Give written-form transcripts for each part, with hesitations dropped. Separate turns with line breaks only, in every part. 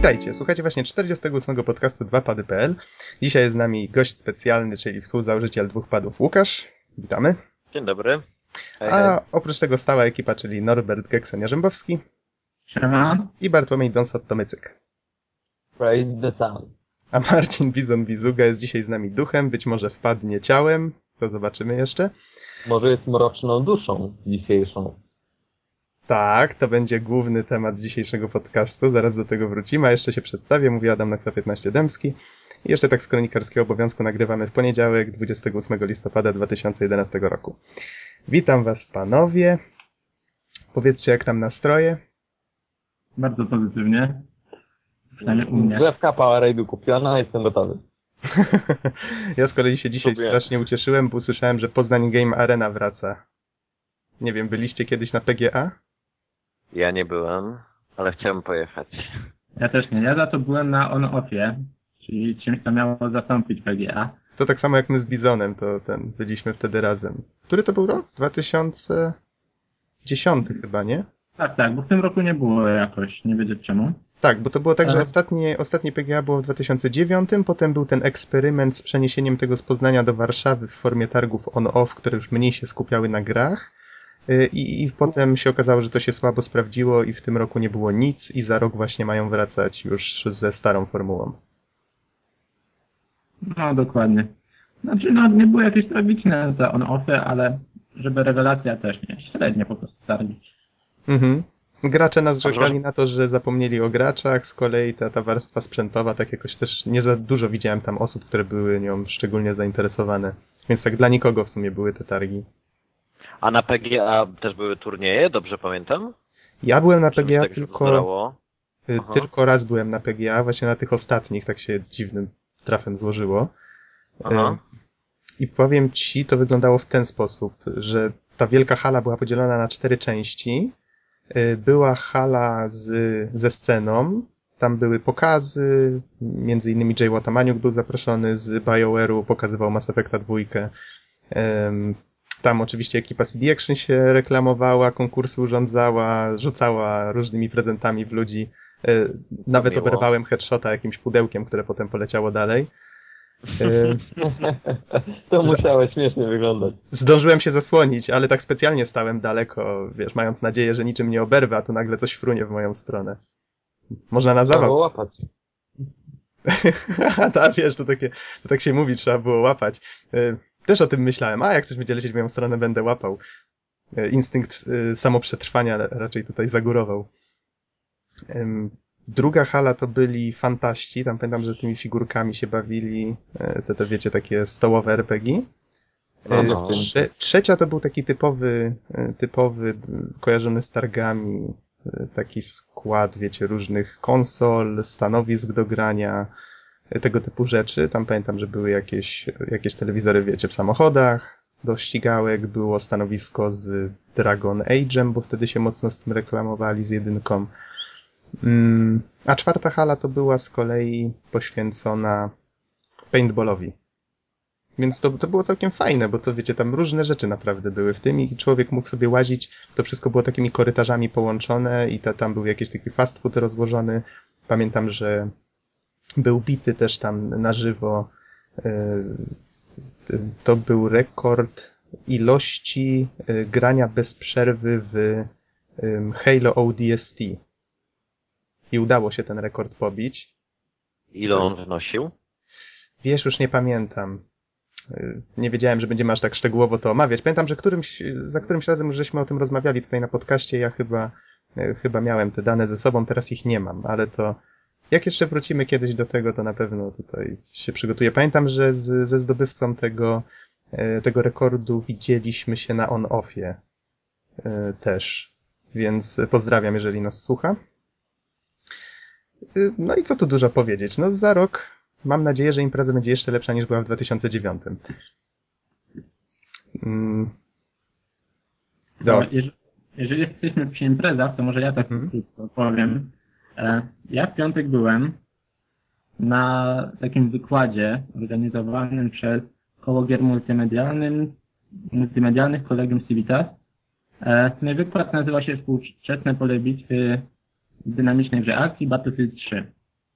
Witajcie, słuchajcie właśnie 48. podcastu 2pady.pl. Dzisiaj jest z nami gość specjalny, czyli współzałożyciel Dwóch Padów Łukasz. Witamy.
Dzień dobry.
Hej, hej. Oprócz tego stała ekipa, czyli Norbert Geksen-Jarzębowski.
Siema.
I Bartłomiej Donsot-Tomycyk.
Praise the sun.
A Marcin Bizon-Bizuga jest dzisiaj z nami duchem, być może wpadnie ciałem, to zobaczymy jeszcze.
Może jest mroczną duszą dzisiejszą.
Tak, to będzie główny temat dzisiejszego podcastu, zaraz do tego wrócimy, a jeszcze się przedstawię, mówi Adam Naksa 15 Dębski. I jeszcze tak z kronikarskiego obowiązku nagrywamy w poniedziałek, 28 listopada 2011 roku. Witam was panowie, powiedzcie jak tam nastroje?
Bardzo pozytywnie, przynajmniej u mnie.
Drzewka Powerade'u kupiona, jestem gotowy.
Ja z kolei się dzisiaj strasznie ucieszyłem, bo usłyszałem, że Poznań Game Arena wraca. Nie wiem, byliście kiedyś na PGA?
Ja nie byłem, ale chciałem pojechać.
Ja też nie. Ja za to byłem na on-offie, czyli czymś, co miało zastąpić PGA.
To tak samo jak my z Bizonem, byliśmy wtedy razem. Który to był rok? 2010 chyba, nie?
Tak, bo w tym roku nie było jakoś, nie wiedzieć czemu.
Tak, bo to było tak, że ostatnie PGA było w 2009, potem był ten eksperyment z przeniesieniem tego z Poznania do Warszawy w formie targów on-off, które już mniej się skupiały na grach. I potem się okazało, że to się słabo sprawdziło i w tym roku nie było nic i za rok właśnie mają wracać już ze starą formułą.
No, dokładnie. Znaczy, nie było jakieś tragiczne te on-offy, ale żeby rewelacja też nie. Średnio po prostu targi.
Mhm. Gracze nas żegnali na to, że zapomnieli o graczach, z kolei ta warstwa sprzętowa, tak jakoś też nie za dużo widziałem tam osób, które były nią szczególnie zainteresowane. Więc tak dla nikogo w sumie były te targi.
A na PGA też były turnieje, dobrze pamiętam?
Ja byłem na PGA
tak
tylko raz byłem na PGA, właśnie na tych ostatnich, tak się dziwnym trafem złożyło.
Aha.
I powiem ci, to wyglądało w ten sposób, że ta wielka hala była podzielona na 4 części. Była hala ze sceną, tam były pokazy, między innymi Jay Łataniuk był zaproszony z BioWare'u, pokazywał Mass Effecta 2. Tam oczywiście ekipa CD Action się reklamowała, konkursy urządzała, rzucała różnymi prezentami w ludzi. Nawet oberwałem headshota jakimś pudełkiem, które potem poleciało dalej.
To musiało śmiesznie wyglądać.
Zdążyłem się zasłonić, ale tak specjalnie stałem daleko, wiesz, mając nadzieję, że niczym nie oberwę, a tu nagle coś frunie w moją stronę. Można na zawał.
Trzeba było łapać.
Tak, wiesz, to tak się mówi, trzeba było łapać. Też o tym myślałem, jak coś będzie lecieć w moją stronę, będę łapał. Instynkt samoprzetrwania raczej tutaj zagórował. Druga hala to byli fantaści, tam pamiętam, że tymi figurkami się bawili, te wiecie, takie stołowe RPG. Trzecia to był taki typowy, kojarzony z targami, taki skład, wiecie, różnych konsol, stanowisk do grania, tego typu rzeczy. Tam pamiętam, że były jakieś telewizory, wiecie, w samochodach do ścigałek, było stanowisko z Dragon Age'em, bo wtedy się mocno z tym reklamowali, z jedynką. A czwarta hala to była z kolei poświęcona paintballowi. Więc to było całkiem fajne, bo to wiecie, tam różne rzeczy naprawdę były w tym i człowiek mógł sobie łazić, to wszystko było takimi korytarzami połączone i tam był jakiś taki fast food rozłożony. Pamiętam, że był bity też tam na żywo. To był rekord ilości grania bez przerwy w Halo ODST. I udało się ten rekord pobić.
Ile on wynosił?
Wiesz, już nie pamiętam. Nie wiedziałem, że będziemy aż tak szczegółowo to omawiać. Pamiętam, że za którymś razem już żeśmy o tym rozmawiali tutaj na podcaście. Ja chyba miałem te dane ze sobą, teraz ich nie mam, ale to jak jeszcze wrócimy kiedyś do tego, to na pewno tutaj się przygotuję. Pamiętam, że ze zdobywcą tego rekordu widzieliśmy się na on-offie też, więc pozdrawiam, jeżeli nas słucha. No i co tu dużo powiedzieć? No za rok mam nadzieję, że impreza będzie jeszcze lepsza niż była w 2009.
Jeżeli jesteśmy przy imprezach, to może ja tak krótko powiem. Ja w piątek byłem na takim wykładzie organizowanym przez Koło Gier Multimedialnych Kolegium Civitas. Ten wykład nazywa się Współczesne pole bitwy w dynamicznej grze akcji Battlefield 3.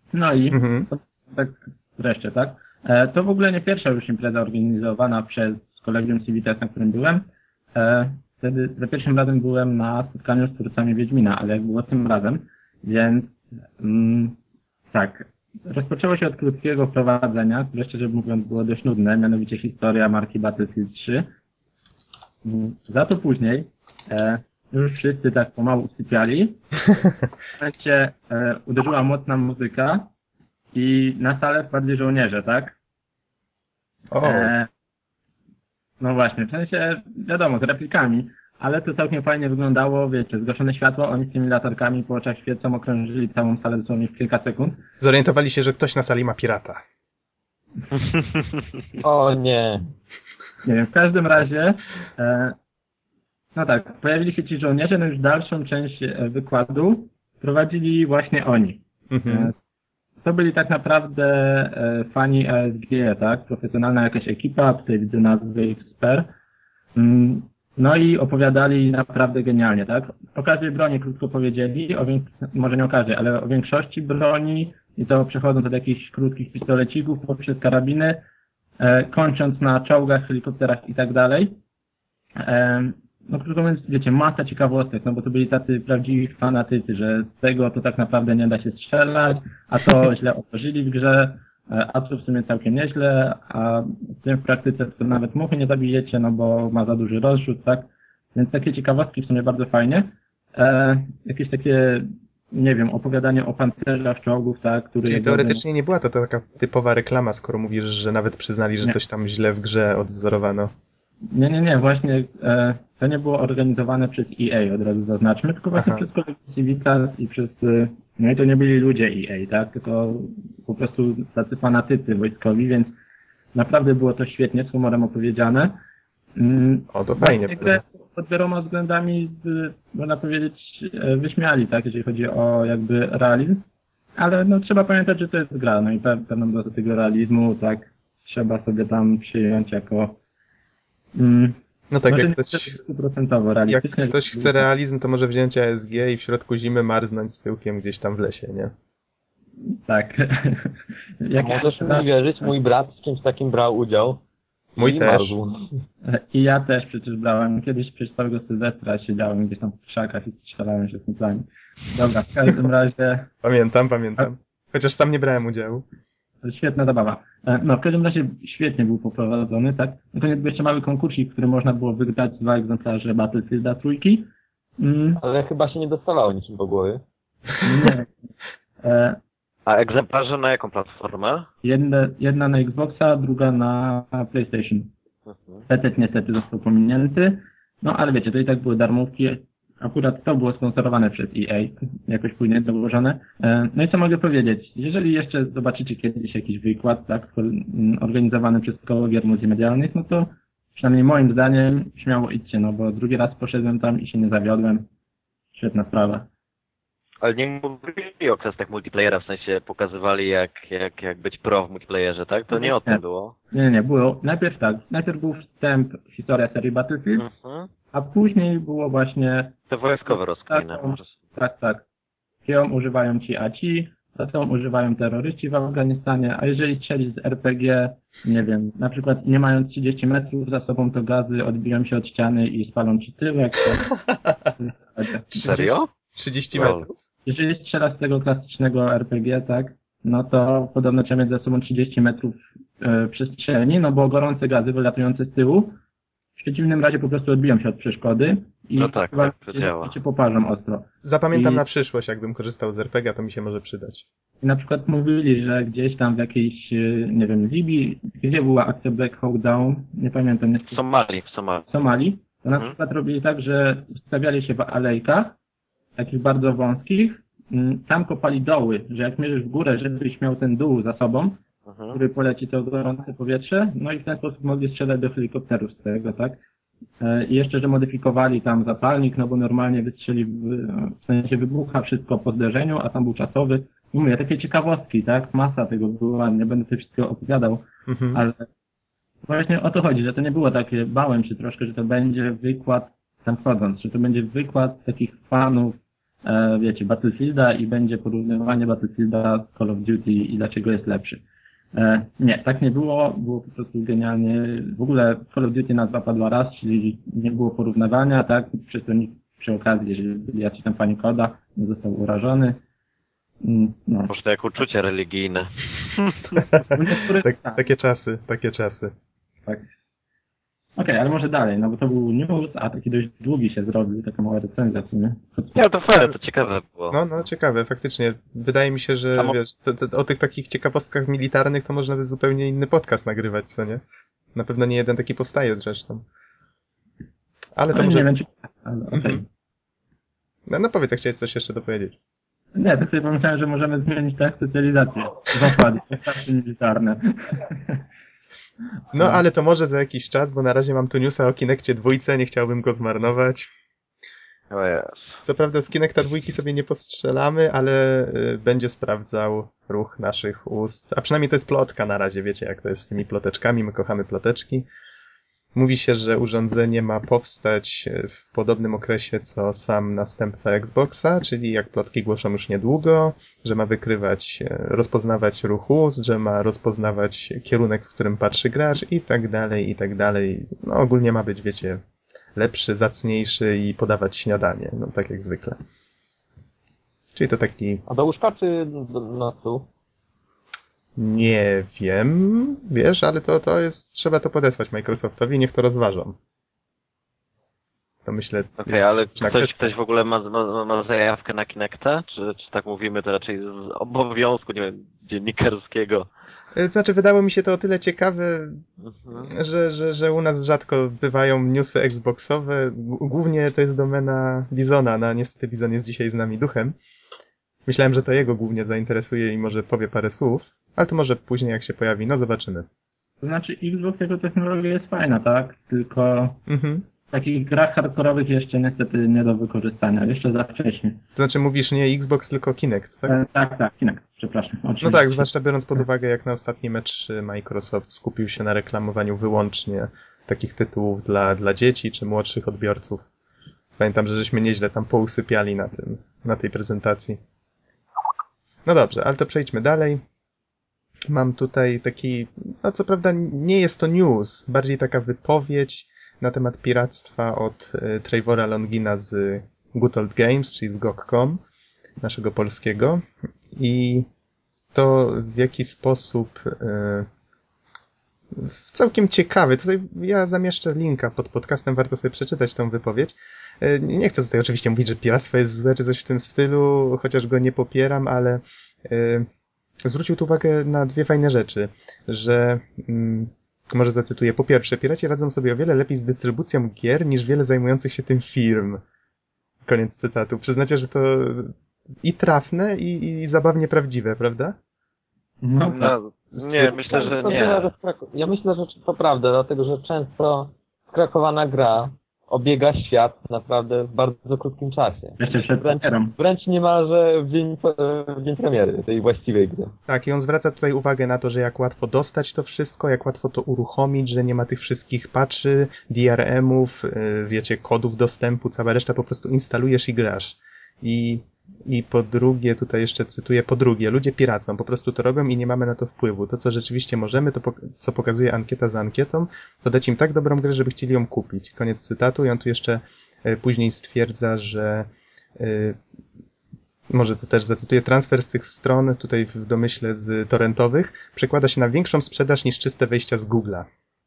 No i
Mhm.
tak wreszcie, tak? To w ogóle nie pierwsza już impreza organizowana przez Kolegium Civitas, na którym byłem. Wtedy za pierwszym razem byłem na spotkaniu z twórcami Wiedźmina, ale jak było tym razem, więc tak. Rozpoczęło się od krótkiego wprowadzenia, które szczerze mówiąc było dość nudne, mianowicie historia marki Battlefield 3. Za to później już wszyscy tak pomału usypiali. W momencie uderzyła mocna muzyka i na salę wpadli żołnierze, tak?
O,
No właśnie, w sensie, wiadomo, z replikami, ale to całkiem fajnie wyglądało, wiecie, zgaszone światło, oni z tymi latarkami po oczach świecą okrążyli całą salę dosłownie w kilka sekund.
zorientowali się, że ktoś na sali ma pirata.
O nie.
Nie wiem, w każdym razie, no tak, pojawili się ci żołnierze, no już dalszą część wykładu prowadzili właśnie oni.
Mhm.
To byli tak naprawdę fani ASG, tak? Profesjonalna jakaś ekipa, tutaj widzę nazwy Xper. No i opowiadali naprawdę genialnie, tak? O każdej broni krótko powiedzieli, może nie o każdej, ale o większości broni i to przechodząc od jakichś krótkich pistolecików poprzez karabiny, kończąc na czołgach, helikopterach i tak dalej. No krótko mówiąc, wiecie, masa ciekawostek, no bo to byli tacy prawdziwi fanatycy, że z tego to tak naprawdę nie da się strzelać, a to źle otworzyli w grze, a to w sumie całkiem nieźle, a w tym w praktyce to nawet muchy nie zabijecie, no bo ma za duży rozrzut, tak? Więc takie ciekawostki w sumie bardzo fajnie. Jakieś takie, nie wiem, opowiadanie o pancerzach czołgów, tak? Który
Czyli teoretycznie nie była to taka typowa reklama, skoro mówisz, że nawet przyznali, że
Nie.
coś tam źle w grze odwzorowano.
Nie, właśnie to nie było organizowane przez EA, od razu zaznaczmy, tylko właśnie
Aha.
przez Kolegium Civitas i przez, no i to nie byli ludzie EA, tak, tylko po prostu tacy fanatycy wojskowi, więc naprawdę było to świetnie, z humorem opowiedziane.
O, to fajnie.
Właśnie grę pod wieloma względami, można powiedzieć, wyśmiali, tak, jeżeli chodzi o jakby realizm, ale no trzeba pamiętać, że to jest gra, no i pewną dozę tego realizmu, tak, trzeba sobie tam przyjąć jako
No tak,
może
jak
nie
ktoś,
100%
jak
realistycznie.
ktoś chce realizm, to może wziąć ASG i w środku zimy marznąć z tyłkiem gdzieś tam w lesie, nie?
Tak.
A możesz mi wierzyć, mój brat w czymś takim brał udział.
Mój
I
też.
marzł.
I ja też przecież brałem. Kiedyś przez całego Sylwestra siedziałem gdzieś tam w krzakach i strzelałem się z kumplami. Dobra, w każdym razie
Pamiętam. Chociaż sam nie brałem udziału.
świetna zabawa. No, w każdym razie świetnie był poprowadzony, tak? Na koniec był jeszcze mały konkursik, w którym można było wygrać 2 egzemplarze Battlefielda trójki.
Ale chyba się nie dostawało niczym po głowie.
Nie.
A egzemplarze na jaką platformę?
Jedna na Xboxa, druga na PlayStation. PC niestety został pominięty. No ale wiecie, to i tak były darmówki. Akurat to było sponsorowane przez EA, jakoś później dołożone. No i co mogę powiedzieć? Jeżeli jeszcze zobaczycie kiedyś jakiś wykład, tak, organizowany przez koło gier multimedialnych, no to przynajmniej moim zdaniem śmiało idźcie, no bo drugi raz poszedłem tam i się nie zawiodłem. Świetna sprawa.
Ale nie mówili o kwestiach multiplayera, w sensie pokazywali jak być pro w multiplayerze, tak? To nie o tym było.
Nie, było. Najpierw był wstęp, historia serii Battlefield, a później było właśnie...
Te wojskowe rozkminy.
Tak. Ją używają ci, a tą używają terroryści w Afganistanie, a jeżeli strzeli z RPG, nie wiem, na przykład nie mając 30 metrów za sobą, to gazy odbiją się od ściany i spalą ci tyłek.
Serio?
30 metrów?
Jeżeli strzela z tego klasycznego RPG, tak, no to podobno trzeba mieć za sobą 30 metrów przestrzeni, no bo gorące gazy wylatujące z tyłu w przeciwnym razie po prostu odbiją się od przeszkody i
no tak to działa.
cię poparzą ostro.
Zapamiętam na przyszłość, jakbym korzystał z RPG, to mi się może przydać.
I na przykład mówili, że gdzieś tam w jakiejś, nie wiem, Libii, gdzie była akcja Black Hawk Down, nie pamiętam.
W Somalii.
To na przykład robili tak, że stawiali się w alejkach, takich bardzo wąskich, tam kopali doły, że jak mierzysz w górę, żebyś miał ten dół za sobą, który poleci to gorące powietrze, no i w ten sposób mogli strzelać do helikopterów z tego, tak? I jeszcze, że modyfikowali tam zapalnik, no bo normalnie wystrzeli, w sensie wybucha wszystko po zderzeniu, a tam był czasowy. I mówię, takie ciekawostki, tak? Masa tego była, nie będę sobie wszystkiego opowiadał, ale właśnie o to chodzi, że to nie było takie, bałem się troszkę, że to będzie wykład tam wchodząc, że to będzie wykład takich fanów wiecie, Battlefielda i będzie porównywanie Battlefielda z Call of Duty i dlaczego jest lepszy. Nie, tak nie było. Było po prostu genialnie. W ogóle Call of Duty nazwa padła raz, czyli nie było porównywania, tak? Przez to nikt przy okazji, jeżeli byli jacyś tam fani koda, nie został urażony. No.
Może to jak uczucie religijne.
Takie czasy.
Tak. Okej, ale może dalej, no bo to był news, a taki dość długi się zrobił, taka mała recenzja w sumie.
Nie, to fajne, to ciekawe było.
No, ciekawe, faktycznie. Wydaje mi się, że wiesz, o tych takich ciekawostkach militarnych to można by zupełnie inny podcast nagrywać, co nie? Na pewno nie jeden taki powstaje zresztą. Ale to może...
Nie wiem, czy... ale okej.
No powiedz, jak chciałeś coś jeszcze dopowiedzieć.
Nie, tak sobie pomyślałem, że możemy zmienić tak specjalizację. Zakłady, starty militarne.
No, ale to może za jakiś czas, bo na razie mam tu newsa o Kinectie 2, nie chciałbym go zmarnować.
O jest.
Co prawda z Kinecta 2 sobie nie postrzelamy, ale będzie sprawdzał ruch naszych ust. A przynajmniej to jest plotka na razie, wiecie jak to jest z tymi ploteczkami, my kochamy ploteczki. Mówi się, że urządzenie ma powstać w podobnym okresie co sam następca Xboxa, czyli jak plotki głoszą już niedługo, że ma rozpoznawać ruch ust, że ma rozpoznawać kierunek, w którym patrzy gracz i tak dalej, i tak dalej. No ogólnie ma być, wiecie, lepszy, zacniejszy i podawać śniadanie, no tak jak zwykle. Czyli to taki...
A do łóżka czy na stół?
Nie wiem, wiesz, ale to jest, trzeba to podesłać Microsoftowi, niech to rozważą. To myślę...
Okej, ale ktoś w ogóle ma zajawkę na Kinecta? Czy tak mówimy to raczej z obowiązku, nie wiem, dziennikarskiego?
Znaczy, wydało mi się to o tyle ciekawe, że u nas rzadko bywają newsy Xboxowe. Głównie to jest domena Bizona, no niestety Bizon jest dzisiaj z nami duchem. Myślałem, że to jego głównie zainteresuje i może powie parę słów, ale to może później jak się pojawi, no zobaczymy.
To znaczy Xbox jako technologia jest fajna, tak? Tylko w takich grach hardkorowych jeszcze niestety nie do wykorzystania, jeszcze za wcześnie.
To znaczy mówisz nie Xbox, tylko Kinect, tak?
Tak, Kinect, przepraszam. Oczywiście.
No tak, zwłaszcza biorąc pod uwagę, jak na ostatni mecz Microsoft skupił się na reklamowaniu wyłącznie takich tytułów dla dzieci czy młodszych odbiorców. Pamiętam, że żeśmy nieźle tam pousypiali na tej prezentacji. No dobrze, ale to przejdźmy dalej. Mam tutaj taki, no co prawda nie jest to news, bardziej taka wypowiedź na temat piractwa od Trevor'a Longina z Good Old Games, czyli z GOG.com, naszego polskiego. I to w jaki sposób całkiem ciekawy. Tutaj ja zamieszczę linka pod podcastem, warto sobie przeczytać tą wypowiedź. Nie chcę tutaj oczywiście mówić, że piractwo jest złe, czy coś w tym stylu, chociaż go nie popieram, ale zwrócił tu uwagę na dwie fajne rzeczy, że może zacytuję. Po pierwsze, piraci radzą sobie o wiele lepiej z dystrybucją gier niż wiele zajmujących się tym firm. Koniec cytatu. Przyznacie, że to i trafne, i zabawnie prawdziwe, prawda?
No, nie, myślę, że nie.
Ja myślę, że to prawda, dlatego że często skrakowana gra obiega świat naprawdę w bardzo krótkim czasie.
Jeszcze przed
wręcz niemalże w dzień premiery tej właściwej gry.
Tak, i on zwraca tutaj uwagę na to, że jak łatwo dostać to wszystko, jak łatwo to uruchomić, że nie ma tych wszystkich patchy, DRM-ów, wiecie, kodów dostępu, cała reszta po prostu instalujesz i grasz. I po drugie, tutaj jeszcze cytuję, po drugie, ludzie piracą, po prostu to robią i nie mamy na to wpływu. To, co rzeczywiście możemy, to co pokazuje ankieta za ankietą, to dać im tak dobrą grę, żeby chcieli ją kupić. Koniec cytatu. I on tu jeszcze później stwierdza, że może to też zacytuję, transfer z tych stron, tutaj w domyśle z torrentowych, przekłada się na większą sprzedaż niż czyste wejścia z Google'a.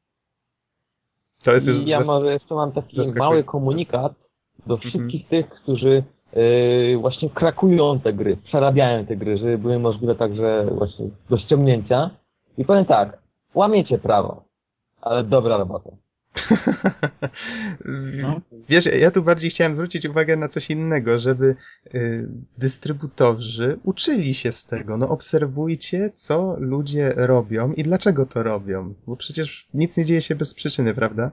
To jest już
może jeszcze mam taki mały komunikat do wszystkich tych, którzy właśnie krakują te gry, przerabiają te gry, żeby były możliwe także właśnie do ściągnięcia. I powiem tak, łamiecie prawo, ale dobra robota.
Wiesz, ja tu bardziej chciałem zwrócić uwagę na coś innego, żeby dystrybutorzy uczyli się z tego. No obserwujcie, co ludzie robią i dlaczego to robią. Bo przecież nic nie dzieje się bez przyczyny, prawda?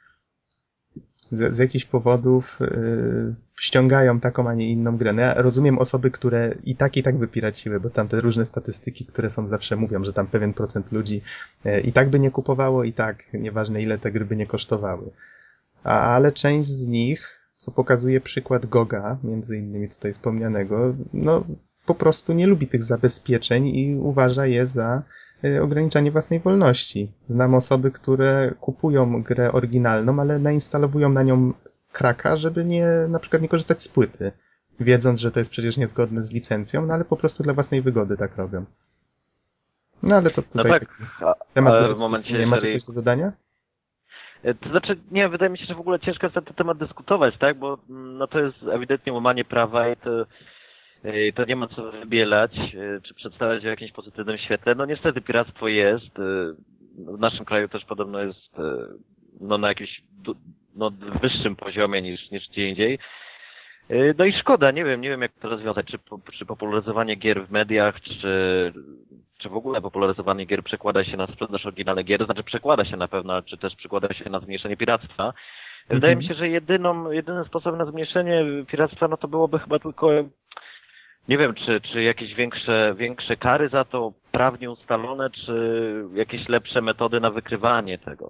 Z jakichś powodów ściągają taką, a nie inną grę. No ja rozumiem osoby, które i tak wypiraciły, bo tam te różne statystyki, które są zawsze mówią, że tam pewien procent ludzi i tak by nie kupowało, i tak, nieważne ile te gry by nie kosztowały. Ale część z nich co pokazuje przykład Goga, między innymi tutaj wspomnianego, no po prostu nie lubi tych zabezpieczeń i uważa je za ograniczanie własnej wolności. Znam osoby, które kupują grę oryginalną, ale nainstalowują na nią kraka, żeby na przykład nie korzystać z płyty, wiedząc, że to jest przecież niezgodne z licencją, no ale po prostu dla własnej wygody tak robią. No ale to tutaj
no tak,
temat do dyskusji. Nie macie coś do dodania?
To znaczy, nie, wydaje mi się, że w ogóle ciężko jest na ten temat dyskutować, tak, bo no to jest ewidentnie łamanie prawa i to nie ma co wybielać, czy przedstawiać w jakimś pozytywnym świetle. No niestety piractwo jest, w naszym kraju też podobno jest no na jakimś wyższym poziomie niż gdzie indziej. No i szkoda, nie wiem jak to rozwiązać, czy popularyzowanie gier w mediach, czy w ogóle popularyzowanie gier przekłada się na sprzedaż oryginalnych gier, znaczy przekłada się na pewno, czy też przekłada się na zmniejszenie piractwa. Wydaje mi się, że jedynym sposobem na zmniejszenie piractwa, no to byłoby chyba tylko, nie wiem, czy jakieś większe kary za to prawnie ustalone, czy jakieś lepsze metody na wykrywanie tego.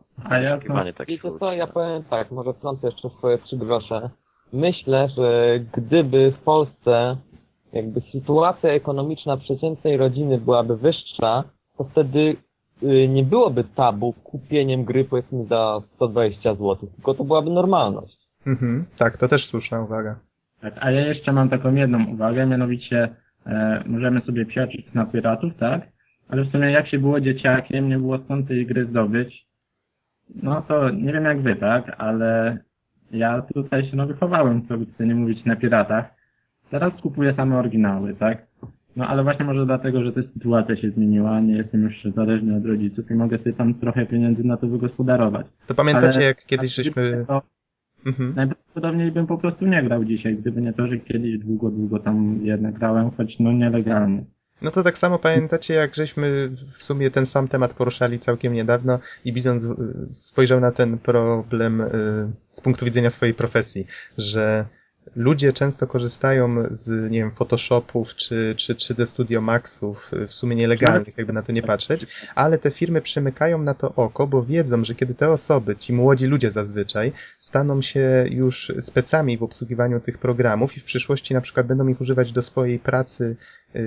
I to ja powiem tak, może wtrącę jeszcze swoje 3 grosze. Myślę, że gdyby w Polsce jakby sytuacja ekonomiczna przeciętnej rodziny byłaby wyższa, to wtedy nie byłoby tabu kupieniem gry powiedzmy za 120 zł, tylko to byłaby normalność.
Tak, to też słuszna uwaga.
Tak, a ja jeszcze mam taką jedną uwagę, mianowicie możemy sobie psioczyć na piratów, tak? Ale w sumie jak się było dzieciakiem, nie było skąd tej gry zdobyć, no to nie wiem jak wy, tak? Ale ja tutaj się wychowałem, co by tutaj nie mówić, na piratach. Teraz kupuję same oryginały, tak? No ale właśnie może dlatego, że ta sytuacja się zmieniła, nie jestem już zależny od rodziców i mogę sobie tam trochę pieniędzy na to wygospodarować.
To pamiętacie, jak kiedyś żeśmy...
Najprawdopodobniej bym po prostu nie grał dzisiaj, gdyby nie to, że kiedyś długo tam jednak grałem, choć nielegalnie.
No to tak samo pamiętacie, jak żeśmy w sumie ten sam temat poruszali całkiem niedawno i Bizon spojrzał na ten problem z punktu widzenia swojej profesji, że ludzie często korzystają z, nie wiem, Photoshopów czy 3D Studio Maxów, w sumie nielegalnych, jakby na to nie patrzeć, ale te firmy przymykają na to oko, bo wiedzą, że kiedy te osoby, ci młodzi ludzie zazwyczaj, staną się już specami w obsługiwaniu tych programów i w przyszłości na przykład będą ich używać do swojej pracy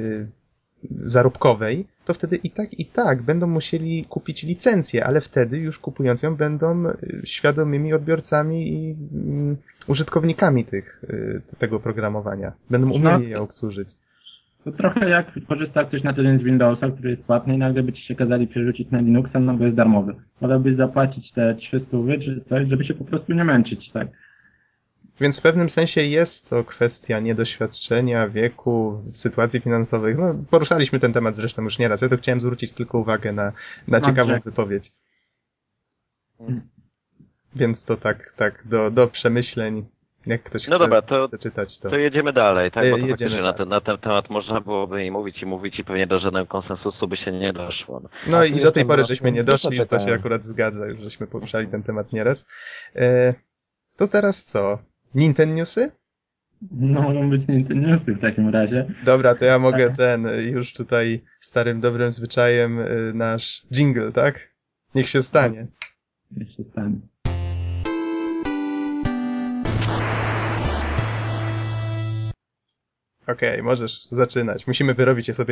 zarobkowej, to wtedy i tak będą musieli kupić licencję, ale wtedy już kupując ją będą świadomymi odbiorcami i użytkownikami tego programowania. Będą umieli je obsłużyć.
To trochę jak korzysta ktoś na co dzień z Windowsa, który jest płatny i nagle by ci się kazali przerzucić na Linuxa, no bo jest darmowy. Wolałbyś zapłacić te 300 czy coś, żeby się po prostu nie męczyć, tak?
Więc w pewnym sensie jest to kwestia niedoświadczenia, wieku, sytuacji finansowych. No, poruszaliśmy ten temat zresztą już nieraz. Ja to chciałem zwrócić tylko uwagę na ciekawą wypowiedź. Więc to tak do przemyśleń. Jak ktoś chce przeczytać, to
jedziemy dalej, tak? Bo to
jedziemy
faktycznie na ten temat można byłoby i mówić i pewnie do żadnego konsensusu by się nie doszło.
No i do tej pory żeśmy nie doszli, to się akurat zgadza, już żeśmy poruszali ten temat nieraz. To teraz co? Nintendo Newsy?
No mogą być Nintendo Newsy w takim razie.
Dobra, to ja mogę już tutaj starym dobrym zwyczajem nasz jingle, tak? Niech się stanie.
Niech się stanie.
Okej, możesz zaczynać. Musimy wyrobić sobie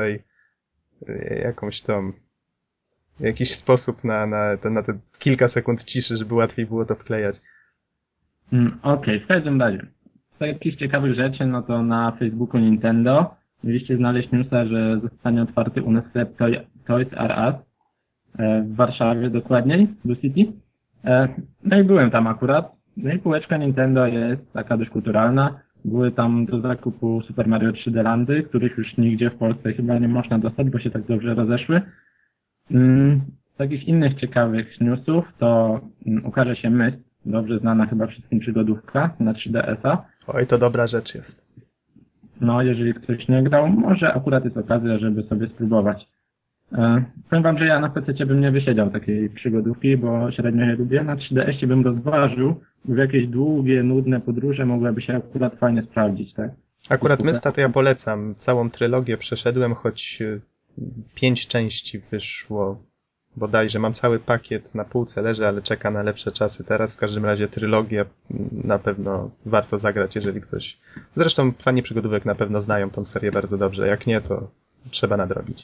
jakiś sposób na te kilka sekund ciszy, żeby łatwiej było to wklejać.
Okej, w każdym razie. Z jakichś ciekawych rzeczy, no to na Facebooku Nintendo mieliście znaleźć newsa, że zostanie otwarty u nas sklep Toys R Us w Warszawie dokładniej, Blue City. No i byłem tam akurat. No i półeczka Nintendo jest taka dość kulturalna. Były tam do zakupu Super Mario 3D Landy, których już nigdzie w Polsce chyba nie można dostać, bo się tak dobrze rozeszły. Z takich innych ciekawych newsów to ukaże się Myst, dobrze znana chyba wszystkim przygodówka na 3DS-a.
Oj, to dobra rzecz jest.
No, jeżeli ktoś nie grał, może akurat jest okazja, żeby sobie spróbować. Powiem wam, że ja na PC bym nie wysiedział takiej przygodówki, bo średnio je lubię. Na 3DS-ie bym rozważył, bo w jakieś długie, nudne podróże mogłyby się akurat fajnie sprawdzić, tak?
Akurat Mysta to ja polecam. Całą trylogię przeszedłem, choć 5 części wyszło. bodajże. Mam cały pakiet na półce, leży, ale czeka na lepsze czasy teraz. W każdym razie trylogię na pewno warto zagrać, jeżeli ktoś... Zresztą fani przygodówek na pewno znają tą serię bardzo dobrze. Jak nie, to trzeba nadrobić.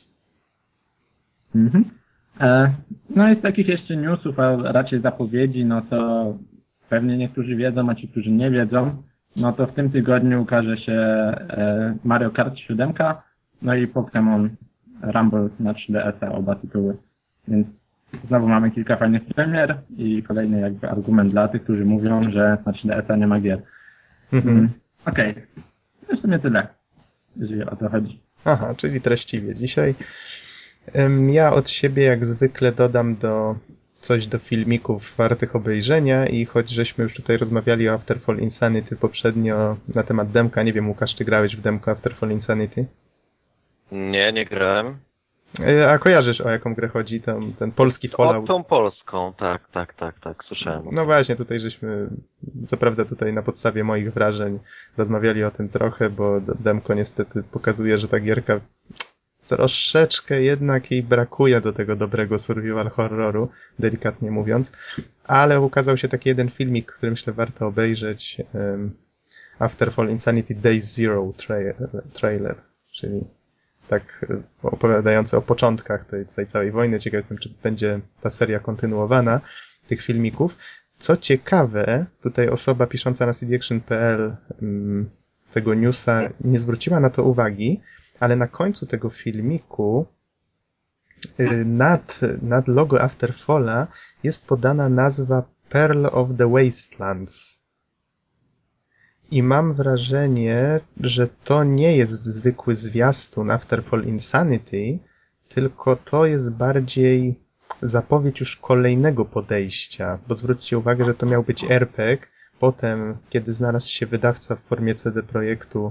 No i z takich jeszcze newsów, a raczej zapowiedzi, no to pewnie niektórzy wiedzą, a ci, którzy nie wiedzą, no to w tym tygodniu ukaże się Mario Kart 7, no i Pokémon Rumble na 3DS-a, oba tytuły. Więc znowu mamy kilka fajnych premier i kolejny jakby argument dla tych, którzy mówią, że na 3DS-a nie ma gier. Okej. To w sumie tyle, jeżeli o to chodzi.
Aha, czyli treściwie dzisiaj. Ja od siebie jak zwykle dodam coś do filmików wartych obejrzenia i choć żeśmy już tutaj rozmawiali o Afterfall Insanity poprzednio na temat demka, nie wiem, Łukasz, czy grałeś w demko Afterfall Insanity?
Nie grałem.
A kojarzysz, o jaką grę chodzi? Ten polski Fallout?
O tą polską, tak, słyszałem.
No właśnie, tutaj żeśmy, co prawda tutaj na podstawie moich wrażeń rozmawiali o tym trochę, bo demko niestety pokazuje, że ta gierka troszeczkę jednak jej brakuje do tego dobrego survival horroru, delikatnie mówiąc, ale ukazał się taki jeden filmik, który myślę warto obejrzeć, Afterfall Insanity Day Zero trailer, czyli tak opowiadający o początkach tej całej wojny. Ciekaw jestem, czy będzie ta seria kontynuowana, tych filmików. Co ciekawe, tutaj osoba pisząca na cdaction.pl tego newsa nie zwróciła na to uwagi, ale na końcu tego filmiku nad logo Afterfalla jest podana nazwa Pearl of the Wastelands. I mam wrażenie, że to nie jest zwykły zwiastun Afterfall Insanity, tylko to jest bardziej zapowiedź już kolejnego podejścia, bo zwróćcie uwagę, że to miał być RPG, potem, kiedy znalazł się wydawca w formie CD Projektu,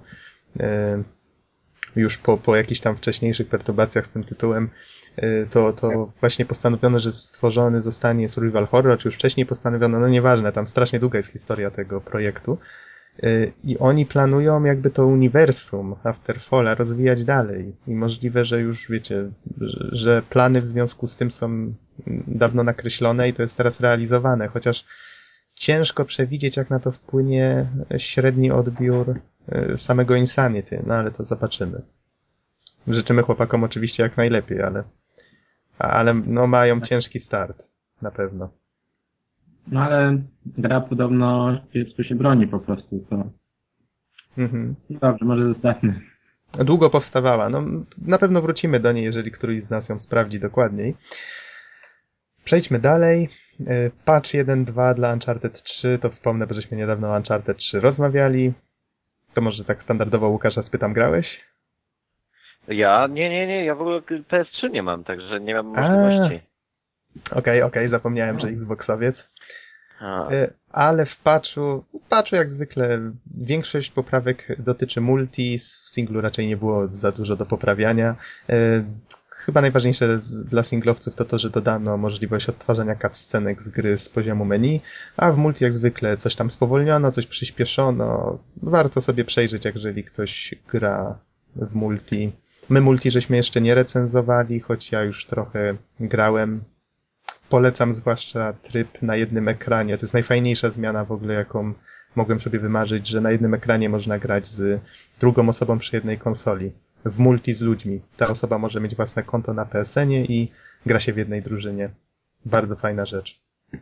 już po jakichś tam wcześniejszych perturbacjach z tym tytułem, to właśnie postanowiono, że stworzony zostanie survival horror, czy już wcześniej postanowiono, no nieważne, tam strasznie długa jest historia tego projektu. I oni planują jakby to uniwersum Afterfalla rozwijać dalej. I możliwe, że już wiecie, że plany w związku z tym są dawno nakreślone i to jest teraz realizowane, chociaż ciężko przewidzieć, jak na to wpłynie średni odbiór samego Insanity, no ale to zobaczymy. Życzymy chłopakom oczywiście jak najlepiej, ale no mają ciężki start, na pewno.
No ale gra podobno kiepsko się broni po prostu, to... No dobrze, może zostawmy.
Długo powstawała, no na pewno wrócimy do niej, jeżeli któryś z nas ją sprawdzi dokładniej. Przejdźmy dalej. Patch 1.2 dla Uncharted 3, to wspomnę, bo żeśmy niedawno o Uncharted 3 rozmawiali. To może tak standardowo Łukasza spytam, grałeś?
Ja? Nie, ja w ogóle PS3 nie mam, także nie mam możliwości.
Okej, zapomniałem, że Xboxowiec. Ale w patchu jak zwykle większość poprawek dotyczy multi, w singlu raczej nie było za dużo do poprawiania. Chyba najważniejsze dla singlowców to, że dodano możliwość odtwarzania cutscenek z gry z poziomu menu, a w multi jak zwykle coś tam spowolniono, coś przyspieszono. Warto sobie przejrzeć, jeżeli ktoś gra w multi. My multi żeśmy jeszcze nie recenzowali, choć ja już trochę grałem. Polecam zwłaszcza tryb na jednym ekranie. To jest najfajniejsza zmiana w ogóle, jaką mogłem sobie wymarzyć, że na jednym ekranie można grać z drugą osobą przy jednej konsoli. W multi z ludźmi. Ta osoba może mieć własne konto na PSN-ie i gra się w jednej drużynie. Bardzo fajna rzecz.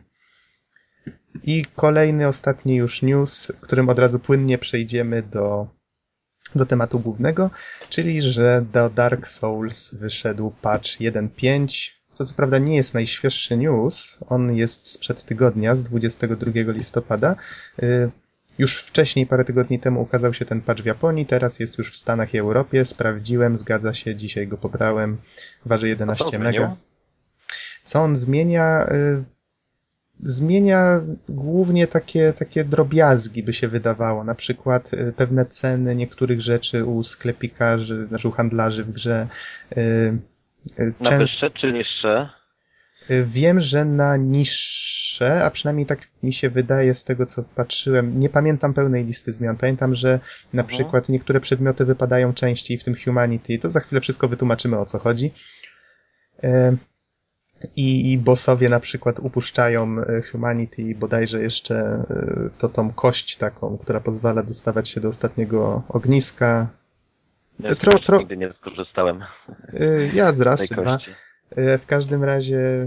I kolejny, ostatni już news, którym od razu płynnie przejdziemy do tematu głównego, czyli że do Dark Souls wyszedł patch 1.5, co prawda nie jest najświeższy news, on jest sprzed tygodnia, z 22 listopada. Już wcześniej, parę tygodni temu ukazał się ten patch w Japonii, teraz jest już w Stanach i Europie, sprawdziłem, zgadza się, dzisiaj go pobrałem, waży 11 mega. Co on zmienia? Zmienia głównie takie drobiazgi, by się wydawało. Na przykład pewne ceny niektórych rzeczy u sklepikarzy, znaczy u handlarzy w grze.
Na wyższe czy niższe?
Wiem, że na niższe, a przynajmniej tak mi się wydaje z tego, co patrzyłem. Nie pamiętam pełnej listy zmian. Pamiętam, że na przykład niektóre przedmioty wypadają częściej, w tym Humanity. To za chwilę wszystko wytłumaczymy, o co chodzi. I bossowie na przykład upuszczają Humanity bodajże jeszcze tą kość taką, która pozwala dostawać się do ostatniego ogniska.
Nigdy nie skorzystałem.
Ja z raz czy dwa. W każdym razie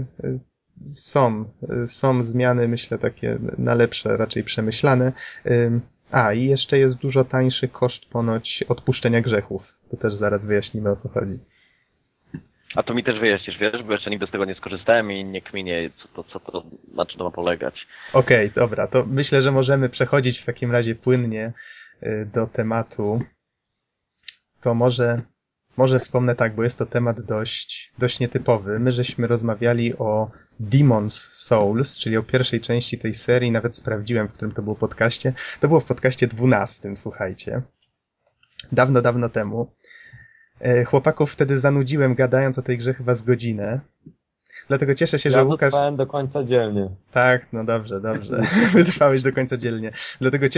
są zmiany, myślę, takie na lepsze, raczej przemyślane. I jeszcze jest dużo tańszy koszt ponoć odpuszczenia grzechów. To też zaraz wyjaśnimy, o co chodzi.
A to mi też wyjaśnisz, wiesz, bo jeszcze nigdy z tego nie skorzystałem i nie kminię, na czym to ma polegać.
Okej, dobra, to myślę, że możemy przechodzić w takim razie płynnie do tematu. To może wspomnę tak, bo jest to temat dość nietypowy. My żeśmy rozmawiali o Demon's Souls, czyli o pierwszej części tej serii, nawet sprawdziłem, w którym to było podcaście. To było w podcaście 12, słuchajcie. Dawno, dawno temu. Chłopaków wtedy zanudziłem gadając o tej grze chyba z godzinę. Dlatego cieszę się, że Łukasz...
Ja wytrwałem do końca dzielnie.
Tak, no dobrze. Wytrwałeś do końca dzielnie. Dlatego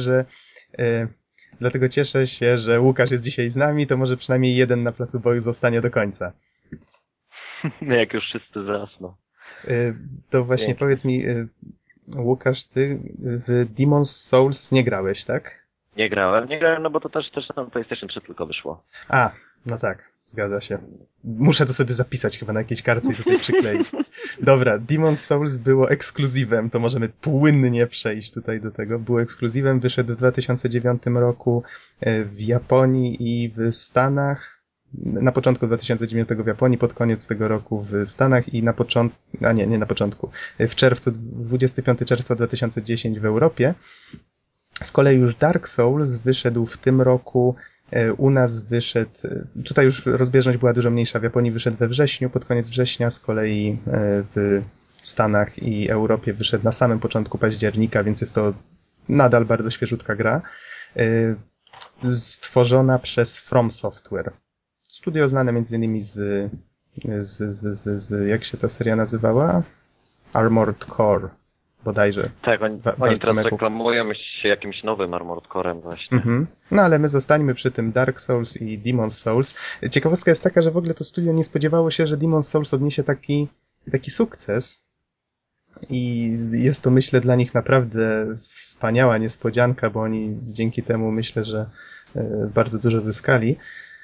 cieszę się, że Łukasz jest dzisiaj z nami, to może przynajmniej jeden na placu boju zostanie do końca.
No jak już wszyscy zasną.
To właśnie Dzięki. Powiedz mi, Łukasz, ty w Demon's Souls nie grałeś, tak?
Nie grałem, no bo to też na PlayStation 3 tylko wyszło.
No tak, zgadza się. Muszę to sobie zapisać chyba na jakiejś kartce i tutaj przykleić. Dobra, Demon's Souls było ekskluzywem, to możemy płynnie przejść tutaj do tego. Było ekskluzywem, wyszedł w 2009 roku w Japonii i w Stanach. Na początku 2009 w Japonii, pod koniec tego roku w Stanach i nie na początku. W czerwcu, 25 czerwca 2010 w Europie. Z kolei już Dark Souls wyszedł w tym roku. U nas wyszedł, tutaj już rozbieżność była dużo mniejsza, w Japonii wyszedł we wrześniu, pod koniec września, z kolei w Stanach i Europie wyszedł na samym początku października, więc jest to nadal bardzo świeżutka gra, stworzona przez From Software. Studio znane między innymi z jak się ta seria nazywała? Armored Core. Bodajże.
Tak, oni teraz reklamują się jakimś nowym Armored Core'em właśnie.
No ale my zostańmy przy tym Dark Souls i Demon's Souls. Ciekawostka jest taka, że w ogóle to studio nie spodziewało się, że Demon's Souls odniesie taki sukces. I jest to, myślę, dla nich naprawdę wspaniała niespodzianka, bo oni dzięki temu, myślę, że bardzo dużo zyskali.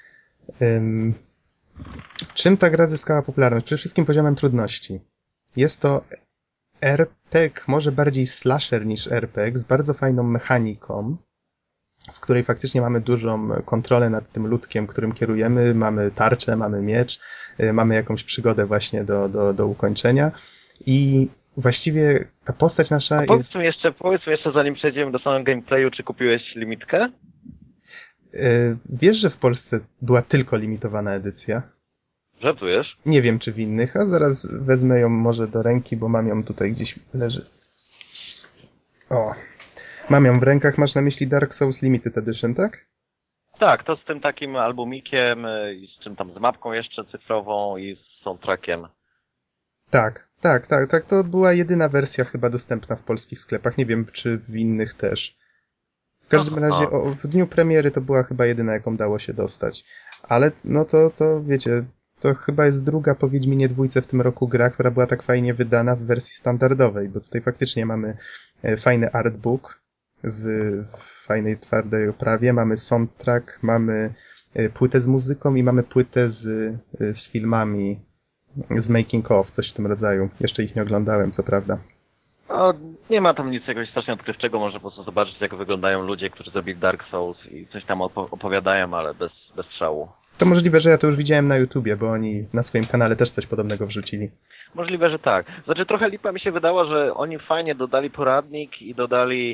Czym ta gra zyskała popularność? Przede wszystkim poziomem trudności. Jest to RPG, może bardziej slasher niż RPG, z bardzo fajną mechaniką, w której faktycznie mamy dużą kontrolę nad tym ludkiem, którym kierujemy, mamy tarczę, mamy miecz, mamy jakąś przygodę właśnie do ukończenia i właściwie ta postać nasza
powiedz mi jeszcze, zanim przejdziemy do samego gameplayu, czy kupiłeś limitkę?
Wiesz, że w Polsce była tylko limitowana edycja?
Żartujesz?
Nie wiem, czy w innych, a zaraz wezmę ją może do ręki, bo mam ją tutaj gdzieś leży. O, mam ją w rękach. Masz na myśli Dark Souls Limited Edition, tak?
Tak, to z tym takim albumikiem, i z czym tam, z mapką jeszcze cyfrową i z soundtrackiem.
Tak. To była jedyna wersja chyba dostępna w polskich sklepach. Nie wiem, czy w innych też. W każdym razie w dniu premiery to była chyba jedyna, jaką dało się dostać. Ale no to wiecie... To chyba jest druga po Wiedźminie 2 w tym roku gra, która była tak fajnie wydana w wersji standardowej, bo tutaj faktycznie mamy fajny artbook w fajnej, twardej oprawie, mamy soundtrack, mamy płytę z muzyką i mamy płytę z filmami, z making of, coś w tym rodzaju. Jeszcze ich nie oglądałem, co prawda.
No, nie ma tam nic jakiegoś strasznie odkrywczego, można po prostu zobaczyć, jak wyglądają ludzie, którzy zrobili Dark Souls i coś tam opowiadają, ale bez szału.
To możliwe, że ja to już widziałem na YouTubie, bo oni na swoim kanale też coś podobnego wrzucili.
Możliwe, że tak. Znaczy trochę lipa mi się wydało, że oni fajnie dodali poradnik i dodali...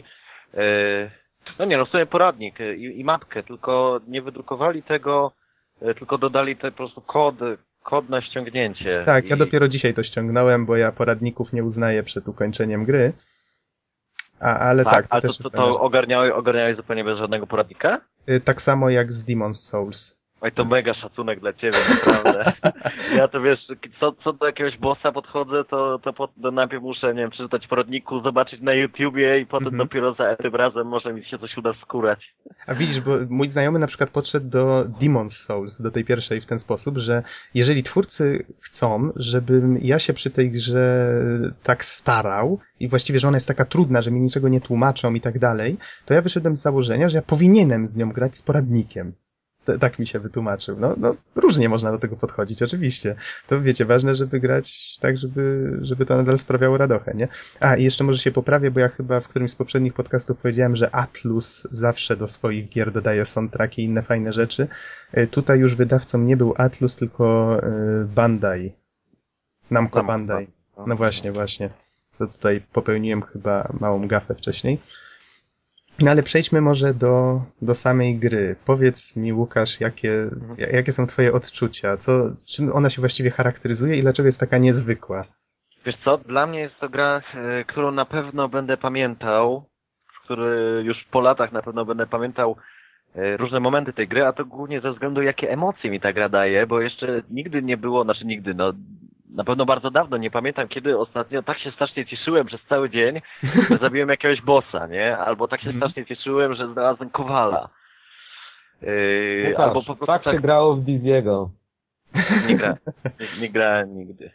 w sumie poradnik i mapkę, tylko nie wydrukowali tego, tylko dodali po prostu kod na ściągnięcie.
Tak, ja dopiero dzisiaj to ściągnąłem, bo ja poradników nie uznaję przed ukończeniem gry. Ale tak,
to ogarniałeś zupełnie bez żadnego poradnika?
Tak samo jak z Demon's Souls.
Oj, to mega szacunek dla ciebie, naprawdę. Ja to wiesz, co do jakiegoś bossa podchodzę, to najpierw muszę, nie wiem, przeczytać w poradniku, zobaczyć na YouTubie i potem dopiero za tym razem może mi się coś uda skórać.
A widzisz, bo mój znajomy na przykład podszedł do Demon's Souls, do tej pierwszej w ten sposób, że jeżeli twórcy chcą, żebym ja się przy tej grze tak starał i właściwie, że ona jest taka trudna, że mi niczego nie tłumaczą i tak dalej, to ja wyszedłem z założenia, że ja powinienem z nią grać z poradnikiem. Tak mi się wytłumaczył. No, różnie można do tego podchodzić, oczywiście. To wiecie, ważne, żeby grać tak, żeby to nadal sprawiało radochę, nie? A, i jeszcze może się poprawię, bo ja chyba w którymś z poprzednich podcastów powiedziałem, że Atlus zawsze do swoich gier dodaje soundtracki i inne fajne rzeczy. Tutaj już wydawcą nie był Atlus, tylko Bandai. Namco Bandai. No właśnie. To tutaj popełniłem chyba małą gafę wcześniej. No ale przejdźmy może do samej gry. Powiedz mi, Łukasz, jakie są twoje odczucia? Czym ona się właściwie charakteryzuje i dlaczego jest taka niezwykła?
Wiesz co, dla mnie jest to gra, którą na pewno będę pamiętał, który już po latach na pewno będę pamiętał różne momenty tej gry, a to głównie ze względu, jakie emocje mi ta gra daje, bo jeszcze nigdy nie było, na pewno bardzo dawno, nie pamiętam kiedy ostatnio tak się strasznie cieszyłem przez cały dzień, że zabiłem jakiegoś bossa, nie? Albo tak się strasznie cieszyłem, że znalazłem kowala.
Albo po prostu tak się grało w Diziego.
Nie grałem nigdy.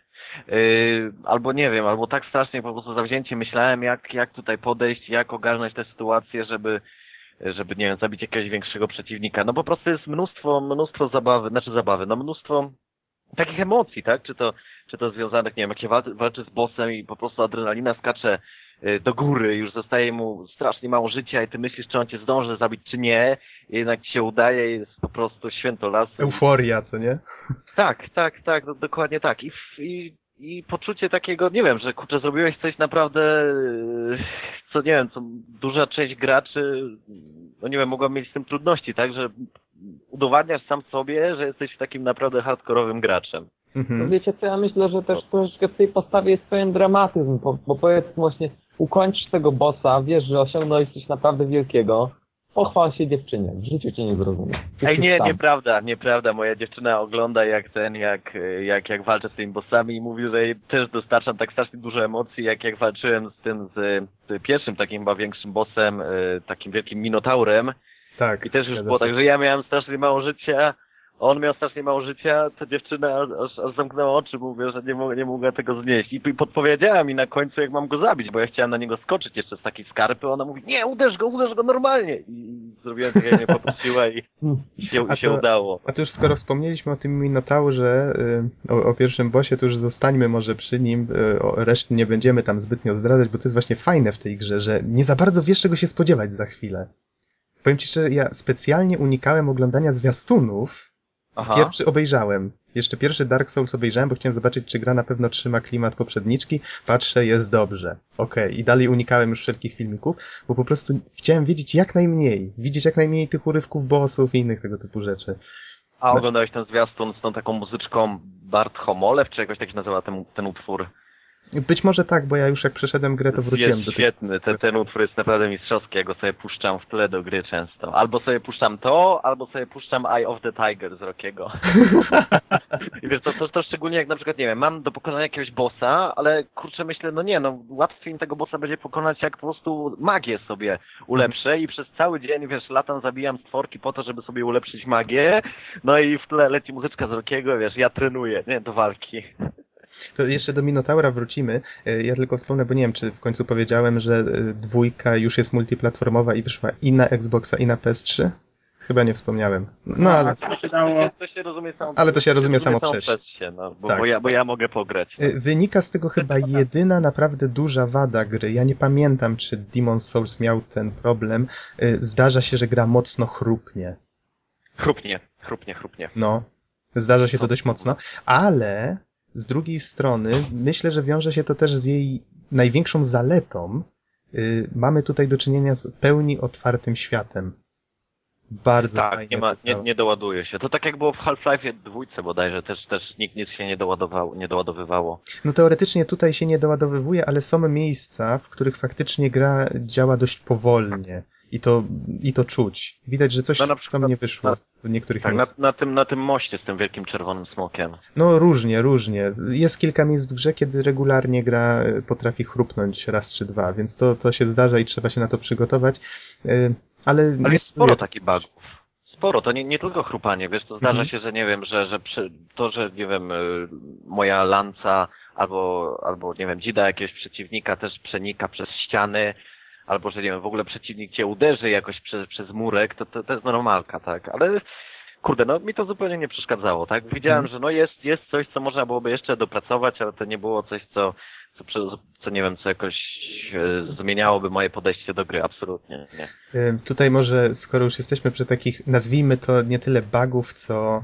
Albo nie wiem, albo tak strasznie po prostu zawzięcie myślałem, jak tutaj podejść, jak ogarnąć tę sytuację, żeby nie wiem, zabić jakiegoś większego przeciwnika. No po prostu jest mnóstwo zabawy, mnóstwo takich emocji, tak? Czy to związanych, nie wiem, jak się walczy z bossem i po prostu adrenalina skacze do góry, już zostaje mu strasznie mało życia i ty myślisz, czy on cię zdąży zabić, czy nie. I jednak ci się udaje i jest po prostu święto lasu.
Euforia, co nie?
Tak, dokładnie tak. I poczucie takiego, nie wiem, że kurczę, zrobiłeś coś naprawdę, co nie wiem, co duża część graczy, no nie wiem, mogła mieć z tym trudności, tak, że udowadniasz sam sobie, że jesteś takim naprawdę hardkorowym graczem.
No wiecie co, ja myślę, że też troszeczkę w tej postawie jest pewien dramatyzm, bo powiedzmy właśnie, ukończysz tego bossa, wiesz, że osiągnąłeś coś naprawdę wielkiego, pochwal się dziewczynie, w życiu cię nie zrozumie.
Nieprawda, moja dziewczyna ogląda jak walczę z tymi bossami i mówi, że jej też dostarczam tak strasznie dużo emocji, jak walczyłem z pierwszym takim chyba większym bossem, takim wielkim minotaurem.
Tak.
I też już było tak, że ja miałem strasznie mało życia, on miał strasznie mało życia, ta dziewczyna aż zamknęła oczy, mówię, że nie mogła tego znieść. I podpowiedziała mi na końcu, jak mam go zabić, bo ja chciałem na niego skoczyć jeszcze z takiej skarpy, ona mówi, nie, uderz go normalnie. I zrobiłem tak, jak mnie poprosiła i się udało.
A to już skoro wspomnieliśmy o tym Minotaurze, o pierwszym bossie, to już zostańmy może przy nim, o reszty nie będziemy tam zbytnio zdradzać, bo to jest właśnie fajne w tej grze, że nie za bardzo wiesz, czego się spodziewać za chwilę. Powiem ci szczerze, ja specjalnie unikałem oglądania zwiastunów. Pierwszy obejrzałem. Jeszcze pierwszy Dark Souls obejrzałem, bo chciałem zobaczyć, czy gra na pewno trzyma klimat poprzedniczki. Patrzę, jest dobrze. Okej. I dalej unikałem już wszelkich filmików, bo po prostu chciałem wiedzieć jak najmniej. Widzieć jak najmniej tych urywków bossów i innych tego typu rzeczy.
A oglądałeś ten zwiastun z tą taką muzyczką Bart Homolew, czy jakoś tak się nazywa ten utwór?
Być może tak, bo ja już jak przeszedłem grę, to wróciłem do tego.
Świetny, ten utwór jest naprawdę mistrzowski, ja go sobie puszczam w tle do gry często. Albo sobie puszczam to, albo sobie puszczam Eye of the Tiger z Rockiego. I wiesz, to szczególnie jak na przykład, nie wiem, mam do pokonania jakiegoś bossa, ale kurczę myślę, łatwiej mi tego bossa będzie pokonać, jak po prostu magię sobie ulepszę i przez cały dzień, wiesz, latam, zabijam stworki po to, żeby sobie ulepszyć magię, no i w tle leci muzyczka z Rockiego, wiesz, ja trenuję, nie, do walki.
To jeszcze do Minotaura wrócimy. Ja tylko wspomnę, bo nie wiem, czy w końcu powiedziałem, że 2 już jest multiplatformowa i wyszła i na Xboxa, i na PS3? Chyba nie wspomniałem. No ale...
To się rozumie samo.
Ale to się rozumie samo przejście.
Bo ja mogę pograć.
Wynika z tego chyba jedyna naprawdę duża wada gry. Ja nie pamiętam, czy Demon's Souls miał ten problem. Zdarza się, że gra mocno chrupnie.
Chrupnie.
No. Zdarza się to dość mocno. Ale... Z drugiej strony, myślę, że wiąże się to też z jej największą zaletą. Mamy tutaj do czynienia z pełni otwartym światem. Bardzo fajnie.
Nie doładuje się. To tak jak było w Half-Life'ie 2 bodajże, też nic się nie doładowywało.
No teoretycznie tutaj się nie doładowywuje, ale są miejsca, w których faktycznie gra działa dość powolnie. I to czuć. Widać, że coś,
No, na przykład,
co mnie wyszło w niektórych miejscach.
Na tym moście z tym wielkim czerwonym smokiem.
No różnie. Jest kilka miejsc w grze, kiedy regularnie gra potrafi chrupnąć raz czy dwa, więc to się zdarza i trzeba się na to przygotować. Ale
jest sporo takich bugów. Sporo, to nie tylko chrupanie, wiesz, to zdarza się, że nie wiem, że nie wiem, moja lanca albo nie wiem, dzida jakiegoś przeciwnika też przenika przez ściany, albo że nie wiem, w ogóle przeciwnik cię uderzy jakoś przez murek, to jest normalka, tak, ale kurde, no mi to zupełnie nie przeszkadzało, tak, widziałem, że no jest coś, co można byłoby jeszcze dopracować, ale to nie było coś, co nie wiem, co jakoś zmieniałoby moje podejście do gry, absolutnie, nie.
Tutaj może, skoro już jesteśmy przy takich, nazwijmy to nie tyle bugów, co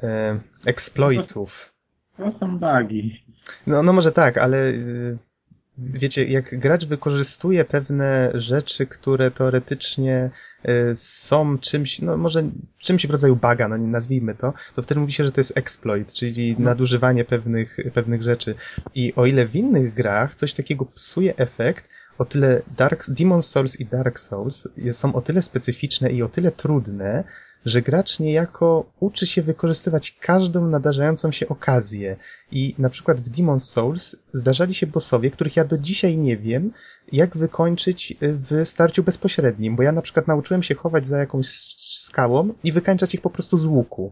exploitów.
To są bugi.
No może tak, ale wiecie, jak gracz wykorzystuje pewne rzeczy, które teoretycznie są czymś, no może czymś w rodzaju buga, no nazwijmy to wtedy mówi się, że to jest exploit, czyli nadużywanie pewnych rzeczy. I o ile w innych grach coś takiego psuje efekt, o tyle Demon's Souls i Dark Souls są o tyle specyficzne i o tyle trudne, że gracz niejako uczy się wykorzystywać każdą nadarzającą się okazję. I na przykład w Demon's Souls zdarzali się bossowie, których ja do dzisiaj nie wiem, jak wykończyć w starciu bezpośrednim, bo ja na przykład nauczyłem się chować za jakąś skałą i wykańczać ich po prostu z łuku.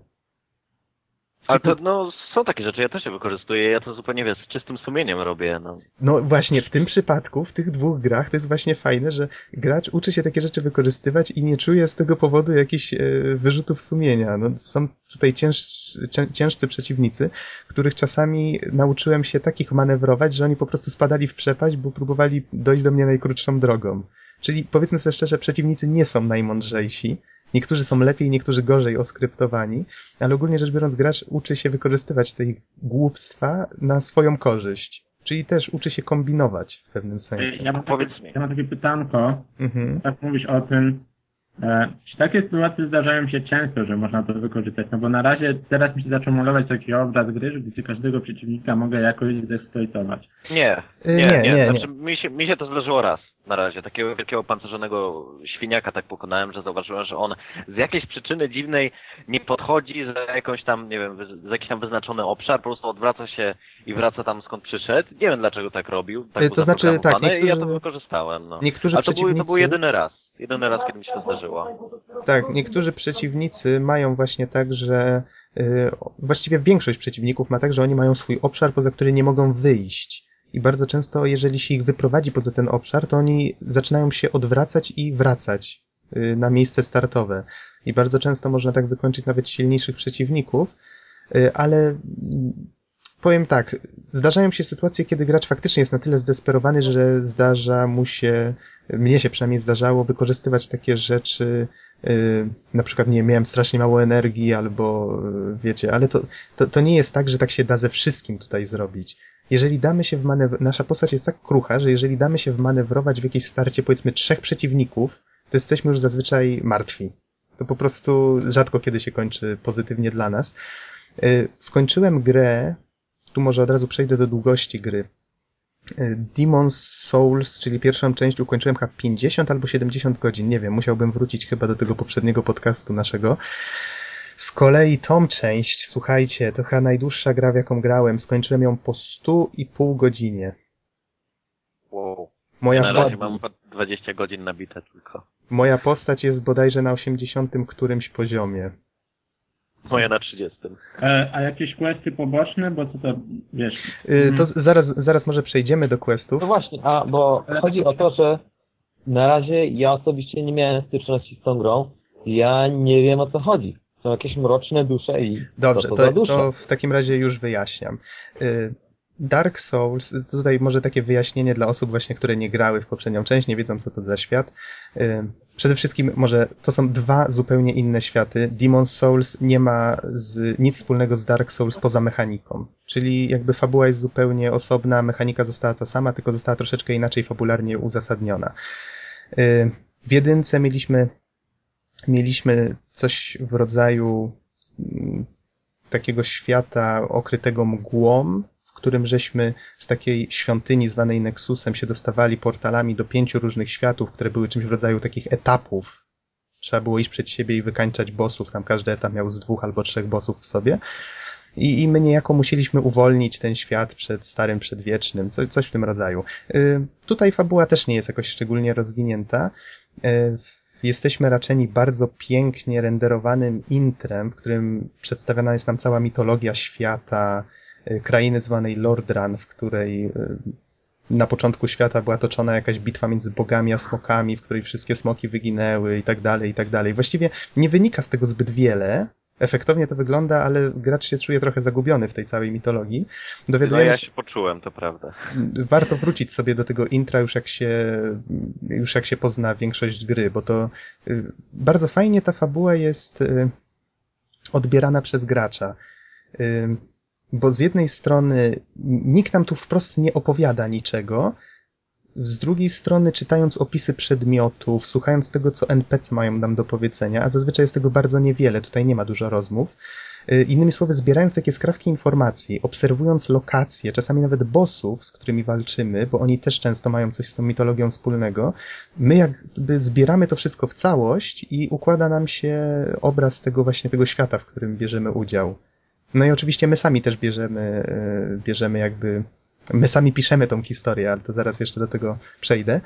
Ale to, no, są takie rzeczy, ja też je wykorzystuję, ja to zupełnie, wiesz, z czystym sumieniem robię, no.
No właśnie, w tym przypadku, w tych dwóch grach, to jest właśnie fajne, że gracz uczy się takie rzeczy wykorzystywać i nie czuje z tego powodu jakichś wyrzutów sumienia. No, są tutaj ciężcy przeciwnicy, których czasami nauczyłem się takich manewrować, że oni po prostu spadali w przepaść, bo próbowali dojść do mnie najkrótszą drogą. Czyli powiedzmy sobie szczerze, przeciwnicy nie są najmądrzejsi. Niektórzy są lepiej, niektórzy gorzej oskryptowani, ale ogólnie rzecz biorąc gracz uczy się wykorzystywać te ich głupstwa na swoją korzyść. Czyli też uczy się kombinować w pewnym sensie.
Ja mam takie pytanko. Tak mówisz o tym. Czy takie sytuacje zdarzają się często, że można to wykorzystać? No bo na razie teraz mi się zaczął malować taki obraz gry, gdzie każdego przeciwnika mogę jakoś zeksploitować.
Nie. Znaczy, mi się to zdarzyło raz na razie. Takiego wielkiego pancerzonego świniaka tak pokonałem, że zauważyłem, że on z jakiejś przyczyny dziwnej nie podchodzi za jakąś tam, nie wiem, za jakiś tam wyznaczony obszar, po prostu odwraca się i wraca tam skąd przyszedł. Nie wiem dlaczego tak robił. Tak
to znaczy tak,
i ja to wykorzystałem. No.
Niektórzy przeciwnicy...
to był jedyny raz, kiedy mi się to zdarzyło.
Tak, niektórzy przeciwnicy mają właśnie tak, że właściwie większość przeciwników ma tak, że oni mają swój obszar, poza który nie mogą wyjść. I bardzo często, jeżeli się ich wyprowadzi poza ten obszar, to oni zaczynają się odwracać i wracać na miejsce startowe. I bardzo często można tak wykończyć nawet silniejszych przeciwników, ale powiem tak, zdarzają się sytuacje, kiedy gracz faktycznie jest na tyle zdesperowany, że zdarza mu się, mnie się przynajmniej zdarzało, wykorzystywać takie rzeczy, na przykład, nie miałem strasznie mało energii, albo wiecie, ale to nie jest tak, że tak się da ze wszystkim tutaj zrobić. Jeżeli damy się nasza postać jest tak krucha, że jeżeli damy się wmanewrować w jakieś starcie, powiedzmy 3 przeciwników, to jesteśmy już zazwyczaj martwi. To po prostu rzadko kiedy się kończy pozytywnie dla nas. Skończyłem grę, tu może od razu przejdę do długości gry. Demon's Souls, czyli pierwszą część ukończyłem chyba 50 albo 70 godzin, nie wiem, musiałbym wrócić chyba do tego poprzedniego podcastu naszego. Z kolei tą część, słuchajcie, to chyba najdłuższa gra, w jaką grałem, skończyłem ją po 100,5 godzinie.
Wow. Na razie mam 20 godzin nabite tylko.
Moja postać jest bodajże na 80 którymś poziomie.
Moja na 30.
A jakieś questy poboczne, bo to wiesz...
To zaraz może przejdziemy do questów.
No właśnie, bo chodzi o to, że na razie ja osobiście nie miałem styczności z tą grą. Ja nie wiem, o co chodzi. Są jakieś mroczne dusze i...
Dobrze, to w takim razie już wyjaśniam. Dark Souls, tutaj może takie wyjaśnienie dla osób właśnie, które nie grały w poprzednią część, nie wiedzą co to za świat. Przede wszystkim może to są 2 zupełnie inne światy. Demon's Souls nie ma nic wspólnego z Dark Souls poza mechaniką. Czyli jakby fabuła jest zupełnie osobna, mechanika została ta sama, tylko została troszeczkę inaczej fabularnie uzasadniona. W jedynce mieliśmy coś w rodzaju takiego świata okrytego mgłą, w którym żeśmy z takiej świątyni zwanej Nexusem się dostawali portalami do 5 różnych światów, które były czymś w rodzaju takich etapów. Trzeba było iść przed siebie i wykańczać bossów, tam każdy etap miał z 2 albo 3 bossów w sobie. I my niejako musieliśmy uwolnić ten świat przed starym, przedwiecznym, coś w tym rodzaju. Tutaj fabuła też nie jest jakoś szczególnie rozwinięta. Jesteśmy raczeni bardzo pięknie renderowanym intrem, w którym przedstawiana jest nam cała mitologia świata, krainy zwanej Lordran, w której na początku świata była toczona jakaś bitwa między bogami a smokami, w której wszystkie smoki wyginęły i tak dalej, i tak dalej. Właściwie nie wynika z tego zbyt wiele. Efektownie to wygląda, ale gracz się czuje trochę zagubiony w tej całej mitologii.
No ja się poczułem, to prawda.
Warto wrócić sobie do tego intra już jak się pozna większość gry, bo to bardzo fajnie ta fabuła jest odbierana przez gracza. Bo z jednej strony nikt nam tu wprost nie opowiada niczego, z drugiej strony czytając opisy przedmiotów, słuchając tego, co NPC mają nam do powiedzenia, a zazwyczaj jest tego bardzo niewiele, tutaj nie ma dużo rozmów, innymi słowy zbierając takie skrawki informacji, obserwując lokacje, czasami nawet bossów, z którymi walczymy, bo oni też często mają coś z tą mitologią wspólnego, my jakby zbieramy to wszystko w całość i układa nam się obraz tego świata, w którym bierzemy udział. No i oczywiście my sami też bierzemy jakby, my sami piszemy tą historię, ale to zaraz jeszcze do tego przejdę.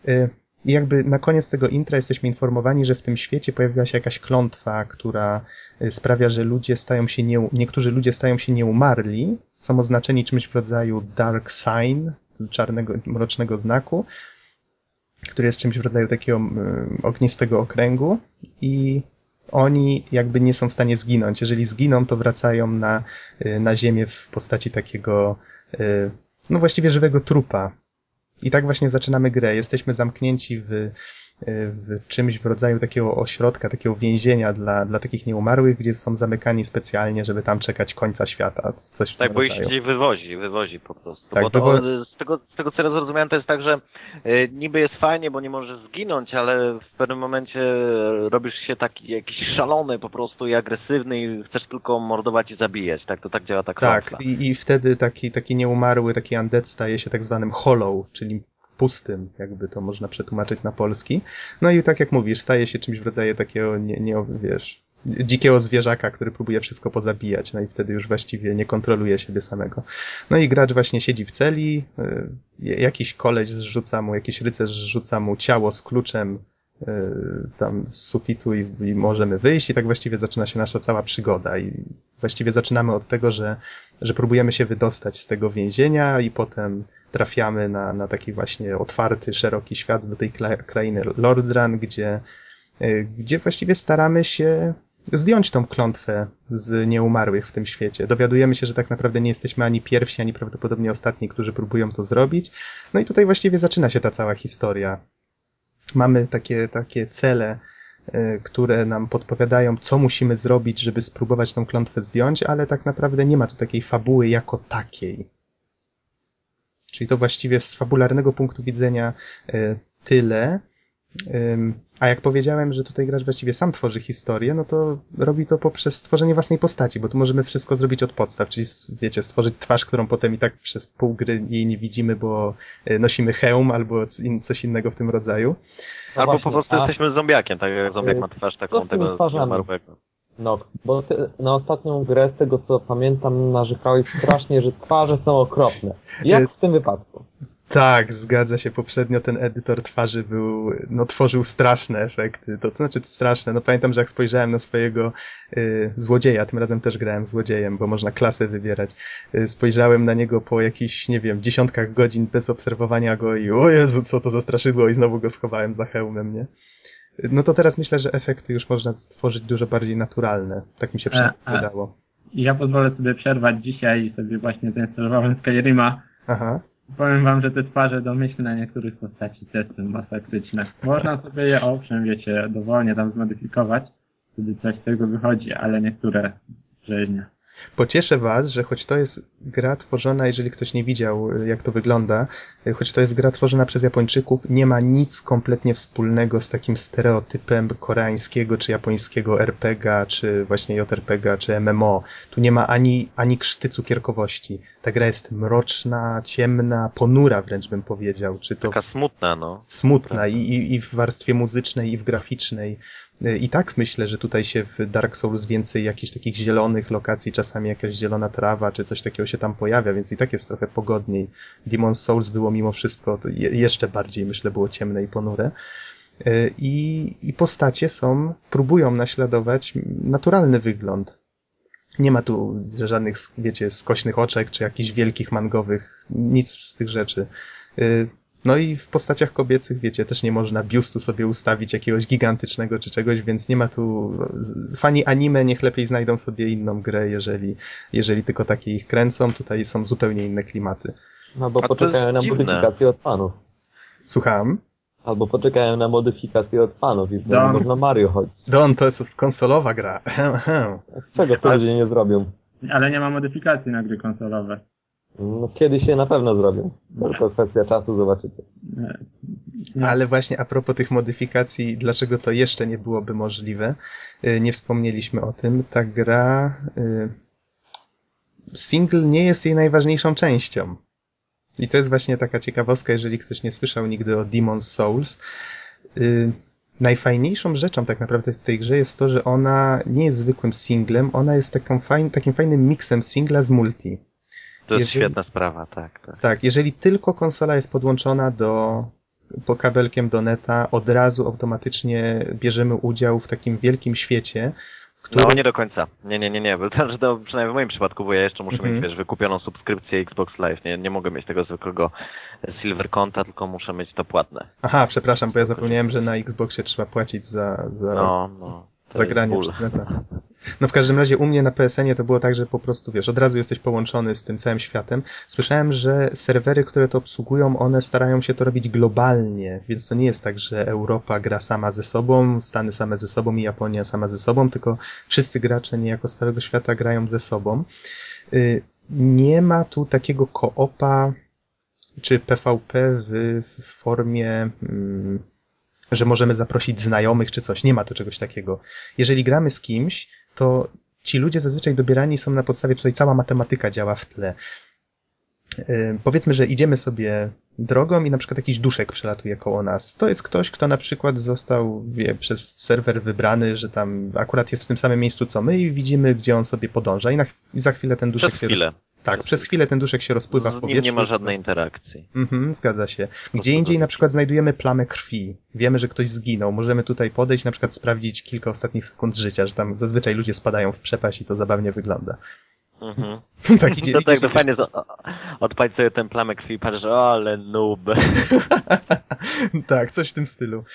I jakby na koniec tego intra jesteśmy informowani, że w tym świecie pojawiła się jakaś klątwa, która sprawia, że niektórzy ludzie stają się nieumarli, są oznaczeni czymś w rodzaju dark sign, czarnego, mrocznego znaku, który jest czymś w rodzaju takiego ognistego okręgu i oni jakby nie są w stanie zginąć. Jeżeli zginą, to wracają na ziemię w postaci takiego, no właściwie żywego trupa. I tak właśnie zaczynamy grę. Jesteśmy zamknięci w czymś w rodzaju takiego ośrodka, takiego więzienia dla takich nieumarłych, gdzie są zamykani specjalnie, żeby tam czekać końca świata. Coś w tym
Tak, bo ich
rodzaju.
gdzieś wywozi po prostu.
Tak,
bo z tego co ja zrozumiałem, to jest tak, że niby jest fajnie, bo nie możesz zginąć, ale w pewnym momencie robisz się taki jakiś szalony po prostu i agresywny i chcesz tylko mordować i zabijać. Tak, to tak działa ta klątwa.
Tak, i wtedy taki nieumarły, taki undead staje się tak zwanym hollow, czyli pustym, jakby to można przetłumaczyć na polski. No i tak jak mówisz, staje się czymś w rodzaju takiego, dzikiego zwierzaka, który próbuje wszystko pozabijać, no i wtedy już właściwie nie kontroluje siebie samego. No i gracz właśnie siedzi w celi, jakiś koleś jakiś rycerz zrzuca mu ciało z kluczem tam z sufitu i możemy wyjść i tak właściwie zaczyna się nasza cała przygoda i właściwie zaczynamy od tego, że próbujemy się wydostać z tego więzienia i potem trafiamy na taki właśnie otwarty, szeroki świat do tej krainy Lordran, gdzie właściwie staramy się zdjąć tą klątwę z nieumarłych w tym świecie. Dowiadujemy się, że tak naprawdę nie jesteśmy ani pierwsi, ani prawdopodobnie ostatni, którzy próbują to zrobić. No i tutaj właściwie zaczyna się ta cała historia. Mamy takie cele, które nam podpowiadają, co musimy zrobić, żeby spróbować tą klątwę zdjąć, ale tak naprawdę nie ma tu takiej fabuły jako takiej. Czyli to właściwie z fabularnego punktu widzenia tyle. A jak powiedziałem, że tutaj gracz właściwie sam tworzy historię, no to robi to poprzez stworzenie własnej postaci, bo tu możemy wszystko zrobić od podstaw, czyli wiecie, stworzyć twarz, którą potem i tak przez pół gry jej nie widzimy, bo nosimy hełm albo coś innego w tym rodzaju.
No albo właśnie, po prostu jesteśmy zombiakiem, tak jak zombiak ma twarz taką tego zmarłego.
No, bo ty na ostatnią grę, z tego co pamiętam, narzekałeś strasznie, że twarze są okropne. Jak w tym wypadku?
Tak, zgadza się. Poprzednio ten edytor twarzy tworzył straszne efekty. To znaczy straszne. No pamiętam, że jak spojrzałem na swojego złodzieja, tym razem też grałem złodziejem, bo można klasę wybierać. Spojrzałem na niego po jakichś, nie wiem, dziesiątkach godzin bez obserwowania go i o Jezu, co to za straszydło i znowu go schowałem za hełmem, nie? No to teraz myślę, że efekty już można stworzyć dużo bardziej naturalne. Tak mi się przynajmniej wydało.
Ja pozwolę sobie przerwać dzisiaj i sobie właśnie zainstalowałem Skyrima.
Aha.
Powiem wam, że te twarze domyślne niektórych postaci też są masakryczne. Można sobie je, owszem, wiecie, dowolnie tam zmodyfikować, wtedy coś z tego wychodzi, ale niektóre rzeźnie.
Pocieszę was, że choć to jest gra tworzona, jeżeli ktoś nie widział, jak to wygląda, choć to jest gra tworzona przez Japończyków, nie ma nic kompletnie wspólnego z takim stereotypem koreańskiego czy japońskiego RPG, czy właśnie JRPG, czy MMO. Tu nie ma ani krzty cukierkowości. Ta gra jest mroczna, ciemna, ponura wręcz bym powiedział. Czy to
taka smutna, no.
Smutna tak. I w warstwie muzycznej, i w graficznej. I tak myślę, że tutaj się w Dark Souls więcej jakichś takich zielonych lokacji, czasami jakaś zielona trawa, czy coś takiego się tam pojawia, więc i tak jest trochę pogodniej. Demon's Souls było mimo wszystko, to jeszcze bardziej, myślę, było ciemne i ponure. I postacie próbują naśladować naturalny wygląd. Nie ma tu żadnych, wiecie, skośnych oczek, czy jakichś wielkich mangowych, nic z tych rzeczy. No i w postaciach kobiecych, wiecie, też nie można biustu sobie ustawić jakiegoś gigantycznego czy czegoś, więc nie ma tu... Fani anime niech lepiej znajdą sobie inną grę, jeżeli tylko takie ich kręcą. Tutaj są zupełnie inne klimaty.
Albo poczekają na modyfikację od fanów.
Słucham?
Albo poczekają na modyfikację od fanów i wtedy można Mario chodzić.
Don, to jest konsolowa gra.
Czego to ludzie nie zrobią?
Ale nie ma modyfikacji na gry konsolowe.
No, kiedyś się na pewno zrobią. To kwestia czasu, zobaczycie.
Ale właśnie a propos tych modyfikacji, dlaczego to jeszcze nie byłoby możliwe, nie wspomnieliśmy o tym. Ta gra single nie jest jej najważniejszą częścią. I to jest właśnie taka ciekawostka, jeżeli ktoś nie słyszał nigdy o Demon's Souls. Najfajniejszą rzeczą tak naprawdę w tej grze jest to, że ona nie jest zwykłym singlem, ona jest takim fajnym miksem singla z multi.
To jest świetna sprawa, tak.
Tak, jeżeli tylko konsola jest podłączona po kabelkiem do neta, od razu automatycznie bierzemy udział w takim wielkim świecie, w którym...
No nie do końca. Nie. To przynajmniej w moim przypadku, bo ja jeszcze muszę mieć, wiesz, wykupioną subskrypcję Xbox Live. Nie mogę mieć tego zwykłego Silver konta, tylko muszę mieć to płatne.
Aha, przepraszam, bo ja zapomniałem, że na Xboxie trzeba płacić za zagranie przez neta. No w każdym razie u mnie na PSN-ie to było tak, że po prostu, wiesz, od razu jesteś połączony z tym całym światem. Słyszałem, że serwery, które to obsługują, one starają się to robić globalnie, więc to nie jest tak, że Europa gra sama ze sobą, Stany same ze sobą i Japonia sama ze sobą, tylko wszyscy gracze niejako z całego świata grają ze sobą. Nie ma tu takiego koopa czy PvP w formie... że możemy zaprosić znajomych czy coś. Nie ma tu czegoś takiego. Jeżeli gramy z kimś, to ci ludzie zazwyczaj dobierani są na podstawie, tutaj cała matematyka działa w tle. Powiedzmy, że idziemy sobie drogą i na przykład jakiś duszek przelatuje koło nas. To jest ktoś, kto na przykład został przez serwer wybrany, że tam akurat jest w tym samym miejscu co my i widzimy, gdzie on sobie podąża i za chwilę ten duszek przez chwilę ten duszek się rozpływa w powietrzu.
Z nim nie ma żadnej interakcji.
Zgadza się. Gdzie indziej na przykład znajdujemy plamę krwi. Wiemy, że ktoś zginął. Możemy tutaj podejść, na przykład sprawdzić kilka ostatnich sekund życia, że tam zazwyczaj ludzie spadają w przepaść i to zabawnie wygląda.
Tak, to fajnie odpalić sobie tę plamę krwi i patrzysz, ale noob.
Tak, coś w tym stylu.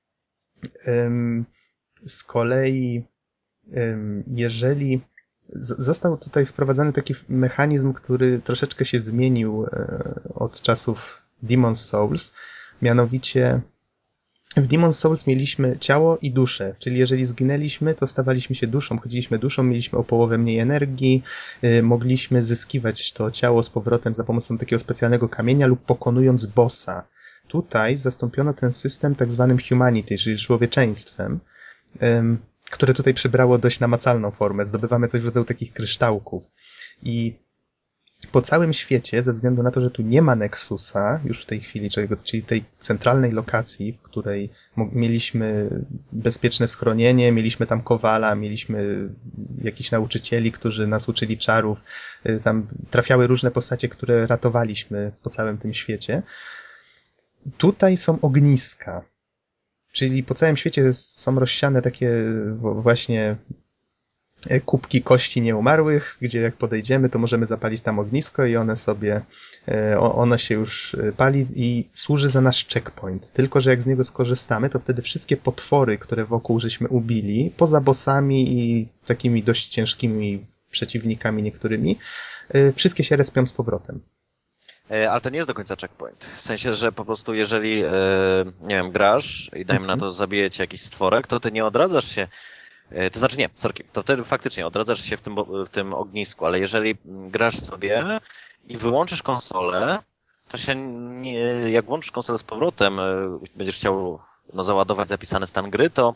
Z kolei jeżeli został tutaj wprowadzony taki mechanizm, który troszeczkę się zmienił od czasów Demon's Souls, mianowicie w Demon's Souls mieliśmy ciało i duszę, czyli jeżeli zginęliśmy, to stawaliśmy się duszą, chodziliśmy duszą, mieliśmy o połowę mniej energii, mogliśmy zyskiwać to ciało z powrotem za pomocą takiego specjalnego kamienia lub pokonując bossa. Tutaj zastąpiono ten system tak zwanym humanity, czyli człowieczeństwem, które tutaj przybrało dość namacalną formę. Zdobywamy coś w rodzaju takich kryształków. I po całym świecie, ze względu na to, że tu nie ma Nexusa już w tej chwili, czyli tej centralnej lokacji, w której mieliśmy bezpieczne schronienie, mieliśmy tam kowala, mieliśmy jakichś nauczycieli, którzy nas uczyli czarów, tam trafiały różne postacie, które ratowaliśmy po całym tym świecie. Tutaj są ogniska. Czyli po całym świecie są rozsiane takie właśnie kubki kości nieumarłych, gdzie jak podejdziemy, to możemy zapalić tam ognisko i ono się już pali i służy za nasz checkpoint. Tylko że jak z niego skorzystamy, to wtedy wszystkie potwory, które wokół żeśmy ubili, poza bossami i takimi dość ciężkimi przeciwnikami niektórymi, wszystkie się respią z powrotem.
Ale to nie jest do końca checkpoint. W sensie, że po prostu jeżeli, nie wiem, grasz i dajmy na to zabije cię jakiś stworek, to ty nie odradzasz się To znaczy nie, sorki, to wtedy faktycznie odradzasz się w tym ognisku, ale jeżeli grasz sobie i wyłączysz konsolę, to się nie, jak włączysz konsolę z powrotem, będziesz chciał załadować zapisany stan gry, to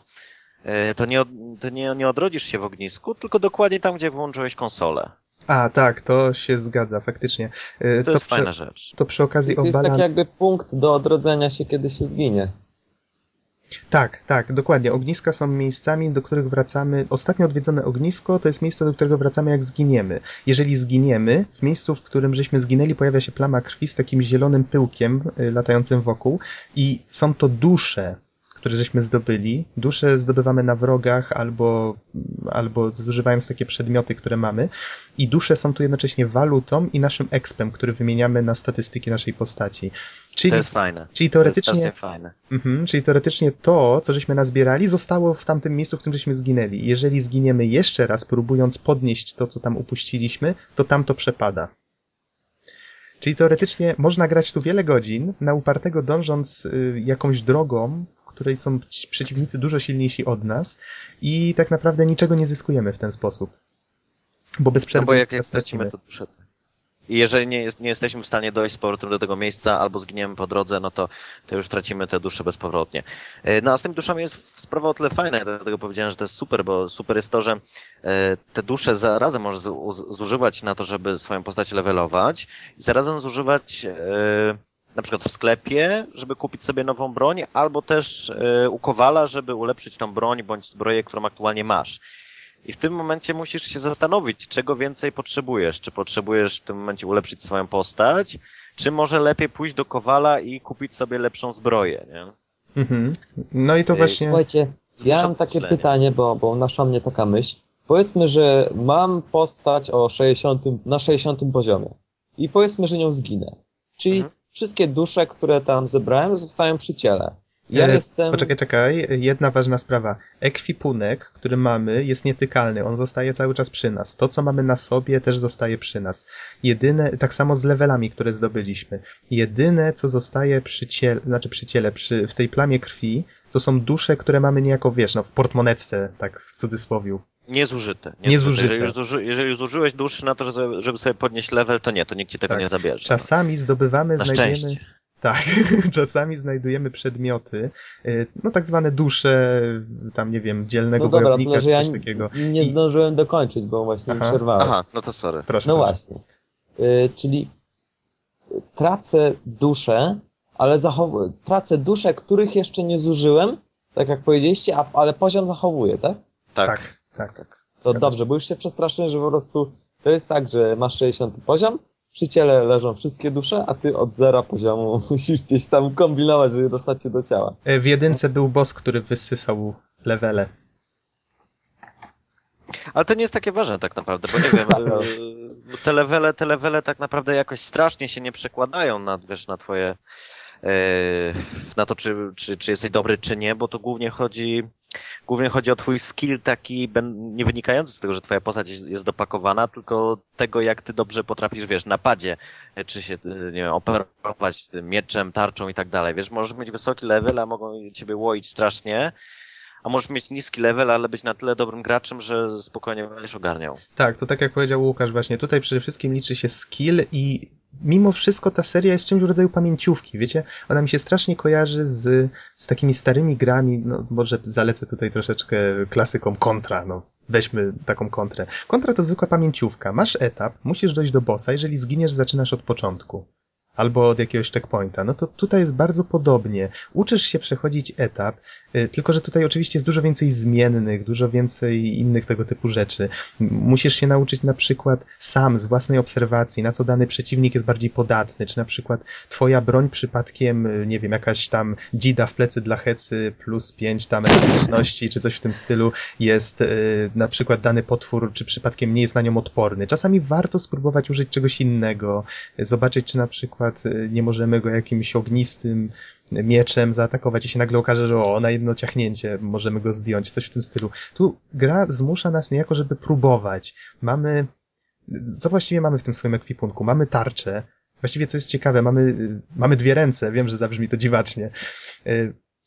nie odrodzisz się w ognisku, tylko dokładnie tam, gdzie włączyłeś konsolę.
A, tak, to się zgadza, faktycznie.
To jest fajna rzecz.
To przy okazji
to jest taki jakby punkt do odrodzenia się, kiedy się zginie.
Tak, dokładnie. Ogniska są miejscami, do których wracamy. Ostatnio odwiedzone ognisko to jest miejsce, do którego wracamy, jak zginiemy. Jeżeli zginiemy, w miejscu, w którym żeśmy zginęli, pojawia się plama krwi z takim zielonym pyłkiem latającym wokół i są to dusze, które żeśmy zdobyli. Dusze zdobywamy na wrogach albo zużywając takie przedmioty, które mamy. I dusze są tu jednocześnie walutą i naszym expem, który wymieniamy na statystyki naszej postaci.
To jest fajne.
Czyli teoretycznie,
to jest fajne.
Czyli teoretycznie to, co żeśmy nazbierali, zostało w tamtym miejscu, w którym żeśmy zginęli. Jeżeli zginiemy jeszcze raz, próbując podnieść to, co tam upuściliśmy, to tam to przepada. Czyli teoretycznie można grać tu wiele godzin, na upartego dążąc jakąś drogą, w której są przeciwnicy dużo silniejsi od nas i tak naprawdę niczego nie zyskujemy w ten sposób. Bo bez przerwy
bo jak stracimy to duszę. I jeżeli nie jesteśmy w stanie dojść z powrotem do tego miejsca albo zginiemy po drodze, no to już tracimy te dusze bezpowrotnie. No a z tymi duszami jest sprawa o tyle fajna, dlatego powiedziałem, że to jest super, bo super jest to, że te dusze zarazem możesz zużywać na to, żeby swoją postać levelować i zarazem zużywać na przykład w sklepie, żeby kupić sobie nową broń, albo też u kowala, żeby ulepszyć tą broń bądź zbroję, którą aktualnie masz. I w tym momencie musisz się zastanowić, czego więcej potrzebujesz. Czy potrzebujesz w tym momencie ulepszyć swoją postać, czy może lepiej pójść do kowala i kupić sobie lepszą zbroję, nie?
Mhm. No i to właśnie...
Słuchajcie, ja mam takie pytanie, bo naszła mnie taka myśl. Powiedzmy, że mam postać na 60 poziomie i powiedzmy, że nią zginę. Czyli wszystkie dusze, które tam zebrałem, zostają przy ciele. Ja jestem...
Poczekaj, jedna ważna sprawa. Ekwipunek, który mamy, jest nietykalny, on zostaje cały czas przy nas. To, co mamy na sobie, też zostaje przy nas. Tak samo z levelami, które zdobyliśmy. Jedyne, co zostaje w tej plamie krwi, to są dusze, które mamy niejako, w portmonetce, tak w cudzysłowiu.
Niezużyte. Jeżeli zużyłeś duszy na to, żeby sobie podnieść level, to nikt ci tego nie zabierze.
Czasami zdobywamy, znajdujemy...
Szczęście.
Tak, czasami znajdujemy przedmioty, tak zwane dusze, tam nie wiem, dzielnego wojownika czy coś takiego.
Nie zdążyłem dokończyć, bo właśnie mi przerwałeś.
Aha, no to sorry.
Proszę.
Właśnie. Czyli tracę dusze, ale tracę dusze, których jeszcze nie zużyłem, tak jak powiedzieliście, ale poziom zachowuję, tak?
Tak.
To dobrze, bo już się przestraszyłem, że po prostu to jest tak, że masz 60 poziom, przy ciele leżą wszystkie dusze, a ty od 0 poziomu musisz gdzieś tam kombinować, żeby dostać się do ciała.
W jedynce był boss, który wysysał levele.
Ale to nie jest takie ważne tak naprawdę, bo nie wiem, te levele tak naprawdę jakoś strasznie się nie przekładają na twoje, na to, czy jesteś dobry, czy nie, bo to głównie chodzi o twój skill taki, nie wynikający z tego, że twoja postać jest dopakowana, tylko tego, jak ty dobrze potrafisz, na padzie, czy się, nie wiem, operować mieczem, tarczą i tak dalej. Możesz mieć wysoki level, a mogą ciebie łoić strasznie, a możesz mieć niski level, ale być na tyle dobrym graczem, że spokojnie będziesz ogarniał.
Tak, to tak jak powiedział Łukasz właśnie, tutaj przede wszystkim liczy się skill i mimo wszystko ta seria jest czymś w rodzaju pamięciówki, wiecie? Ona mi się strasznie kojarzy z takimi starymi grami, może zalecę tutaj troszeczkę klasyką Contra, weźmy taką kontrę. Contra to zwykła pamięciówka, masz etap, musisz dojść do bossa, jeżeli zginiesz, zaczynasz od początku. Albo od jakiegoś checkpointa. To tutaj jest bardzo podobnie. Uczysz się przechodzić etap, tylko że tutaj oczywiście jest dużo więcej zmiennych, dużo więcej innych tego typu rzeczy. Musisz się nauczyć na przykład sam z własnej obserwacji, na co dany przeciwnik jest bardziej podatny, czy na przykład twoja broń przypadkiem, nie wiem, jakaś tam dzida w plecy dla hecy plus 5 tam elastyczności, czy coś w tym stylu jest na przykład dany potwór, czy przypadkiem nie jest na nią odporny. Czasami warto spróbować użyć czegoś innego, zobaczyć, czy na przykład nie możemy go jakimś ognistym mieczem zaatakować i się nagle okaże, że na jedno ciachnięcie możemy go zdjąć, coś w tym stylu. Tu gra zmusza nas niejako, żeby próbować. Co właściwie mamy w tym swoim ekwipunku? Mamy tarczę. Właściwie, co jest ciekawe, mamy 2 ręce. Wiem, że zabrzmi to dziwacznie.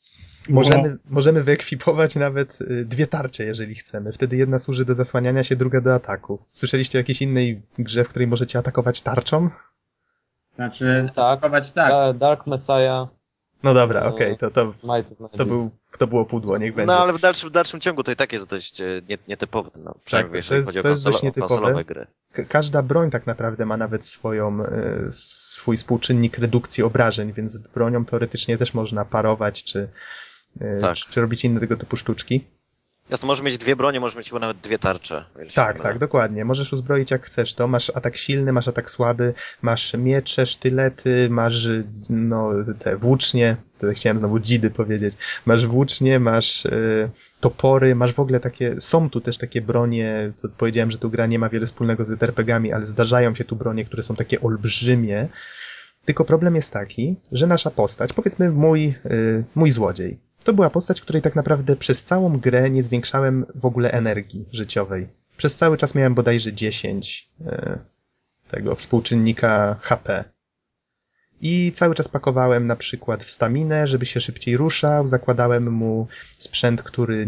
Możemy wyekwipować nawet 2 tarcze, jeżeli chcemy. Wtedy jedna służy do zasłaniania się, druga do ataku. Słyszeliście o jakiejś innej grze, w której możecie atakować tarczą?
Znaczy,
Tak.
atakować tak.
Dark Messiah.
No dobra, okej,
To
to było pudło, niech będzie.
No ale w dalszym ciągu to i tak jest dość nietypowe, no. Przynajmniej jeżeli chodzi o
to jest dość nietypowe.
konsolowe gry.
Każda broń tak naprawdę ma nawet swój współczynnik redukcji obrażeń, więc bronią teoretycznie też można parować, czy robić inne tego typu sztuczki.
Jasno, możesz mieć 2 bronie, możesz mieć chyba nawet 2 tarcze.
Tak, dokładnie. Możesz uzbroić jak chcesz to. Masz atak silny, masz atak słaby, masz miecze, sztylety, masz te włócznie, to chciałem znowu dzidy powiedzieć. Masz włócznie, masz topory, masz w ogóle są tu też takie bronie, to powiedziałem, że tu gra nie ma wiele wspólnego z RPG-ami, ale zdarzają się tu bronie, które są takie olbrzymie. Tylko problem jest taki, że nasza postać, powiedzmy mój złodziej, to była postać, której tak naprawdę przez całą grę nie zwiększałem w ogóle energii życiowej. Przez cały czas miałem bodajże 10 tego współczynnika HP. I cały czas pakowałem na przykład w staminę, żeby się szybciej ruszał, zakładałem mu sprzęt, który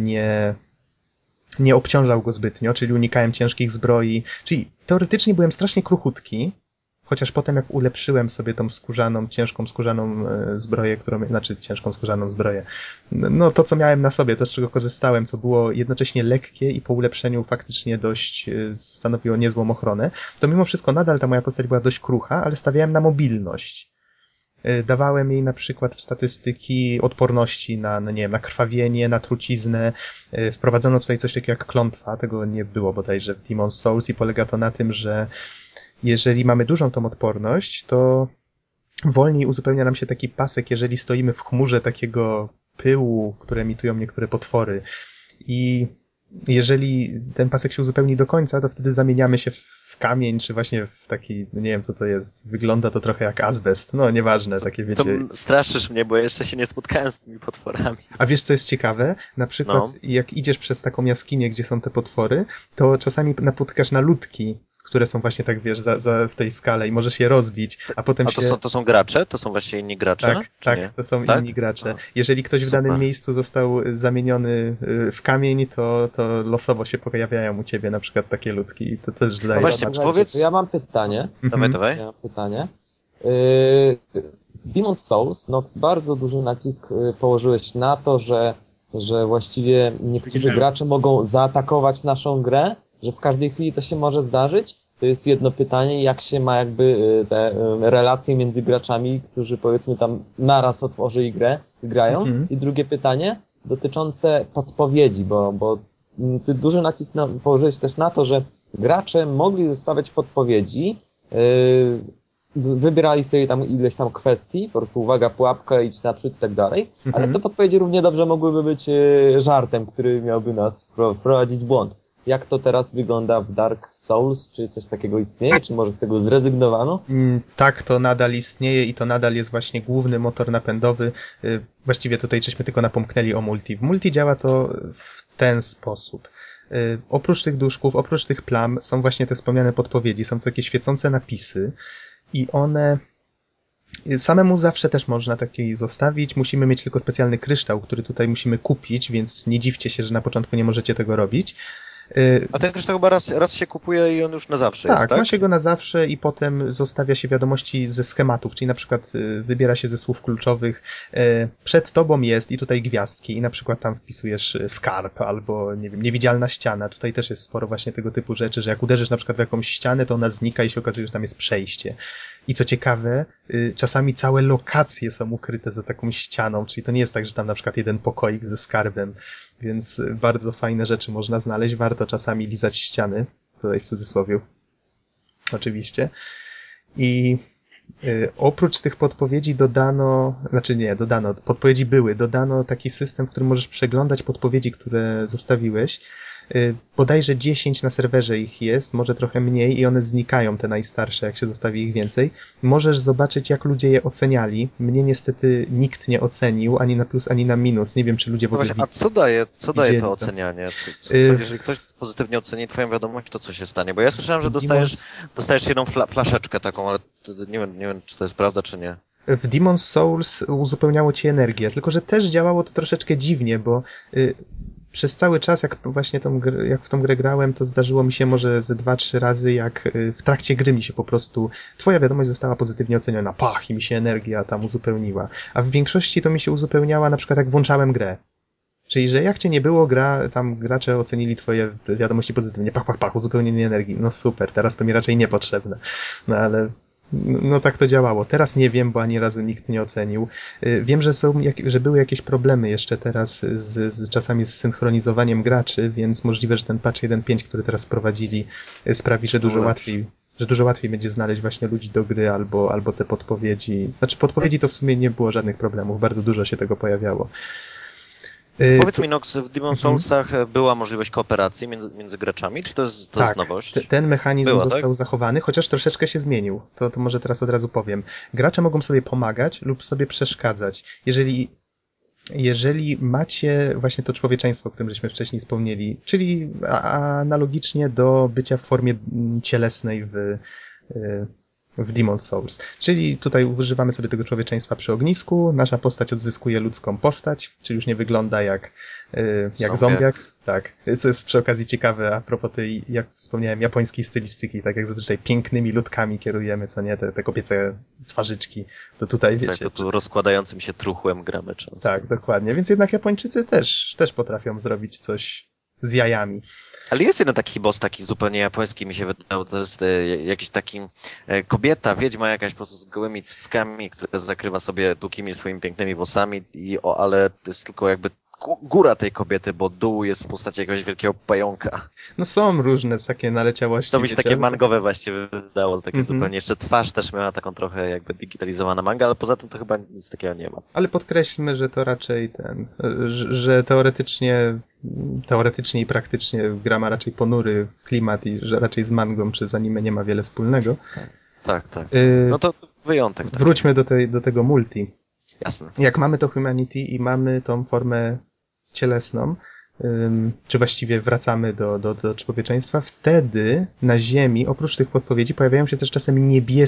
nie obciążał go zbytnio, czyli unikałem ciężkich zbroi. Czyli teoretycznie byłem strasznie kruchutki, chociaż potem jak ulepszyłem sobie tą ciężką skórzaną zbroję, ciężką skórzaną zbroję, no to co miałem na sobie, to z czego korzystałem, co było jednocześnie lekkie i po ulepszeniu faktycznie dość stanowiło niezłą ochronę, to mimo wszystko nadal ta moja postać była dość krucha, ale stawiałem na mobilność. Dawałem jej na przykład w statystyki odporności na krwawienie, na truciznę. Wprowadzono tutaj coś takiego jak klątwa, tego nie było bodajże w Demon's Souls i polega to na tym, że jeżeli mamy dużą tą odporność, to wolniej uzupełnia nam się taki pasek, jeżeli stoimy w chmurze takiego pyłu, które emitują niektóre potwory. I jeżeli ten pasek się uzupełni do końca, to wtedy zamieniamy się w kamień, czy właśnie w taki, nie wiem co to jest, wygląda to trochę jak azbest, no nieważne, takie wiecie.
To straszysz mnie, bo jeszcze się nie spotkałem z tymi potworami.
A wiesz co jest ciekawe? Na przykład jak idziesz przez taką jaskinię, gdzie są te potwory, to czasami napotkasz na ludki, które są właśnie tak, wiesz, w tej skale i możesz je rozbić, a potem
to są gracze? To są właśnie inni gracze?
Tak, to są inni gracze. Jeżeli ktoś w danym miejscu został zamieniony w kamień, to losowo się pojawiają u ciebie na przykład takie ludki i to też daje...
Właśnie, powiedz...
Ja mam pytanie.
Dawaj.
Ja mam pytanie. Demon's Souls, Nox, bardzo duży nacisk położyłeś na to, że właściwie niektórzy gracze mogą zaatakować naszą grę, że w każdej chwili to się może zdarzyć. To jest jedno pytanie, jak się ma jakby te relacje między graczami, którzy powiedzmy tam naraz otworzyli grę i grają. I drugie pytanie dotyczące podpowiedzi, bo ty duży nacisk położyłeś też na to, że gracze mogli zostawiać podpowiedzi, wybierali sobie tam ileś tam kwestii, po prostu uwaga, pułapka, idź naprzód i tak dalej, ale te podpowiedzi równie dobrze mogłyby być żartem, który miałby nas wprowadzić w błąd. Jak to teraz wygląda w Dark Souls? Czy coś takiego istnieje? Czy może z tego zrezygnowano?
Tak, to nadal istnieje i to nadal jest właśnie główny motor napędowy. Właściwie tutaj żeśmy tylko napomknęli o multi. W multi działa to w ten sposób. Oprócz tych duszków, oprócz tych plam są właśnie te wspomniane podpowiedzi, są takie świecące napisy i one... Samemu zawsze też można taki zostawić, musimy mieć tylko specjalny kryształ, który tutaj musimy kupić, więc nie dziwcie się, że na początku nie możecie tego robić.
A ten kryształ chyba raz się kupuje i on już na zawsze jest, tak?
Tak, ma się go na zawsze i potem zostawia się wiadomości ze schematów, czyli na przykład wybiera się ze słów kluczowych, przed tobą jest i tutaj gwiazdki i na przykład tam wpisujesz skarb albo, nie wiem, niewidzialna ściana. Tutaj też jest sporo właśnie tego typu rzeczy, że jak uderzysz na przykład w jakąś ścianę, to ona znika i się okazuje, że tam jest przejście. I co ciekawe, czasami całe lokacje są ukryte za taką ścianą, czyli to nie jest tak, że tam na przykład jeden pokoik ze skarbem, więc bardzo fajne rzeczy można znaleźć. Warto czasami lizać ściany, tutaj w cudzysłowie oczywiście. I oprócz tych podpowiedzi dodano taki system, w którym możesz przeglądać podpowiedzi, które zostawiłeś. Bodajże 10 na serwerze ich jest, może trochę mniej i one znikają, te najstarsze, jak się zostawi ich więcej. Możesz zobaczyć, jak ludzie je oceniali. Mnie niestety nikt nie ocenił, ani na plus, ani na minus. Nie wiem, czy ludzie w ogóle...
A co daje to ocenianie? Jeżeli ktoś pozytywnie oceni twoją wiadomość, to co się stanie? Bo ja słyszałem, że dostajesz jedną flaszeczkę taką, ale nie wiem, czy to jest prawda, czy nie.
w Demon's Souls uzupełniało ci energię, tylko że też działało to troszeczkę dziwnie, bo przez cały czas, jak właśnie jak w tą grę grałem, to zdarzyło mi się może ze 2-3 razy, jak w trakcie gry mi się po prostu twoja wiadomość została pozytywnie oceniona, pach, i mi się energia tam uzupełniła. A w większości to mi się uzupełniała na przykład jak włączałem grę. Czyli, że jak cię nie było, tam gracze ocenili twoje wiadomości pozytywnie, pach, pach, pach, uzupełnienie energii. No super, teraz to mi raczej niepotrzebne. No ale no tak to działało. Teraz nie wiem, bo ani razu nikt nie ocenił. Wiem, że były jakieś problemy jeszcze teraz czasami z synchronizowaniem graczy, więc możliwe, że ten patch 1.5, który teraz wprowadzili, sprawi, że dużo łatwiej będzie znaleźć właśnie ludzi do gry albo te podpowiedzi. Znaczy podpowiedzi to w sumie nie było żadnych problemów, bardzo dużo się tego pojawiało.
Powiedz mi, Nox, w Demon's Soulsach była możliwość kooperacji między graczami, czy to jest nowość?
Ten mechanizm został zachowany, chociaż troszeczkę się zmienił. To może teraz od razu powiem. Gracze mogą sobie pomagać lub sobie przeszkadzać. Jeżeli macie właśnie to człowieczeństwo, o którym żeśmy wcześniej wspomnieli, czyli analogicznie do bycia w formie cielesnej w Demon's Souls. Czyli tutaj używamy sobie tego człowieczeństwa przy ognisku, nasza postać odzyskuje ludzką postać, czyli już nie wygląda jak zombiak. Tak, co jest przy okazji ciekawe a propos tej, jak wspomniałem, japońskiej stylistyki, tak jak zazwyczaj pięknymi ludkami kierujemy, co nie, te kobiece twarzyczki, to tutaj wiecie.
Tak, to tu rozkładającym się truchłem gramy często.
Tak, dokładnie, więc jednak Japończycy też potrafią zrobić coś z jajami.
Ale jest jeden taki boss, taki zupełnie japoński, mi się wydawał, to jest jakiś taki kobieta, wiedźma jakaś po prostu z gołymi cyckami, która zakrywa sobie długimi swoimi pięknymi włosami, ale to jest tylko jakby góra tej kobiety, bo dół jest w postaci jakiegoś wielkiego pająka.
No są różne takie naleciałości.
To mi się takie mangowe właściwie wydało, takie zupełnie, jeszcze twarz też miała taką trochę jakby digitalizowana manga, ale poza tym to chyba nic takiego nie ma.
Ale podkreślmy, że to raczej że teoretycznie i praktycznie gra ma raczej ponury klimat i że raczej z mangą czy z anime nie ma wiele wspólnego.
Tak. No to wyjątek. Tak.
Wróćmy do tego multi.
Jasne.
Jak mamy to humanity i mamy tą formę cielesną, czy właściwie wracamy do człowieczeństwa, wtedy na ziemi, oprócz tych podpowiedzi, pojawiają się też czasem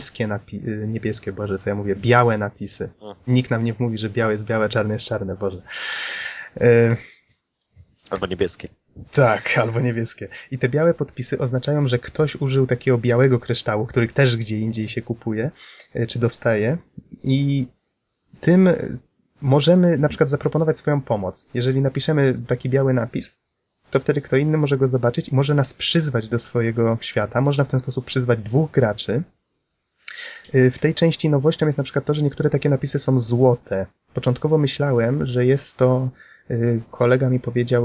białe napisy. Nikt nam nie mówi, że białe jest białe, czarne jest czarne, Boże.
Albo niebieskie.
Tak, albo niebieskie. I te białe podpisy oznaczają, że ktoś użył takiego białego kryształu, który też gdzie indziej się kupuje, czy dostaje, i tym możemy na przykład zaproponować swoją pomoc. Jeżeli napiszemy taki biały napis, to wtedy kto inny może go zobaczyć i może nas przyzwać do swojego świata. Można w ten sposób przyzwać 2 graczy. W tej części nowością jest na przykład to, że niektóre takie napisy są złote. Początkowo myślałem, że jest to... Kolega mi powiedział,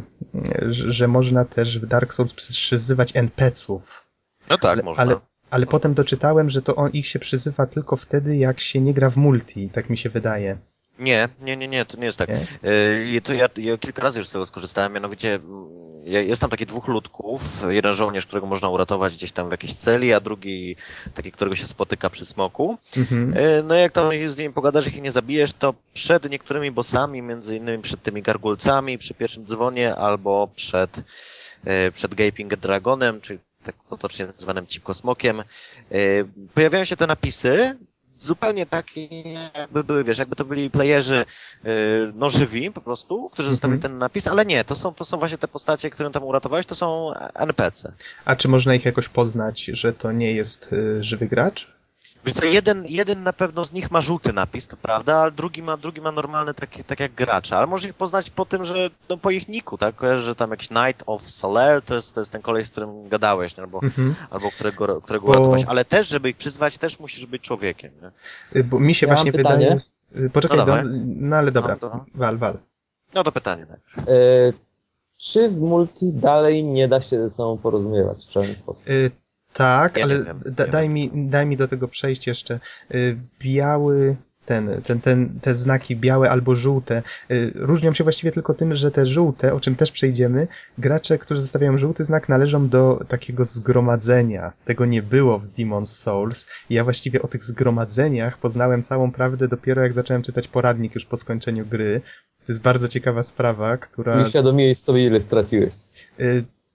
że można też w Dark Souls przyzywać NPC-ów.
No tak, można.
Ale potem doczytałem, że to ich się przyzywa tylko wtedy, jak się nie gra w multi, tak mi się wydaje.
Nie, to nie jest tak. Ja kilka razy już z tego skorzystałem, mianowicie jest tam takie 2 ludków, jeden żołnierz, którego można uratować gdzieś tam w jakiejś celi, a drugi taki, którego się spotyka przy smoku. No jak tam z nimi pogadasz, ich nie zabijesz, to przed niektórymi bossami, między innymi przed tymi gargulcami, przy pierwszym dzwonie, albo przed Gaping Dragonem, czyli tak potocznie zwanym cipkosmokiem, pojawiają się te napisy, zupełnie takie, jakby były, jakby to byli playerzy, żywi po prostu, którzy zostawili ten napis, ale nie, to są właśnie te postacie, które tam uratowałeś, to są NPC.
A czy można ich jakoś poznać, że to nie jest żywy gracz?
Wiesz co, jeden na pewno z nich ma żółty napis, to prawda, ale drugi ma normalny, tak jak gracza. Ale może ich poznać po tym, że po ich niku, tak? Kojarzysz, że tam jakiś Knight of Soler, to jest ten kolej, z którym gadałeś, nie? Albo którego uratowałeś. Ale też, żeby ich przyzwać, też musisz być człowiekiem, nie?
Bo mi się właśnie wydaje... Poczekaj, ale dobra, wal.
No to pytanie, tak.
Czy w multi dalej nie da się ze sobą porozumiewać w żaden sposób?
Tak, ale daj mi do tego przejść jeszcze. Biały, te znaki białe albo żółte różnią się właściwie tylko tym, że te żółte, o czym też przejdziemy, gracze, którzy zostawiają żółty znak, należą do takiego zgromadzenia. Tego nie było w Demon's Souls i ja właściwie o tych zgromadzeniach poznałem całą prawdę dopiero jak zacząłem czytać poradnik już po skończeniu gry. To jest bardzo ciekawa sprawa, która...
Uświadomiłeś sobie, ile straciłeś.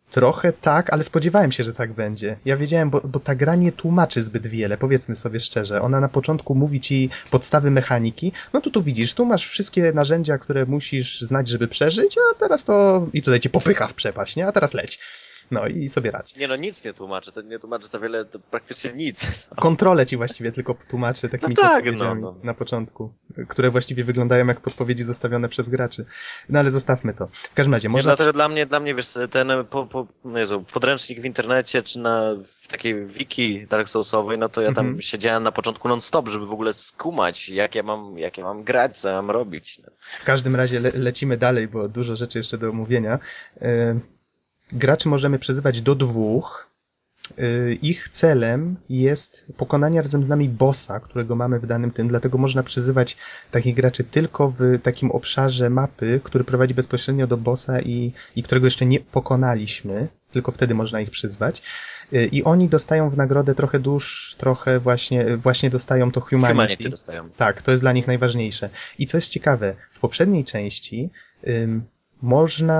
Trochę tak, ale spodziewałem się, że tak będzie. Ja wiedziałem, bo ta gra nie tłumaczy zbyt wiele, powiedzmy sobie szczerze. Ona na początku mówi ci podstawy mechaniki, no tu widzisz, tu masz wszystkie narzędzia, które musisz znać, żeby przeżyć, a teraz to... I tutaj cię popycha w przepaść, nie? A teraz leć. No i sobie radź.
Nie no, nic nie tłumaczy, to nie tłumaczy za wiele, to praktycznie nic.
Kontrolę ci właściwie tylko tłumaczy takimi podpowiedziami na początku, które właściwie wyglądają jak podpowiedzi zostawione przez graczy. No ale zostawmy to. W każdym razie, można...
Nie, dlatego dla mnie, wiesz, ten podręcznik w internecie, czy w takiej wiki Dark Soulsowej, no to ja tam siedziałem na początku non-stop, żeby w ogóle skumać, jak ja mam grać, co ja mam robić. No.
W każdym razie lecimy dalej, bo dużo rzeczy jeszcze do omówienia. Graczy możemy przyzywać do 2. Ich celem jest pokonanie razem z nami bossa, którego mamy w danym tym, dlatego można przyzywać takich graczy tylko w takim obszarze mapy, który prowadzi bezpośrednio do bossa i którego jeszcze nie pokonaliśmy, tylko wtedy można ich przyzwać. I oni dostają w nagrodę trochę dusz, trochę właśnie dostają to humanity.
Dostają.
Tak, to jest dla nich najważniejsze. I co jest ciekawe, w poprzedniej części można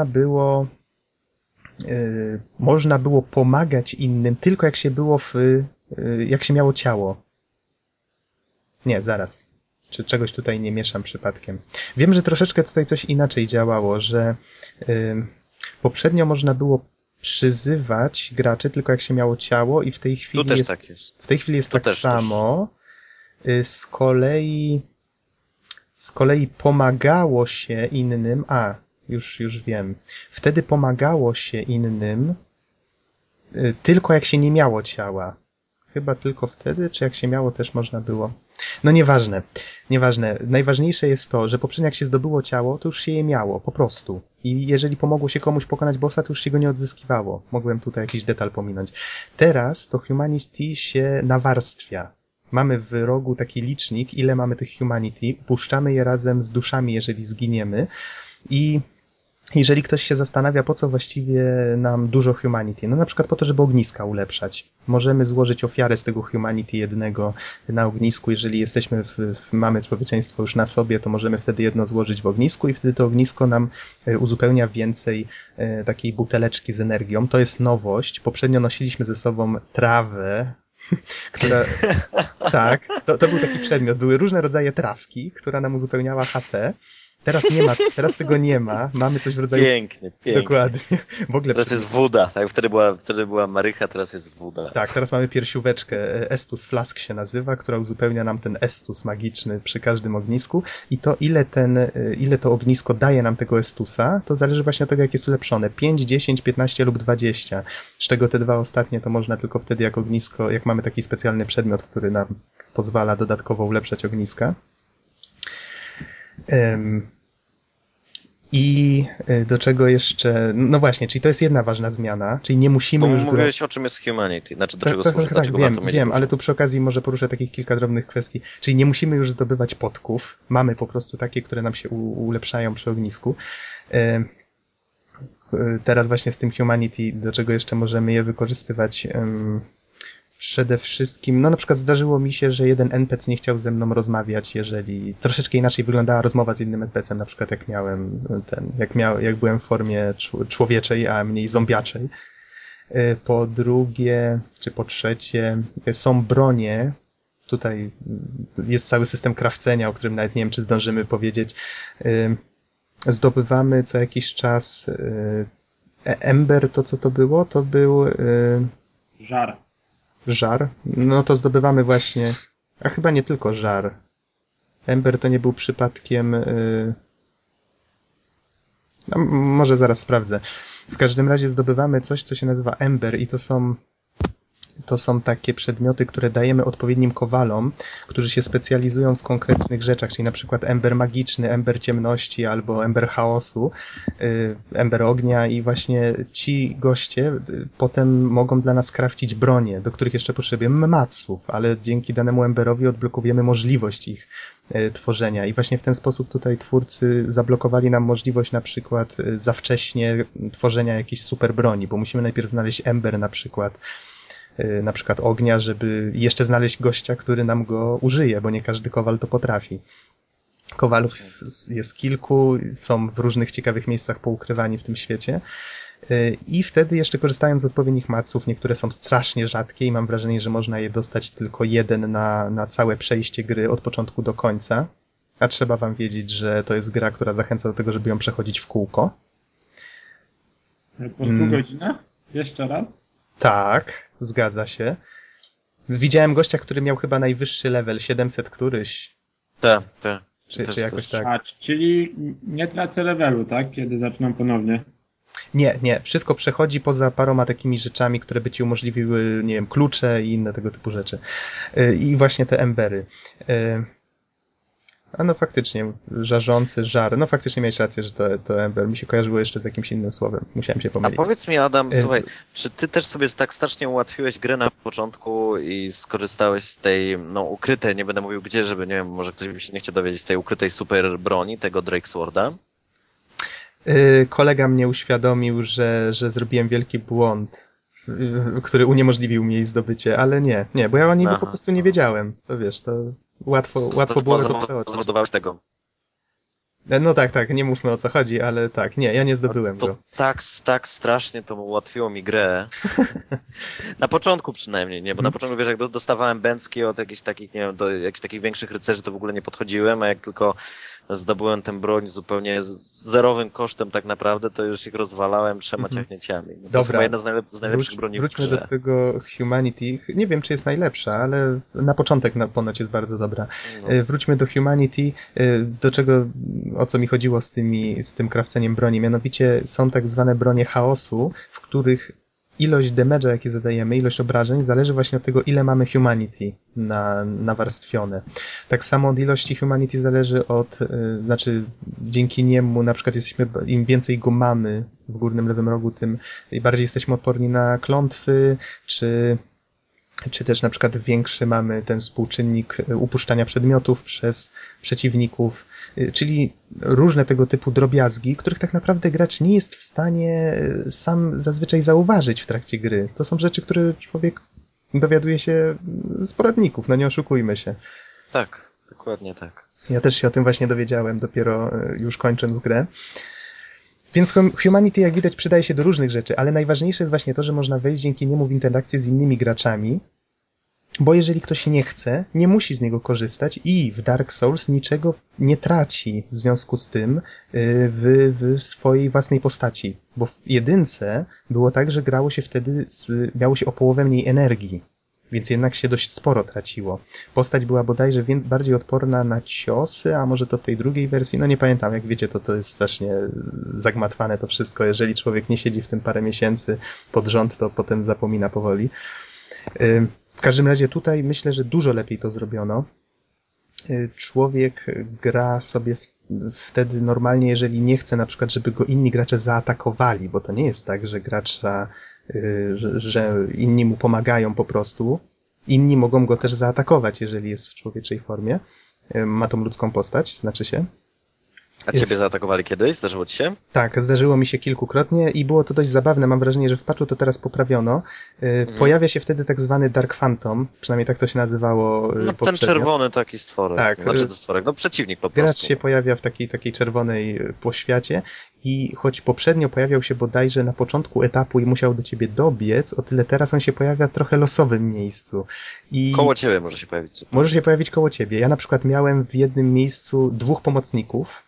było pomagać innym tylko jak się było jak się miało ciało. Nie, zaraz. Czy czegoś tutaj nie mieszam przypadkiem. Wiem, że troszeczkę tutaj coś inaczej działało, że poprzednio można było przyzywać graczy tylko jak się miało ciało i w tej chwili jest
tak jest.
W tej chwili jest tak samo. Z kolei pomagało się innym. Już wiem. Wtedy pomagało się innym tylko jak się nie miało ciała. Chyba tylko wtedy, czy jak się miało też można było. No nieważne. Najważniejsze jest to, że poprzednio jak się zdobyło ciało, to już się je miało, po prostu. I jeżeli pomogło się komuś pokonać bossa, to już się go nie odzyskiwało. Mogłem tutaj jakiś detal pominąć. Teraz to humanity się nawarstwia. Mamy w rogu taki licznik, ile mamy tych humanity, puszczamy je razem z duszami, jeżeli zginiemy i jeżeli ktoś się zastanawia, po co właściwie nam dużo humanity, no na przykład po to, żeby ogniska ulepszać. Możemy złożyć ofiarę z tego humanity jednego na ognisku, jeżeli mamy człowieczeństwo już na sobie, to możemy wtedy jedno złożyć w ognisku i wtedy to ognisko nam uzupełnia więcej takiej buteleczki z energią. To jest nowość. Poprzednio nosiliśmy ze sobą trawę, która... Tak, to był taki przedmiot. Były różne rodzaje trawki, która nam uzupełniała HP. Teraz tego nie ma. Mamy coś w rodzaju...
Pięknie.
Dokładnie. W ogóle
teraz jest woda. Tak, wtedy była marycha, teraz jest woda.
Tak, teraz mamy piersióweczkę. Estus Flask się nazywa, która uzupełnia nam ten estus magiczny przy każdym ognisku. I to ile to ognisko daje nam tego estusa, to zależy właśnie od tego, jak jest ulepszone. 5, 10, 15 lub 20. Z czego te 2 ostatnie to można tylko wtedy, jak mamy taki specjalny przedmiot, który nam pozwala dodatkowo ulepszać ogniska. I do czego jeszcze... No właśnie, czyli to jest jedna ważna zmiana, czyli nie musimy już...
Mówiłeś o czym jest humanity, znaczy do czego służy, dlaczego warto mieć
wiem, ale tu przy okazji może poruszę takich kilka drobnych kwestii. Czyli nie musimy już zdobywać podków, mamy po prostu takie, które nam się ulepszają przy ognisku. Teraz właśnie z tym humanity, do czego jeszcze możemy je wykorzystywać... Przede wszystkim, no na przykład zdarzyło mi się, że jeden NPC nie chciał ze mną rozmawiać, jeżeli troszeczkę inaczej wyglądała rozmowa z innym NPC-em, na przykład jak byłem w formie człowieczej, a mniej zombiaczej. Po drugie, czy po trzecie, są bronie. Tutaj jest cały system krawcenia, o którym nawet nie wiem, czy zdążymy powiedzieć. Zdobywamy co jakiś czas Ember, to co to było? To był... Żar? No to zdobywamy właśnie... A chyba nie tylko żar. Ember to nie był przypadkiem... No, może zaraz sprawdzę. W każdym razie zdobywamy coś, co się nazywa Ember i to są takie przedmioty, które dajemy odpowiednim kowalom, którzy się specjalizują w konkretnych rzeczach, czyli na przykład ember magiczny, ember ciemności albo ember chaosu, ember ognia i właśnie ci goście potem mogą dla nas crafcić bronie, do których jeszcze potrzebujemy matsów, ale dzięki danemu emberowi odblokujemy możliwość ich tworzenia i właśnie w ten sposób tutaj twórcy zablokowali nam możliwość na przykład za wcześnie tworzenia jakiejś super broni, bo musimy najpierw znaleźć ember na przykład ognia, żeby jeszcze znaleźć gościa, który nam go użyje, bo nie każdy kowal to potrafi. Kowalów jest kilku, są w różnych ciekawych miejscach poukrywani w tym świecie. I wtedy jeszcze korzystając z odpowiednich maców, niektóre są strasznie rzadkie i mam wrażenie, że można je dostać tylko jeden na całe przejście gry od początku do końca. A trzeba wam wiedzieć, że to jest gra, która zachęca do tego, żeby ją przechodzić w kółko.
Po 100 godzinach? Jeszcze raz?
Tak, zgadza się. Widziałem gościa, który miał chyba najwyższy level, 700 któryś.
Tak.
Czy jakoś tak.
A, czyli nie tracę levelu, tak? Kiedy zaczynam ponownie.
Nie. Wszystko przechodzi poza paroma takimi rzeczami, które by ci umożliwiły, nie wiem, klucze i inne tego typu rzeczy. I właśnie te embery. A no faktycznie, żarzący żar. No faktycznie miałeś rację, że to ember mi się kojarzyło jeszcze z jakimś innym słowem. Musiałem się pomylić.
A powiedz mi, Adam, słuchaj, czy ty też sobie tak strasznie ułatwiłeś grę na początku i skorzystałeś z tej, ukrytej, nie będę mówił gdzie, żeby, nie wiem, może ktoś by się nie chciał dowiedzieć, tej ukrytej super broni, tego Drake Sworda?
Kolega mnie uświadomił, że zrobiłem wielki błąd, który uniemożliwił mi jej zdobycie, ale nie, bo ja o niej po prostu nie wiedziałem. To wiesz, to łatwo było to przeoczyć.
Zawodowałeś tego.
No tak, nie mówmy o co chodzi, ale tak, nie, ja nie zdobyłem go.
Tak strasznie to ułatwiło mi grę. Na początku przynajmniej, nie? Bo na początku, wiesz, jak dostawałem bęcki od jakichś takich, nie wiem, do jakichś takich większych rycerzy, to w ogóle nie podchodziłem, a jak tylko zdobyłem tę broń zupełnie zerowym kosztem tak naprawdę, to już ich rozwalałem 3 ciachnięciami. No, to jest chyba jedna z najlepszych broni w grze.
Wróćmy do tego Humanity. Nie wiem, czy jest najlepsza, ale na początek ponoć jest bardzo dobra. Wróćmy do Humanity, o co mi chodziło z tym krawceniem broni. Mianowicie są tak zwane bronie chaosu, w których ilość damage'a, jaki zadajemy, ilość obrażeń, zależy właśnie od tego, ile mamy Humanity nawarstwione. Tak samo od ilości Humanity zależy znaczy dzięki niemu na przykład im więcej go mamy w górnym lewym rogu, tym bardziej jesteśmy odporni na klątwy, czy też na przykład większy mamy ten współczynnik upuszczania przedmiotów przez przeciwników, czyli różne tego typu drobiazgi, których tak naprawdę gracz nie jest w stanie sam zazwyczaj zauważyć w trakcie gry. To są rzeczy, które człowiek dowiaduje się z poradników, no nie oszukujmy się.
Tak, dokładnie tak.
Ja też się o tym właśnie dowiedziałem dopiero już kończąc grę. Więc Humanity, jak widać, przydaje się do różnych rzeczy, ale najważniejsze jest właśnie to, że można wejść dzięki niemu w interakcję z innymi graczami, bo jeżeli ktoś nie chce, nie musi z niego korzystać i w Dark Souls niczego nie traci w związku z tym w swojej własnej postaci. Bo w jedynce było tak, że grało się wtedy, miało się o połowę mniej energii, więc jednak się dość sporo traciło. Postać była bodajże bardziej odporna na ciosy, a może to w tej drugiej wersji, no nie pamiętam, jak wiecie, to jest strasznie zagmatwane to wszystko. Jeżeli człowiek nie siedzi w tym parę miesięcy pod rząd, to potem zapomina powoli. W każdym razie tutaj myślę, że dużo lepiej to zrobiono. Człowiek gra sobie wtedy normalnie, jeżeli nie chce na przykład, żeby go inni gracze zaatakowali, bo to nie jest tak, że gracza, że inni mu pomagają po prostu. Inni mogą go też zaatakować, jeżeli jest w człowieczej formie. Ma tą ludzką postać, znaczy się.
A ciebie zaatakowali kiedyś? Zdarzyło ci się?
Tak, zdarzyło mi się kilkukrotnie i było to dość zabawne. Mam wrażenie, że w patchu to teraz poprawiono. Pojawia się wtedy tak zwany Dark Phantom, przynajmniej tak to się nazywało poprzednio.
Ten czerwony taki stworek.
Tak.
Znaczy to stworek, przeciwnik po prostu.
Gracz się pojawia w takiej czerwonej poświacie i choć poprzednio pojawiał się bodajże na początku etapu i musiał do ciebie dobiec, o tyle teraz on się pojawia w trochę losowym miejscu.
Koło ciebie może się pojawić.
Może się pojawić koło ciebie. Ja na przykład miałem w jednym miejscu 2 pomocników,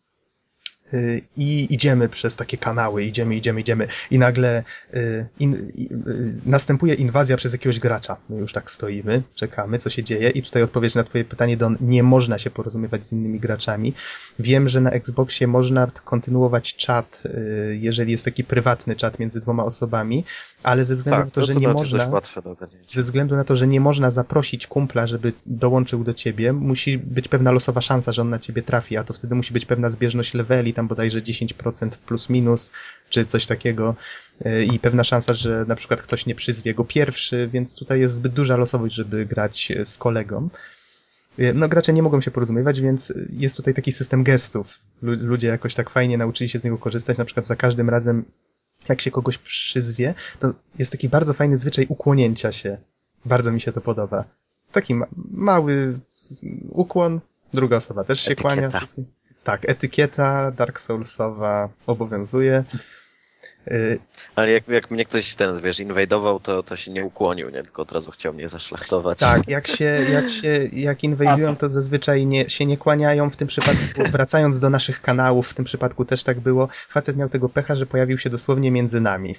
i idziemy przez takie kanały, idziemy i nagle następuje inwazja przez jakiegoś gracza. My już tak stoimy, czekamy, co się dzieje i tutaj odpowiedź na twoje pytanie, Don, nie można się porozumiewać z innymi graczami. Wiem, że na Xboxie można kontynuować czat, jeżeli jest taki prywatny czat między 2 osobami, ale ze względu na to, że nie można, ze względu na to, że nie można zaprosić kumpla, żeby dołączył do ciebie, musi być pewna losowa szansa, że on na ciebie trafi, a to wtedy musi być pewna zbieżność leveli, tam bodajże 10% plus minus, czy coś takiego i pewna szansa, że na przykład ktoś nie przyzwie go pierwszy, więc tutaj jest zbyt duża losowość, żeby grać z kolegą. No gracze nie mogą się porozumiewać, więc jest tutaj taki system gestów. Ludzie jakoś tak fajnie nauczyli się z niego korzystać, na przykład za każdym razem jak się kogoś przyzwie, to jest taki bardzo fajny zwyczaj ukłonięcia się. Bardzo mi się to podoba. Taki mały ukłon, druga osoba też się kłania. Tak, etykieta Dark Soulsowa obowiązuje.
Ale jak mnie ktoś inwajdował, to się nie ukłonił, nie? Tylko od razu chciał mnie zaszlachtować.
Tak, jak inwajdują, to zazwyczaj się nie kłaniają. W tym przypadku, wracając do naszych kanałów, w tym przypadku też tak było. Facet miał tego pecha, że pojawił się dosłownie między nami.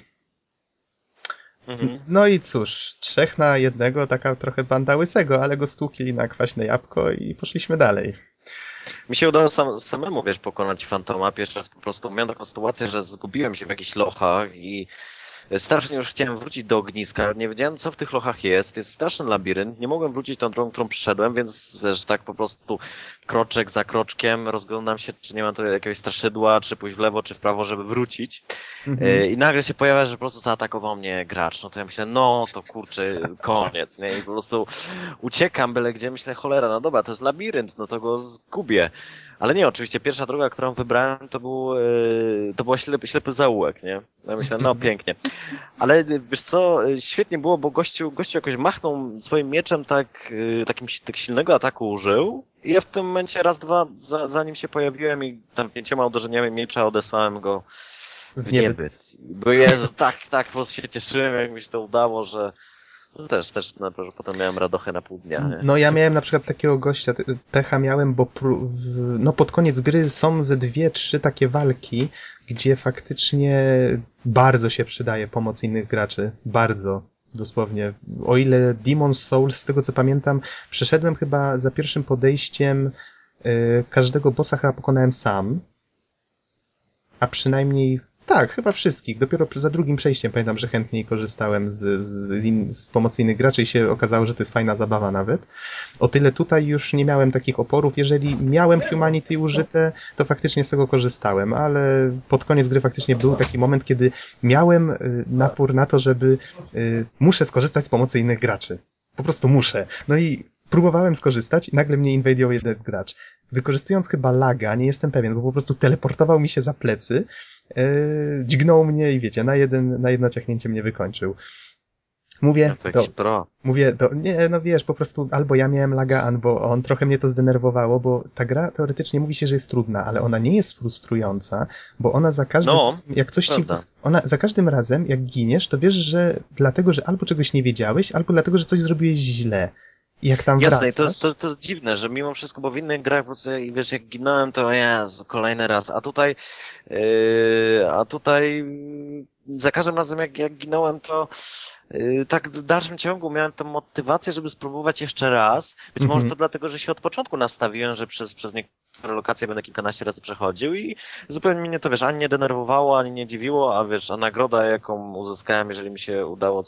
No i cóż, 3 na 1, taka trochę banda łysego, ale go stłukli na kwaśne jabłko i poszliśmy dalej.
Mi się udało samemu, pokonać Fantoma. Pierwszy raz po prostu miałem taką sytuację, że zgubiłem się w jakichś lochach i strasznie już chciałem wrócić do ogniska. Nie wiedziałem, co w tych lochach jest. Jest straszny labirynt. Nie mogłem wrócić tą drogą, którą przyszedłem, więc tak po prostu kroczek za kroczkiem rozglądam się, czy nie mam tu jakiegoś straszydła, czy pójść w lewo, czy w prawo, żeby wrócić. I nagle się pojawia, że po prostu zaatakował mnie gracz. No to ja myślę, no to kurczę, koniec, nie? I po prostu uciekam byle gdzie. Myślę, cholera, no dobra, to jest labirynt, no to go zgubię. Ale nie, oczywiście pierwsza droga, którą wybrałem, to była ślepy zaułek, nie? Ja myślę, no pięknie. Ale wiesz co, świetnie było, bo gościu jakoś machnął swoim mieczem tak silnego ataku użył i ja w tym momencie raz, dwa, zanim się pojawiłem i tam 5 uderzeniami miecza odesłałem go w niebyt. Bo Jezu, tak po prostu się cieszyłem, jak mi się to udało, że też że potem miałem radochę na pół dnia. Nie?
No ja miałem na przykład takiego gościa, pecha miałem, bo pod koniec gry są ze 2-3 takie walki, gdzie faktycznie bardzo się przydaje pomoc innych graczy. Bardzo. Dosłownie. O ile Demon's Souls, z tego co pamiętam, przeszedłem chyba za pierwszym podejściem, każdego bossa chyba pokonałem sam. A przynajmniej tak, chyba wszystkich. Dopiero za drugim przejściem pamiętam, że chętniej korzystałem z pomocy innych graczy i się okazało, że to jest fajna zabawa nawet. O tyle tutaj już nie miałem takich oporów. Jeżeli miałem Humanity użyte, to faktycznie z tego korzystałem, ale pod koniec gry faktycznie był taki moment, kiedy miałem napór na to, żeby muszę skorzystać z pomocy innych graczy. Po prostu muszę. No i próbowałem skorzystać i nagle mnie inwadował jeden gracz. Wykorzystując chyba laga, nie jestem pewien, bo po prostu teleportował mi się za plecy, dźgnął mnie i wiecie, na jedno ciachnięcie mnie wykończył. Mówię, nie, no wiesz, po prostu albo ja miałem laga, albo on, trochę mnie to zdenerwowało, bo ta gra teoretycznie mówi się, że jest trudna, ale ona nie jest frustrująca, bo ona za każdym, jak coś ona za każdym razem, jak giniesz, to wiesz, że dlatego, że albo czegoś nie wiedziałeś, albo dlatego, że coś zrobiłeś źle. I jak tam
Jasne,
wracasz...
to jest dziwne, że mimo wszystko, bo w innych grach, wiesz, jak ginąłem, to Jezu, kolejny raz, a tutaj za każdym razem jak ginąłem, to tak w dalszym ciągu miałem tę motywację, żeby spróbować jeszcze raz. Być może to dlatego, że się od początku nastawiłem, że przez niektóre lokacje będę kilkanaście razy przechodził i zupełnie mnie to, wiesz, ani nie denerwowało, ani nie dziwiło, a wiesz, a nagroda, jaką uzyskałem, jeżeli mi się udało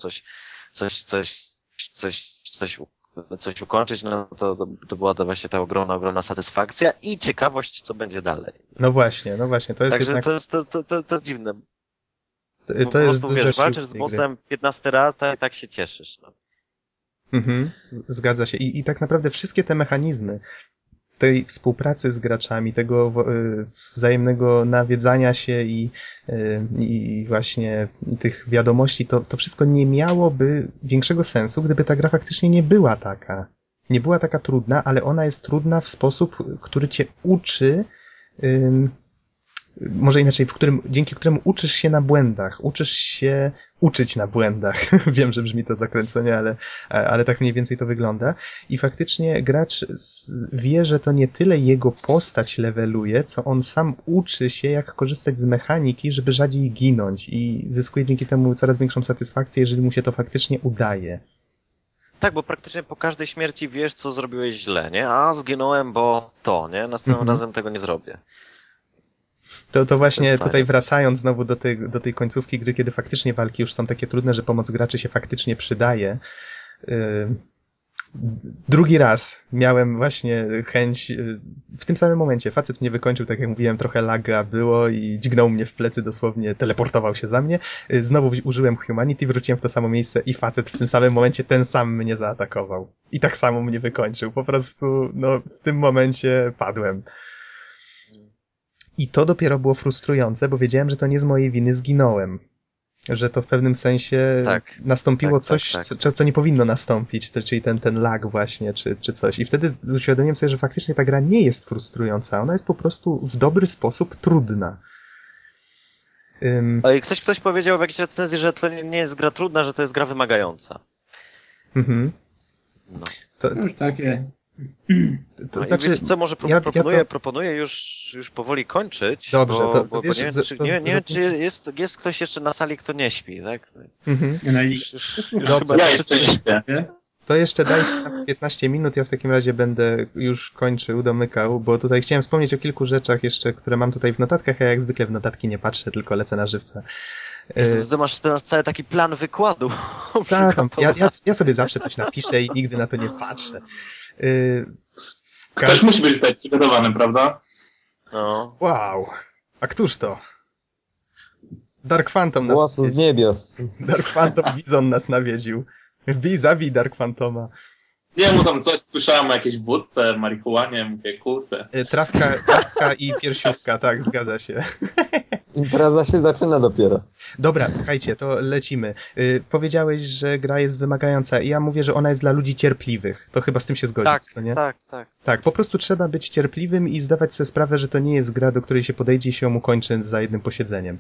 coś ukończyć, no to była to właśnie ta ogromna satysfakcja i ciekawość, co będzie dalej.
No właśnie, to jest
Także
jednak...
to jest dziwne.
To jest duże
wiesz, walczysz z bossem 15 raz, a tak się cieszysz. No.
Zgadza się. I tak naprawdę wszystkie te mechanizmy tej współpracy z graczami, tego wzajemnego nawiedzania się i właśnie tych wiadomości, to wszystko nie miałoby większego sensu, gdyby ta gra faktycznie nie była taka. Nie była taka trudna, ale ona jest trudna w sposób, który cię uczy, może inaczej, dzięki któremu uczysz się na błędach, uczysz się uczyć na błędach. Wiem, że brzmi to zakręcenie, ale tak mniej więcej to wygląda. I faktycznie gracz wie, że to nie tyle jego postać leveluje, co on sam uczy się, jak korzystać z mechaniki, żeby rzadziej ginąć i zyskuje dzięki temu coraz większą satysfakcję, jeżeli mu się to faktycznie udaje.
Tak, bo praktycznie po każdej śmierci wiesz, co zrobiłeś źle, nie? A zginąłem, bo nie? Następnym razem tego nie zrobię.
To właśnie tutaj wracając znowu do tej końcówki gry, kiedy faktycznie walki już są takie trudne, że pomoc graczy się faktycznie przydaje. Drugi raz miałem właśnie chęć, w tym samym momencie facet mnie wykończył, tak jak mówiłem, trochę laga było i dźgnął mnie w plecy, dosłownie teleportował się za mnie. Znowu użyłem Humanity, wróciłem w to samo miejsce i facet w tym samym momencie ten sam mnie zaatakował. I tak samo mnie wykończył. Po prostu, w tym momencie padłem. I to dopiero było frustrujące, bo wiedziałem, że to nie z mojej winy zginąłem. Że to w pewnym sensie nastąpiło coś, co nie powinno nastąpić, czyli ten lag właśnie, czy coś. I wtedy uświadomiłem sobie, że faktycznie ta gra nie jest frustrująca. Ona jest po prostu w dobry sposób trudna.
I ktoś powiedział w jakiejś recenzji, że to nie jest gra trudna, że to jest gra wymagająca.
No. To już takie...
To znaczy, wiecie co, może proponuję już powoli kończyć.
Dobrze,
bo wiesz, nie wiem, czy jest ktoś jeszcze na sali, kto nie śpi, tak?
To jeszcze dajcie nam z 15 minut, ja w takim razie będę już kończył, domykał, bo tutaj chciałem wspomnieć o kilku rzeczach jeszcze, które mam tutaj w notatkach, a jak zwykle w notatki nie patrzę, tylko lecę na żywca.
Ty masz teraz cały taki plan wykładu.
Tak, ja sobie zawsze coś napiszę i nigdy na to nie patrzę.
Ktoś musi być tutaj przygotowany, prawda?
No.
Wow, a któż to? Dark Phantom nas
Głos z niebios.
Dark Phantom Bizon nas nawiedził. Zabij Dark Phantoma.
Nie, mu tam coś słyszałem o jakiejś wódce, marihuanie, mówię, kurde.
Trawka i piersiówka, tak, zgadza się.
Impreza się zaczyna dopiero.
Dobra, słuchajcie, to lecimy. Powiedziałeś, że gra jest wymagająca i ja mówię, że ona jest dla ludzi cierpliwych. To chyba z tym się zgodzisz,
tak,
to nie?
Tak.
Tak, po prostu trzeba być cierpliwym i zdawać sobie sprawę, że to nie jest gra, do której się podejdzie i się ją ukończy za jednym posiedzeniem.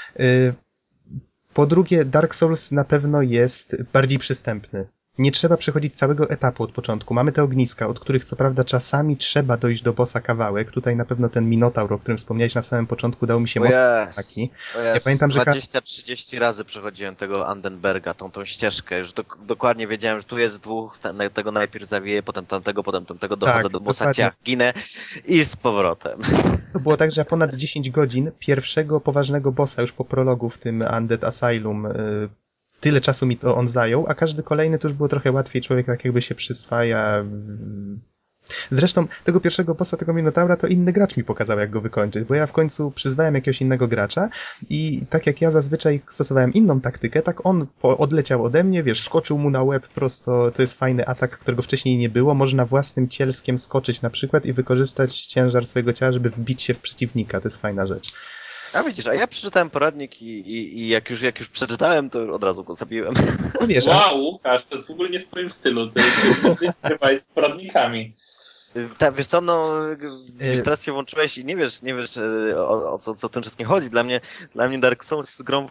Po drugie, Dark Souls na pewno jest bardziej przystępny. Nie trzeba przechodzić całego etapu od początku. Mamy te ogniska, od których co prawda czasami trzeba dojść do bossa kawałek. Tutaj na pewno ten Minotaur, o którym wspomniałeś na samym początku, dał mi się mocno taki.
Ja pamiętam, że 20-30 razy przechodziłem tego Andenberga, tą ścieżkę. Już dokładnie wiedziałem, że tu jest dwóch, tego najpierw zawiję, potem tamtego, dochodzę do bossa, ciach, ginę i z powrotem.
To było tak, że ja ponad 10 godzin pierwszego poważnego bossa już po prologu w tym Undead Asylum tyle czasu mi to on zajął, a każdy kolejny to już było trochę łatwiej, człowiek tak jakby się przyswaja. Zresztą tego pierwszego bossa, tego Minotaura, to inny gracz mi pokazał, jak go wykończyć, bo ja w końcu przyzwałem jakiegoś innego gracza i tak jak ja zazwyczaj stosowałem inną taktykę, tak on odleciał ode mnie, wiesz, skoczył mu na łeb prosto, to jest fajny atak, którego wcześniej nie było, można własnym cielskiem skoczyć na przykład i wykorzystać ciężar swojego ciała, żeby wbić się w przeciwnika, to jest fajna rzecz.
A widzisz, a ja przeczytałem poradnik i jak już przeczytałem, to od razu go zabiłem.
No wiesz,
wow, Łukasz, to jest w ogóle nie w twoim stylu, ty chyba z poradnikami.
Tak, wiesz co, teraz się włączyłeś i nie wiesz o co tym wszystkim chodzi. Dla mnie Dark Souls jest grą,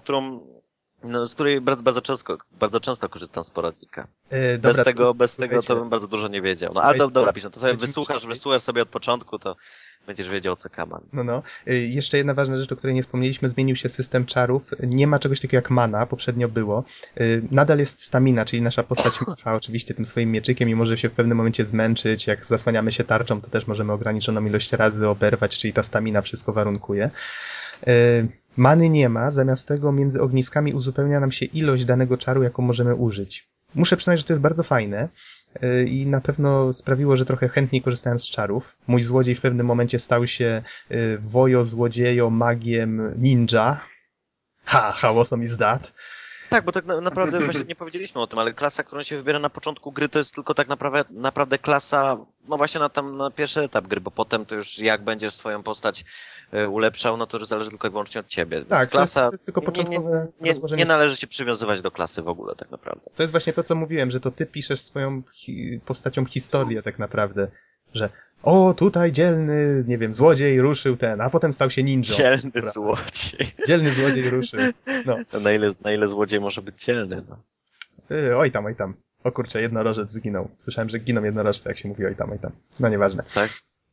z której bardzo często korzystam z poradnika. Bez tego to bym bardzo dużo nie wiedział. No ale dobra, piszę, to sobie wysłuchasz sobie od początku, to będziesz wiedział, co kaman.
No. Jeszcze jedna ważna rzecz, o której nie wspomnieliśmy, zmienił się system czarów. Nie ma czegoś takiego jak mana, poprzednio było. Nadal jest stamina, czyli nasza postać macha oczywiście tym swoim mieczykiem i może się w pewnym momencie zmęczyć. Jak zasłaniamy się tarczą, to też możemy ograniczoną ilość razy oberwać, czyli ta stamina wszystko warunkuje. Many nie ma, zamiast tego między ogniskami uzupełnia nam się ilość danego czaru, jaką możemy użyć. Muszę przyznać, że to jest bardzo fajne i na pewno sprawiło, że trochę chętniej korzystałem z czarów. Mój złodziej w pewnym momencie stał się wojo, złodziejo, magiem, ninja. How awesome is that?
Tak, bo tak naprawdę właśnie nie powiedzieliśmy o tym, ale klasa, którą się wybiera na początku gry, to jest tylko tak naprawdę klasa, no właśnie na pierwszy etap gry, bo potem to już jak będziesz swoją postać ulepszał, no to już zależy tylko i wyłącznie od ciebie.
Tak,
klasa,
to jest tylko początkowe rozłożenie.
Nie należy się przywiązywać do klasy w ogóle, tak naprawdę.
To jest właśnie to, co mówiłem, że to ty piszesz swoją postacią historię tak naprawdę, że tutaj dzielny, nie wiem, złodziej ruszył a potem stał się ninją. Dzielny złodziej ruszył. No.
To na ile złodziej może być dzielny, no.
Oj tam. O kurczę, jednorożec zginął. Słyszałem, że giną jednorożce, jak się mówi oj tam. No nieważne.
Tak?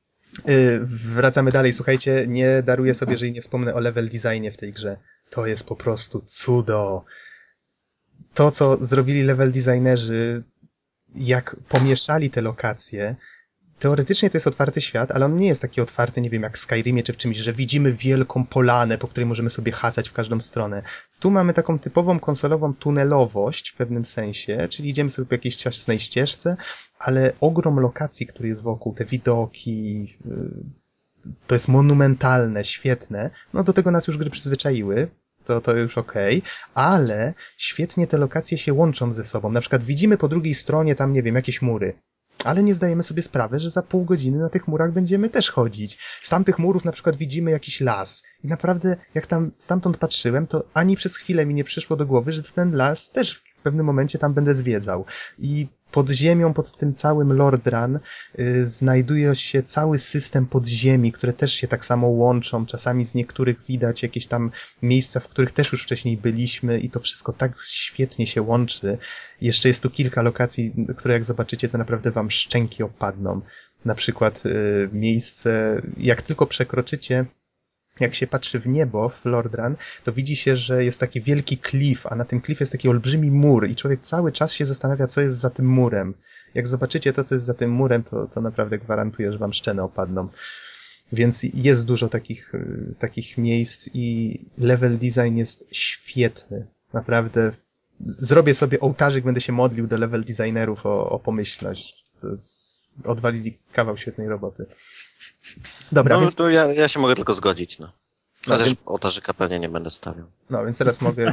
Wracamy dalej. Słuchajcie, nie daruję sobie, jeżeli nie wspomnę o level designie w tej grze. To jest po prostu cudo. To, co zrobili level designerzy, jak pomieszali te lokacje. Teoretycznie to jest otwarty świat, ale on nie jest taki otwarty, nie wiem, jak w Skyrimie czy w czymś, że widzimy wielką polanę, po której możemy sobie chadzać w każdą stronę. Tu mamy taką typową konsolową tunelowość w pewnym sensie, czyli idziemy sobie po jakiejś ciasnej ścieżce, ale ogrom lokacji, który jest wokół, te widoki, to jest monumentalne, świetne. No do tego nas już gry przyzwyczaiły. To już okej, ale świetnie te lokacje się łączą ze sobą. Na przykład widzimy po drugiej stronie tam, nie wiem, jakieś mury. Ale nie zdajemy sobie sprawy, że za pół godziny na tych murach będziemy też chodzić. Z tamtych murów na przykład widzimy jakiś las. I naprawdę, jak tam stamtąd patrzyłem, to ani przez chwilę mi nie przyszło do głowy, że ten las też w pewnym momencie tam będę zwiedzał. I pod ziemią, pod tym całym Lordran znajduje się cały system podziemi, które też się tak samo łączą. Czasami z niektórych widać jakieś tam miejsca, w których też już wcześniej byliśmy i to wszystko tak świetnie się łączy. Jeszcze jest tu kilka lokacji, które jak zobaczycie, to naprawdę wam szczęki opadną. Na przykład miejsce, jak tylko przekroczycie, jak się patrzy w niebo, w Lordran, to widzi się, że jest taki wielki klif, a na tym klifie jest taki olbrzymi mur i człowiek cały czas się zastanawia, co jest za tym murem. Jak zobaczycie to, co jest za tym murem, to naprawdę gwarantuję, że wam szczeny opadną. Więc jest dużo takich miejsc i level design jest świetny. Naprawdę zrobię sobie ołtarzyk, będę się modlił do level designerów o pomyślność. Odwalili kawał świetnej roboty. Dobra,
no
więc...
to ja się mogę tylko zgodzić, no. Ja też
więc...
ołtarzyka pewnie nie będę stawiał.
No, więc teraz mogę...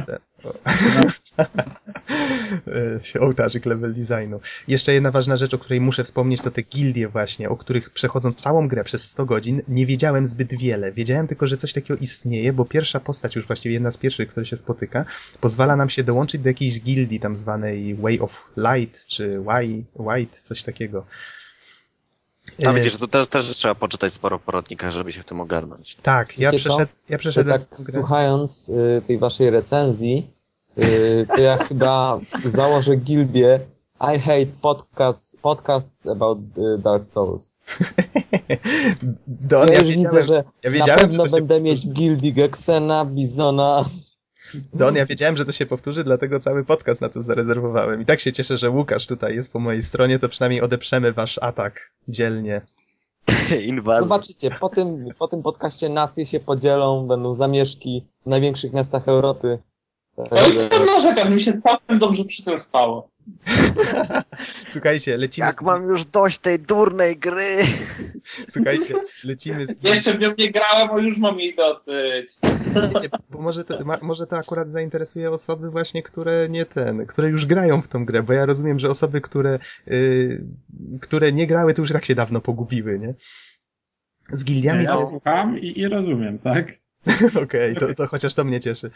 ołtarzyk level designu. Jeszcze jedna ważna rzecz, o której muszę wspomnieć, to te gildie właśnie, o których przechodząc całą grę przez 100 godzin nie wiedziałem zbyt wiele. Wiedziałem tylko, że coś takiego istnieje, bo pierwsza postać, już właściwie jedna z pierwszych, która się spotyka, pozwala nam się dołączyć do jakiejś gildii tam zwanej Way of Light, czy White, coś takiego.
A widzisz, to też trzeba poczytać sporo w poradnikach, żeby się w tym ogarnąć.
Tak, ja przeszedłem...
Tak słuchając tej waszej recenzji, to ja chyba założę gildię I hate podcasts about Dark Souls.
Don,
ja już widzę, że na pewno
że
będę mieć gildii Gexena, Bizona.
Don, ja wiedziałem, że to się powtórzy, dlatego cały podcast na to zarezerwowałem. I tak się cieszę, że Łukasz tutaj jest po mojej stronie, to przynajmniej odeprzemy wasz atak dzielnie.
Inwazja.
Zobaczycie, po tym podcaście nacje się podzielą, będą zamieszki w największych miastach Europy.
Nie narzekam, mi się całkiem dobrze przy tym spało.
Słuchajcie, lecimy...
Jak mam już dość tej durnej gry!
Słuchajcie, lecimy z...
Jeszcze w nią nie grałem, a już mam jej dosyć.
Wiecie, bo może to akurat zainteresuje osoby właśnie, które już grają w tą grę, bo ja rozumiem, że osoby, które nie grały, to już tak się dawno pogubiły, nie? Z gildiami
ja
to jest...
słucham i rozumiem, tak?
Okej, to chociaż to mnie cieszy.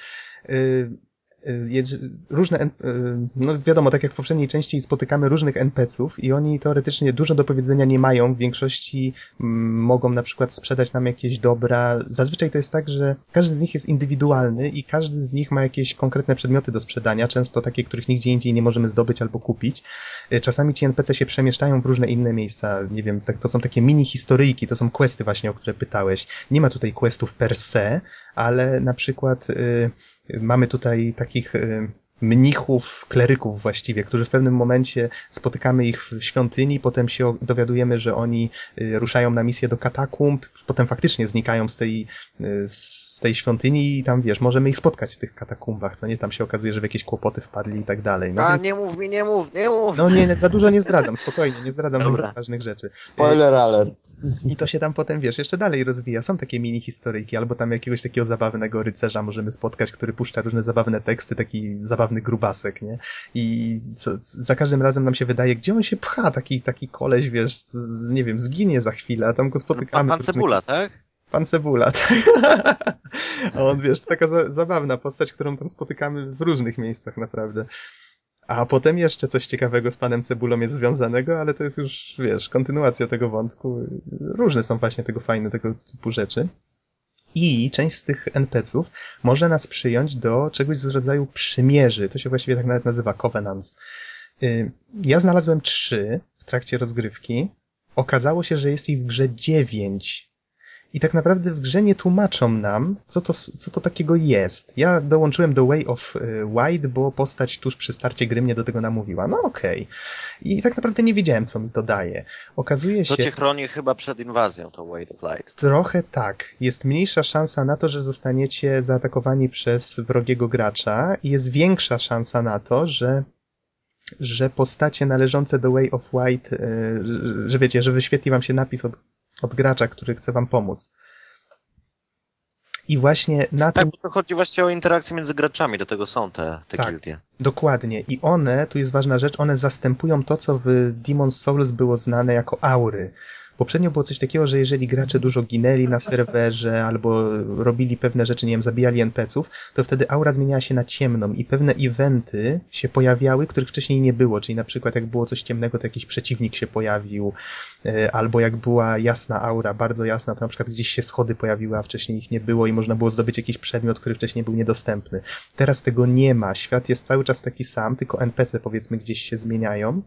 Różne, no wiadomo, tak jak w poprzedniej części spotykamy różnych NPC-ów i oni teoretycznie dużo do powiedzenia nie mają, w większości mogą na przykład sprzedać nam jakieś dobra. Zazwyczaj to jest tak, że każdy z nich jest indywidualny i każdy z nich ma jakieś konkretne przedmioty do sprzedania, często takie, których nigdzie indziej nie możemy zdobyć albo kupić. Czasami ci NPC się przemieszczają w różne inne miejsca, nie wiem, to są takie mini historyjki, to są questy właśnie, o które pytałeś. Nie ma tutaj questów per se, ale na przykład mamy tutaj takich mnichów, kleryków właściwie, którzy w pewnym momencie spotykamy ich w świątyni, potem się dowiadujemy, że oni ruszają na misję do katakumb, potem faktycznie znikają z tej świątyni i tam, wiesz, możemy ich spotkać w tych katakumbach, co nie? Tam się okazuje, że w jakieś kłopoty wpadli i tak dalej. No, więc...
nie mów mi, nie mów!
No nie, za dużo nie zdradzam, spokojnie, nie zdradzam tych ważnych rzeczy.
Spoiler alert.
I to się tam potem, wiesz, jeszcze dalej rozwija. Są takie mini historyjki, albo tam jakiegoś takiego zabawnego rycerza możemy spotkać, który puszcza różne zabawne teksty, taki zabawny grubasek, nie? I za każdym razem nam się wydaje, gdzie on się pcha, taki koleś, wiesz, nie wiem, zginie za chwilę, a tam go spotykamy.
Pan Cebula, tak?
Pan Cebula, tak. A on, wiesz, taka zabawna postać, którą tam spotykamy w różnych miejscach, naprawdę. A potem jeszcze coś ciekawego z panem Cebulą jest związanego, ale to jest już, wiesz, kontynuacja tego wątku. Różne są właśnie tego typu rzeczy. I część z tych NPC-ów może nas przyjąć do czegoś z rodzaju przymierzy. To się właściwie tak nawet nazywa Covenants. Ja znalazłem 3 w trakcie rozgrywki. Okazało się, że jest ich w grze 9. I tak naprawdę w grze nie tłumaczą nam, co to takiego jest. Ja dołączyłem do Way of White, bo postać tuż przy starcie gry mnie do tego namówiła. No okej. I tak naprawdę nie wiedziałem, co mi to daje. Okazuje się...
To cię chroni chyba przed inwazją, to Way of Light.
Trochę tak. Jest mniejsza szansa na to, że zostaniecie zaatakowani przez wrogiego gracza i jest większa szansa na to, że postacie należące do Way of White, że wiecie, że wyświetli wam się napis od gracza, który chce wam pomóc. I właśnie na tym...
Tak, bo to chodzi właściwie o interakcję między graczami, do tego są te
tak,
gildie.
Dokładnie. I one, tu jest ważna rzecz, one zastępują to, co w Demon's Souls było znane jako aury. Poprzednio było coś takiego, że jeżeli gracze dużo ginęli na serwerze albo robili pewne rzeczy, nie wiem, zabijali NPC-ów, to wtedy aura zmieniała się na ciemną i pewne eventy się pojawiały, których wcześniej nie było, czyli na przykład jak było coś ciemnego, to jakiś przeciwnik się pojawił, albo jak była jasna aura, bardzo jasna, to na przykład gdzieś się schody pojawiły, a wcześniej ich nie było i można było zdobyć jakiś przedmiot, który wcześniej był niedostępny. Teraz tego nie ma, świat jest cały czas taki sam, tylko NPC powiedzmy gdzieś się zmieniają.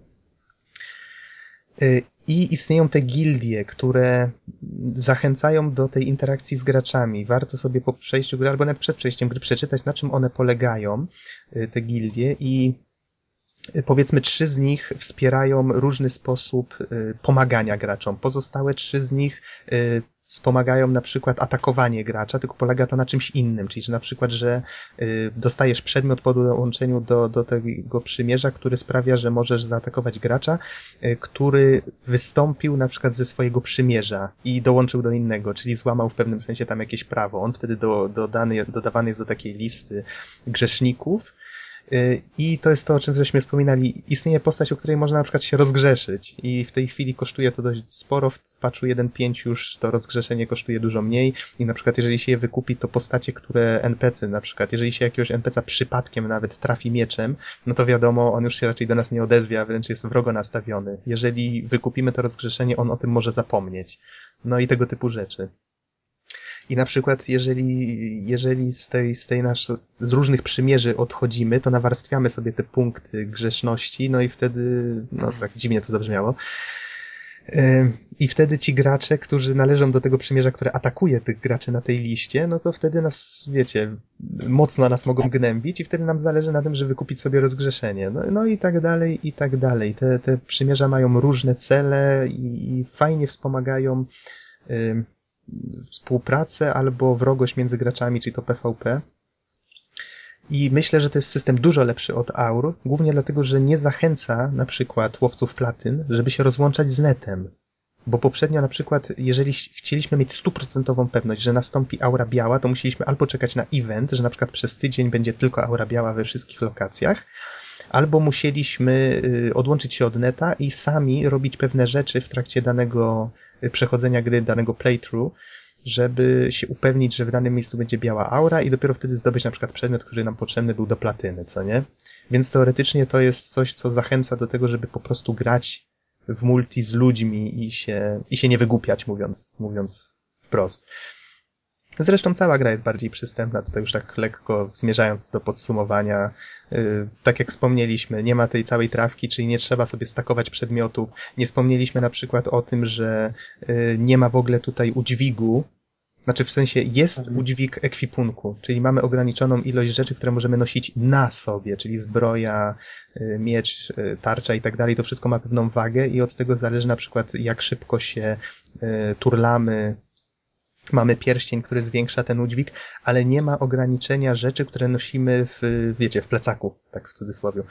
I istnieją te gildie, które zachęcają do tej interakcji z graczami. Warto sobie po przejściu gry, albo nawet przed przejściem gry przeczytać, na czym one polegają, te gildie, i powiedzmy 3 z nich wspierają różny sposób pomagania graczom. Pozostałe 3 z nich wspomagają na przykład atakowanie gracza, tylko polega to na czymś innym, czyli że na przykład, że dostajesz przedmiot po dołączeniu do tego przymierza, który sprawia, że możesz zaatakować gracza, który wystąpił na przykład ze swojego przymierza i dołączył do innego, czyli złamał w pewnym sensie tam jakieś prawo. On wtedy dodawany jest do takiej listy grzeszników. I to jest to, o czym żeśmy wspominali. Istnieje postać, o której można na przykład się rozgrzeszyć i w tej chwili kosztuje to dość sporo. W patchu 1.5 już to rozgrzeszenie kosztuje dużo mniej i na przykład jeżeli się je wykupi, to postacie, które NPC na przykład, jeżeli się jakiegoś NPC przypadkiem nawet trafi mieczem, no to wiadomo, on już się raczej do nas nie odezwie, a wręcz jest wrogo nastawiony. Jeżeli wykupimy to rozgrzeszenie, on o tym może zapomnieć. No i tego typu rzeczy. I na przykład jeżeli z różnych przymierzy odchodzimy, to nawarstwiamy sobie te punkty grzeszności, no i wtedy, no tak dziwnie to zabrzmiało, i wtedy ci gracze, którzy należą do tego przymierza, które atakuje tych graczy na tej liście, no to wtedy nas, wiecie, mocno nas mogą gnębić i wtedy nam zależy na tym, żeby wykupić sobie rozgrzeszenie. No i tak dalej, i tak dalej. Te przymierza mają różne cele i fajnie wspomagają współpracę albo wrogość między graczami, czyli to PvP. I myślę, że to jest system dużo lepszy od Aur, głównie dlatego, że nie zachęca na przykład łowców platyn, żeby się rozłączać z netem. Bo poprzednio na przykład, jeżeli chcieliśmy mieć 100% pewność, że nastąpi aura biała, to musieliśmy albo czekać na event, że na przykład przez tydzień będzie tylko aura biała we wszystkich lokacjach, albo musieliśmy odłączyć się od neta i sami robić pewne rzeczy w trakcie danego przechodzenia gry, danego playthrough, żeby się upewnić, że w danym miejscu będzie biała aura i dopiero wtedy zdobyć na przykład przedmiot, który nam potrzebny był do platyny, co nie? Więc teoretycznie to jest coś, co zachęca do tego, żeby po prostu grać w multi z ludźmi i się nie wygłupiać, mówiąc wprost. Zresztą cała gra jest bardziej przystępna, tutaj już tak lekko zmierzając do podsumowania. Tak jak wspomnieliśmy, nie ma tej całej trawki, czyli nie trzeba sobie stakować przedmiotów. Nie wspomnieliśmy na przykład o tym, że nie ma w ogóle tutaj udźwigu, znaczy w sensie jest udźwig ekwipunku, czyli mamy ograniczoną ilość rzeczy, które możemy nosić na sobie, czyli zbroja, miecz, tarcza i tak dalej, to wszystko ma pewną wagę i od tego zależy na przykład jak szybko się turlamy. Mamy pierścień, który zwiększa ten udźwig, ale nie ma ograniczenia rzeczy, które nosimy w plecaku, tak w cudzysłowie.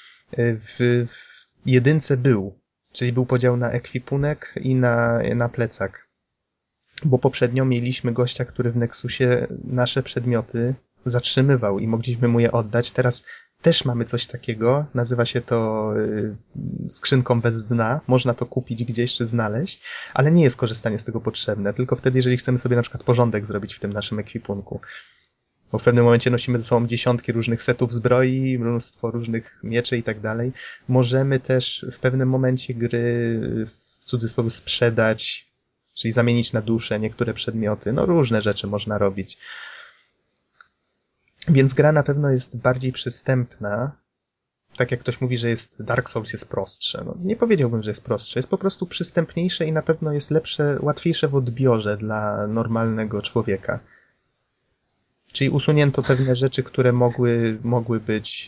W jedynce czyli był podział na ekwipunek i na plecak. Bo poprzednio mieliśmy gościa, który w Nexusie nasze przedmioty zatrzymywał i mogliśmy mu je oddać. Teraz też mamy coś takiego, nazywa się to skrzynką bez dna, można to kupić gdzieś czy znaleźć, ale nie jest korzystanie z tego potrzebne, tylko wtedy, jeżeli chcemy sobie na przykład porządek zrobić w tym naszym ekwipunku. Bo w pewnym momencie nosimy ze sobą dziesiątki różnych setów zbroi, mnóstwo różnych mieczy i tak dalej. Możemy też w pewnym momencie gry w cudzysłowie sprzedać, czyli zamienić na duszę niektóre przedmioty, no różne rzeczy można robić. Więc gra na pewno jest bardziej przystępna. Tak jak ktoś mówi, że Dark Souls jest prostsze. No, nie powiedziałbym, że jest prostsze. Jest po prostu przystępniejsze i na pewno jest lepsze, łatwiejsze w odbiorze dla normalnego człowieka. Czyli usunięto pewne rzeczy, które mogły być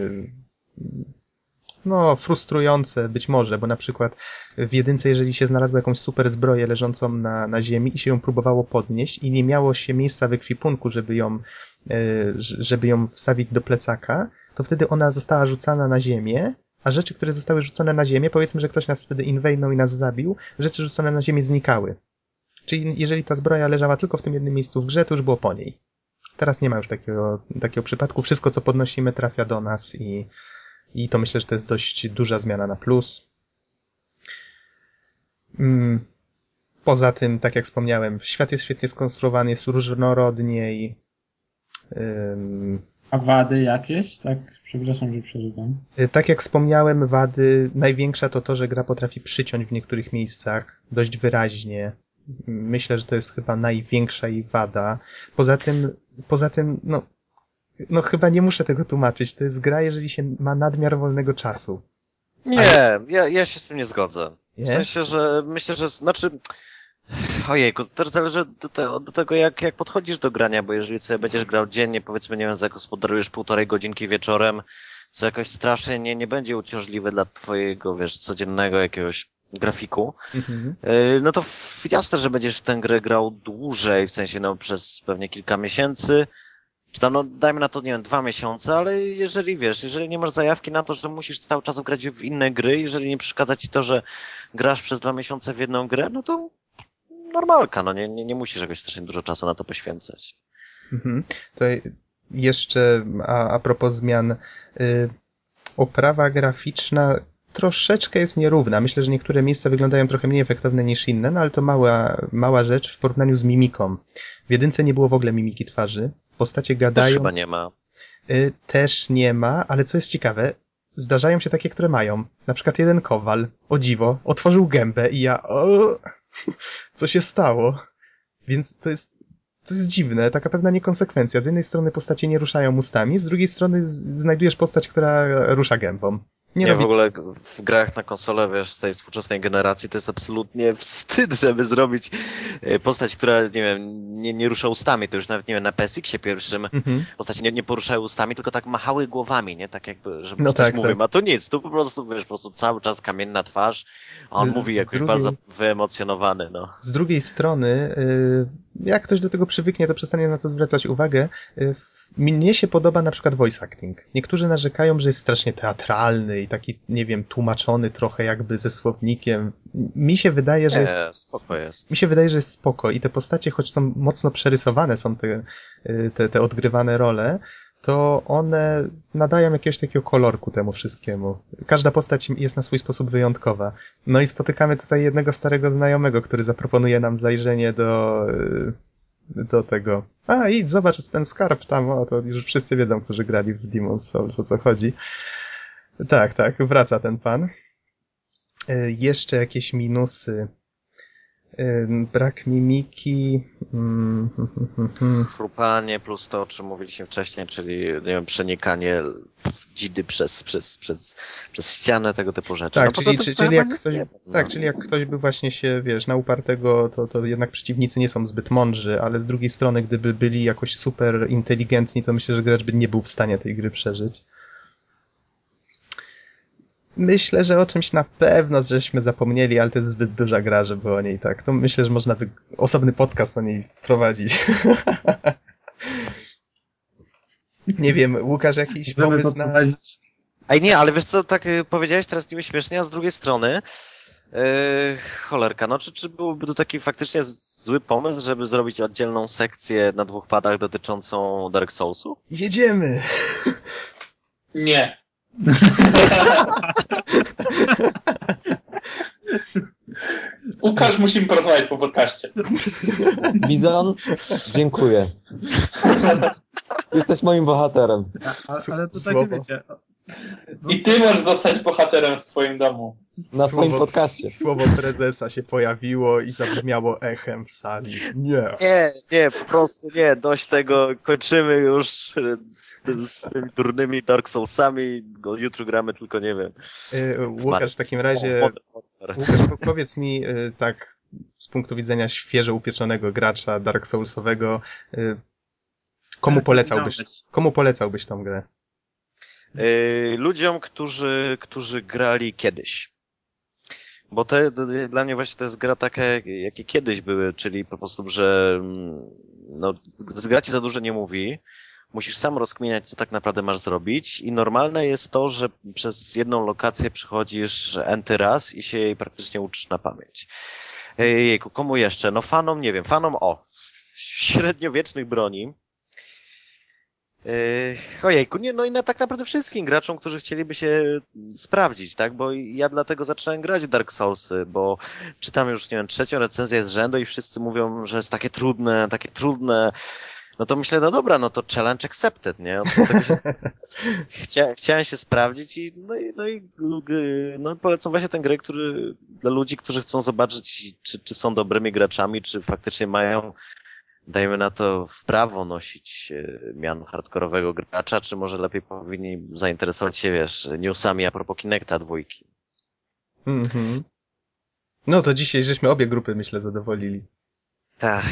frustrujące być może, bo na przykład w jedynce, jeżeli się znalazło jakąś super zbroję leżącą na ziemi i się ją próbowało podnieść i nie miało się miejsca w ekwipunku, żeby ją wstawić do plecaka, to wtedy ona została rzucana na ziemię, a rzeczy, które zostały rzucone na ziemię, powiedzmy, że ktoś nas wtedy inwejnął i nas zabił, rzeczy rzucone na ziemię znikały. Czyli jeżeli ta zbroja leżała tylko w tym jednym miejscu w grze, to już było po niej. Teraz nie ma już takiego przypadku. Wszystko, co podnosimy, trafia do nas i to myślę, że to jest dość duża zmiana na plus. Poza tym, tak jak wspomniałem, świat jest świetnie skonstruowany, jest różnorodniej.
A wady jakieś? Tak, przepraszam, że przerywam.
Tak jak wspomniałem, wady, największa to, że gra potrafi przyciąć w niektórych miejscach dość wyraźnie. Myślę, że to jest chyba największa jej wada. Poza tym, no chyba nie muszę tego tłumaczyć. To jest gra, jeżeli się ma nadmiar wolnego czasu.
Nie, ja się z tym nie zgodzę.
Nie?
W sensie, że myślę, że ojejku, to też zależy do tego, jak podchodzisz do grania, bo jeżeli sobie będziesz grał dziennie, powiedzmy, nie wiem, zagospodarujesz 1,5 godzinki wieczorem, co jakoś strasznie nie będzie uciążliwe dla twojego, wiesz, codziennego jakiegoś grafiku, no to jasne, że będziesz w tę grę grał dłużej, w sensie, no, przez pewnie kilka miesięcy, czy tam, no, dajmy na to, nie wiem, 2 miesiące, ale jeżeli nie masz zajawki na to, że musisz cały czas grać w inne gry, jeżeli nie przeszkadza ci to, że grasz przez 2 miesiące w jedną grę, no to normalka, no nie musisz jakoś strasznie dużo czasu na to poświęcać.
To jeszcze a propos zmian, oprawa graficzna troszeczkę jest nierówna. Myślę, że niektóre miejsca wyglądają trochę mniej efektowne niż inne, no ale to mała rzecz w porównaniu z mimiką. W jedynce nie było w ogóle mimiki twarzy. Postacie gadają.
Też chyba nie ma.
Też nie ma, ale co jest ciekawe, zdarzają się takie, które mają. Na przykład jeden kowal, o dziwo, otworzył gębę i co się stało? Więc to jest dziwne, taka pewna niekonsekwencja. Z jednej strony postacie nie ruszają ustami, z drugiej strony znajdujesz postać, która rusza gębą.
W ogóle w grach na konsolę, wiesz, tej współczesnej generacji to jest absolutnie wstyd, żeby zrobić postać, która, nie wiem, nie rusza ustami. To już nawet, nie wiem, na PSX-ie pierwszym postacie nie poruszały ustami, tylko tak machały głowami, nie? Tak jakby, żeby coś mówił. A to nic, tu po prostu, wiesz, po prostu cały czas kamienna twarz, a on mówi jakoś bardzo wyemocjonowany, no.
Z drugiej strony, jak ktoś do tego przywyknie, to przestanie na to zwracać uwagę. Mnie się podoba na przykład voice acting. Niektórzy narzekają, że jest strasznie teatralny i taki, nie wiem, tłumaczony trochę jakby ze słownikiem. Mi się wydaje, że
spoko jest.
Mi się wydaje, że jest spoko i te postacie, choć są mocno przerysowane, są te odgrywane role, to one nadają jakiegoś takiego kolorku temu wszystkiemu. Każda postać jest na swój sposób wyjątkowa. No i spotykamy tutaj jednego starego znajomego, który zaproponuje nam zajrzenie do tego. Idź, zobacz, ten skarb tam, to już wszyscy wiedzą, którzy grali w Demon's Souls, o co chodzi. Tak, wraca ten pan. Jeszcze jakieś minusy. Brak mimiki.
Chrupanie plus to, o czym mówiliśmy wcześniej, czyli, nie wiem, przenikanie dzidy przez ścianę, tego typu rzeczy.
Tak,
no,
czyli jak ktoś by właśnie się, wiesz, na upartego, to jednak przeciwnicy nie są zbyt mądrzy, ale z drugiej strony, gdyby byli jakoś super inteligentni, to myślę, że gracz by nie był w stanie tej gry przeżyć. Myślę, że o czymś na pewno żeśmy zapomnieli, ale to jest zbyt duża gra, żeby o niej tak. To myślę, że można osobny podcast o niej prowadzić. Nie wiem, Łukasz, jakiś pomysł na...
nie, ale wiesz co, tak powiedziałeś teraz niby śmiesznie, a z drugiej strony cholerka, no czy byłby to taki faktycznie zły pomysł, żeby zrobić oddzielną sekcję na 2 padach dotyczącą Dark Soulsu?
Jedziemy!
Nie. Łukasz, musimy porozmawiać po podcaście.
Bizon, dziękuję. Jesteś moim bohaterem.
Ale to tak, wiecie...
I ty możesz zostać bohaterem w swoim domu.
Na swoim podcaście.
Słowo prezesa się pojawiło i zabrzmiało echem w sali.
Nie, po prostu nie, dość tego, kończymy już z tymi durnymi Dark Soulsami, jutro gramy tylko, nie wiem.
Łukasz, w takim razie, Łukasz, powiedz mi tak, z punktu widzenia świeżo upieczonego gracza Dark Soulsowego, komu polecałbyś tą grę?
Ludziom, którzy grali kiedyś. Bo dla mnie właśnie to jest gra taka, jakie kiedyś były, czyli po prostu, że no, gra ci za dużo nie mówi, musisz sam rozkminiać, co tak naprawdę masz zrobić i normalne jest to, że przez jedną lokację przychodzisz n-ty raz i się jej praktycznie uczysz na pamięć. Jejku, komu jeszcze? No fanom, nie wiem, średniowiecznych broni. Ojejku, nie, no i tak naprawdę wszystkim graczom, którzy chcieliby się sprawdzić, tak, bo ja dlatego zacząłem grać w Dark Soulsy, bo czytam już, nie wiem, 3. recenzję z rzędu i wszyscy mówią, że jest takie trudne, no to myślę, no dobra, no to challenge accepted, nie? Chciałem się sprawdzić i polecam właśnie tę grę, dla ludzi, którzy chcą zobaczyć, czy są dobrymi graczami, czy faktycznie mają, dajmy na to, w prawo nosić miano hardkorowego gracza, czy może lepiej powinni zainteresować się, wiesz, newsami a propos Kinecta 2.
Mhm. No to dzisiaj żeśmy obie grupy, myślę, zadowolili.
Tak.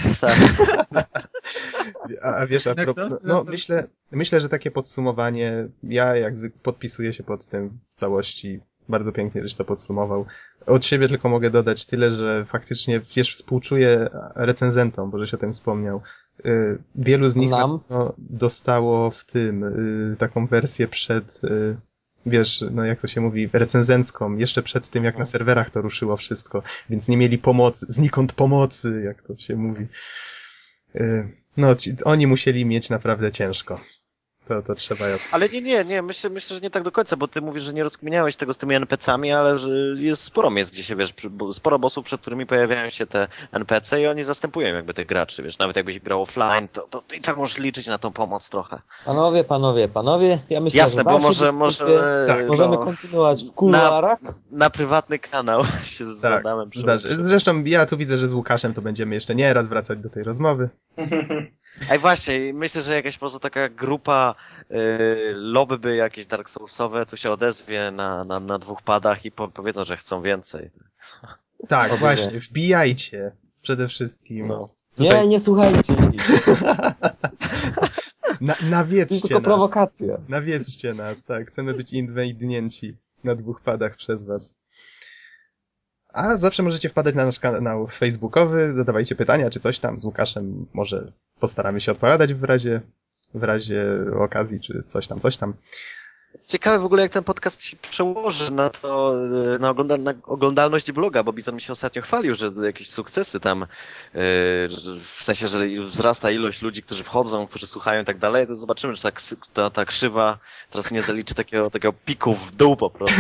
A wiesz, myślę, że takie podsumowanie, ja jak zwykle podpisuję się pod tym w całości. Bardzo pięknie, żeś to podsumował. Od siebie tylko mogę dodać tyle, że faktycznie, wiesz, współczuję recenzentom, bo żeś o tym wspomniał. Wielu z nich dostało w tym taką wersję przed, wiesz, no jak to się mówi, recenzencką, jeszcze przed tym, jak na serwerach to ruszyło wszystko, więc nie mieli znikąd pomocy, jak to się mówi. No, oni musieli mieć naprawdę ciężko. To trzeba jasno.
Ale nie, myślę, że nie tak do końca, bo ty mówisz, że nie rozkminiałeś tego z tymi NPC-ami, ale że jest sporo miejsc, gdzie się, wiesz, sporo bossów, przed którymi pojawiają się te NPC i oni zastępują jakby tych graczy, wiesz, nawet jakbyś grał offline, to i tak możesz liczyć na tą pomoc trochę.
Panowie, ja myślę,
jasne,
że
bo możemy
kontynuować w kuluarach.
Na prywatny kanał się z Adamem przyłączyć.
Zresztą ja tu widzę, że z Łukaszem to będziemy jeszcze nie raz wracać do tej rozmowy.
Ej, właśnie, myślę, że jakaś po prostu taka grupa lobby by jakieś Dark Soulsowe tu się odezwie na 2 padach i powiedzą, że chcą więcej.
Tak, właśnie, wbijajcie przede wszystkim.
No. Tutaj... Nie słuchajcie.
Nawiedzcie
tylko
nas.
Prowokacja.
Nawiedzcie nas, tak. Chcemy być inwajdnięci na 2 padach przez was. A zawsze możecie wpadać na nasz kanał facebookowy, zadawajcie pytania czy coś tam. Z Łukaszem może postaramy się odpowiadać w razie okazji, czy coś tam.
Ciekawe w ogóle, jak ten podcast się przełoży na oglądalność bloga, bo Bizon mi się ostatnio chwalił, że jakieś sukcesy tam, w sensie, że wzrasta ilość ludzi, którzy wchodzą, którzy słuchają i tak dalej, to zobaczymy, czy ta krzywa teraz nie zaliczy takiego piku w dół po prostu.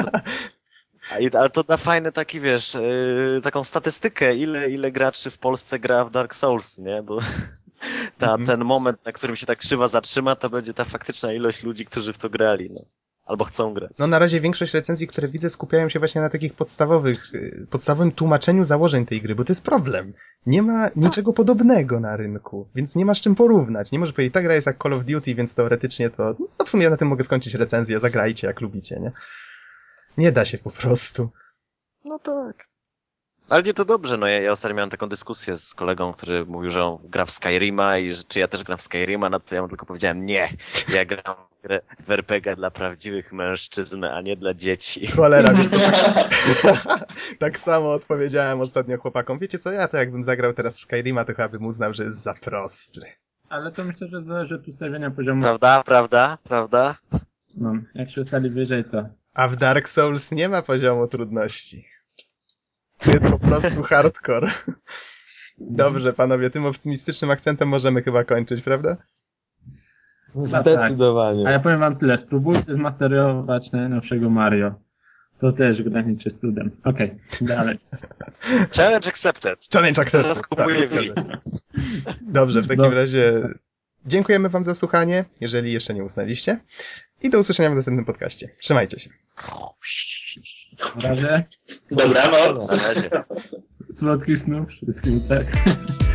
Ale to da fajny taki, wiesz, taką statystykę, ile graczy w Polsce gra w Dark Souls, nie? Bo ten moment, na którym się ta krzywa zatrzyma, to będzie ta faktyczna ilość ludzi, którzy w to grali, no. Albo chcą grać.
No na razie większość recenzji, które widzę, skupiają się właśnie na takich podstawowym tłumaczeniu założeń tej gry, bo to jest problem. Nie ma niczego podobnego na rynku, więc nie masz czym porównać. Nie możesz powiedzieć, ta gra jest jak Call of Duty, więc teoretycznie to, no w sumie ja na tym mogę skończyć recenzję, zagrajcie jak lubicie, nie? Nie da się po prostu.
No tak. Ale nie, to dobrze, no ja ostatnio miałem taką dyskusję z kolegą, który mówił, że on gra w Skyrima i że czy ja też gram w Skyrima, no to ja mu tylko powiedziałem nie, ja gram w RPG dla prawdziwych mężczyzn, a nie dla dzieci.
Cholera, wiesz co, tak samo odpowiedziałem ostatnio chłopakom, wiecie co, ja to jakbym zagrał teraz w Skyrima, to chyba bym uznał, że jest za prosty.
Ale to myślę, że zależy od ustawienia poziomu.
Prawda?
No, jak się ustali wyżej, to...
A w Dark Souls nie ma poziomu trudności. To jest po prostu hardcore. Dobrze, panowie, tym optymistycznym akcentem możemy chyba kończyć, prawda?
Zdecydowanie.
Tak. A ja powiem wam tyle, spróbujcie zmasterować najnowszego Mario. To też graniczy z cudem. Okej, dalej.
Challenge accepted.
Tak, dobrze, w takim razie dziękujemy wam za słuchanie, jeżeli jeszcze nie usnęliście. I do usłyszenia w następnym podcaście. Trzymajcie się.
Na razie.
Dobranoc.
Na razie.
Słodkich snów wszystkim, tak.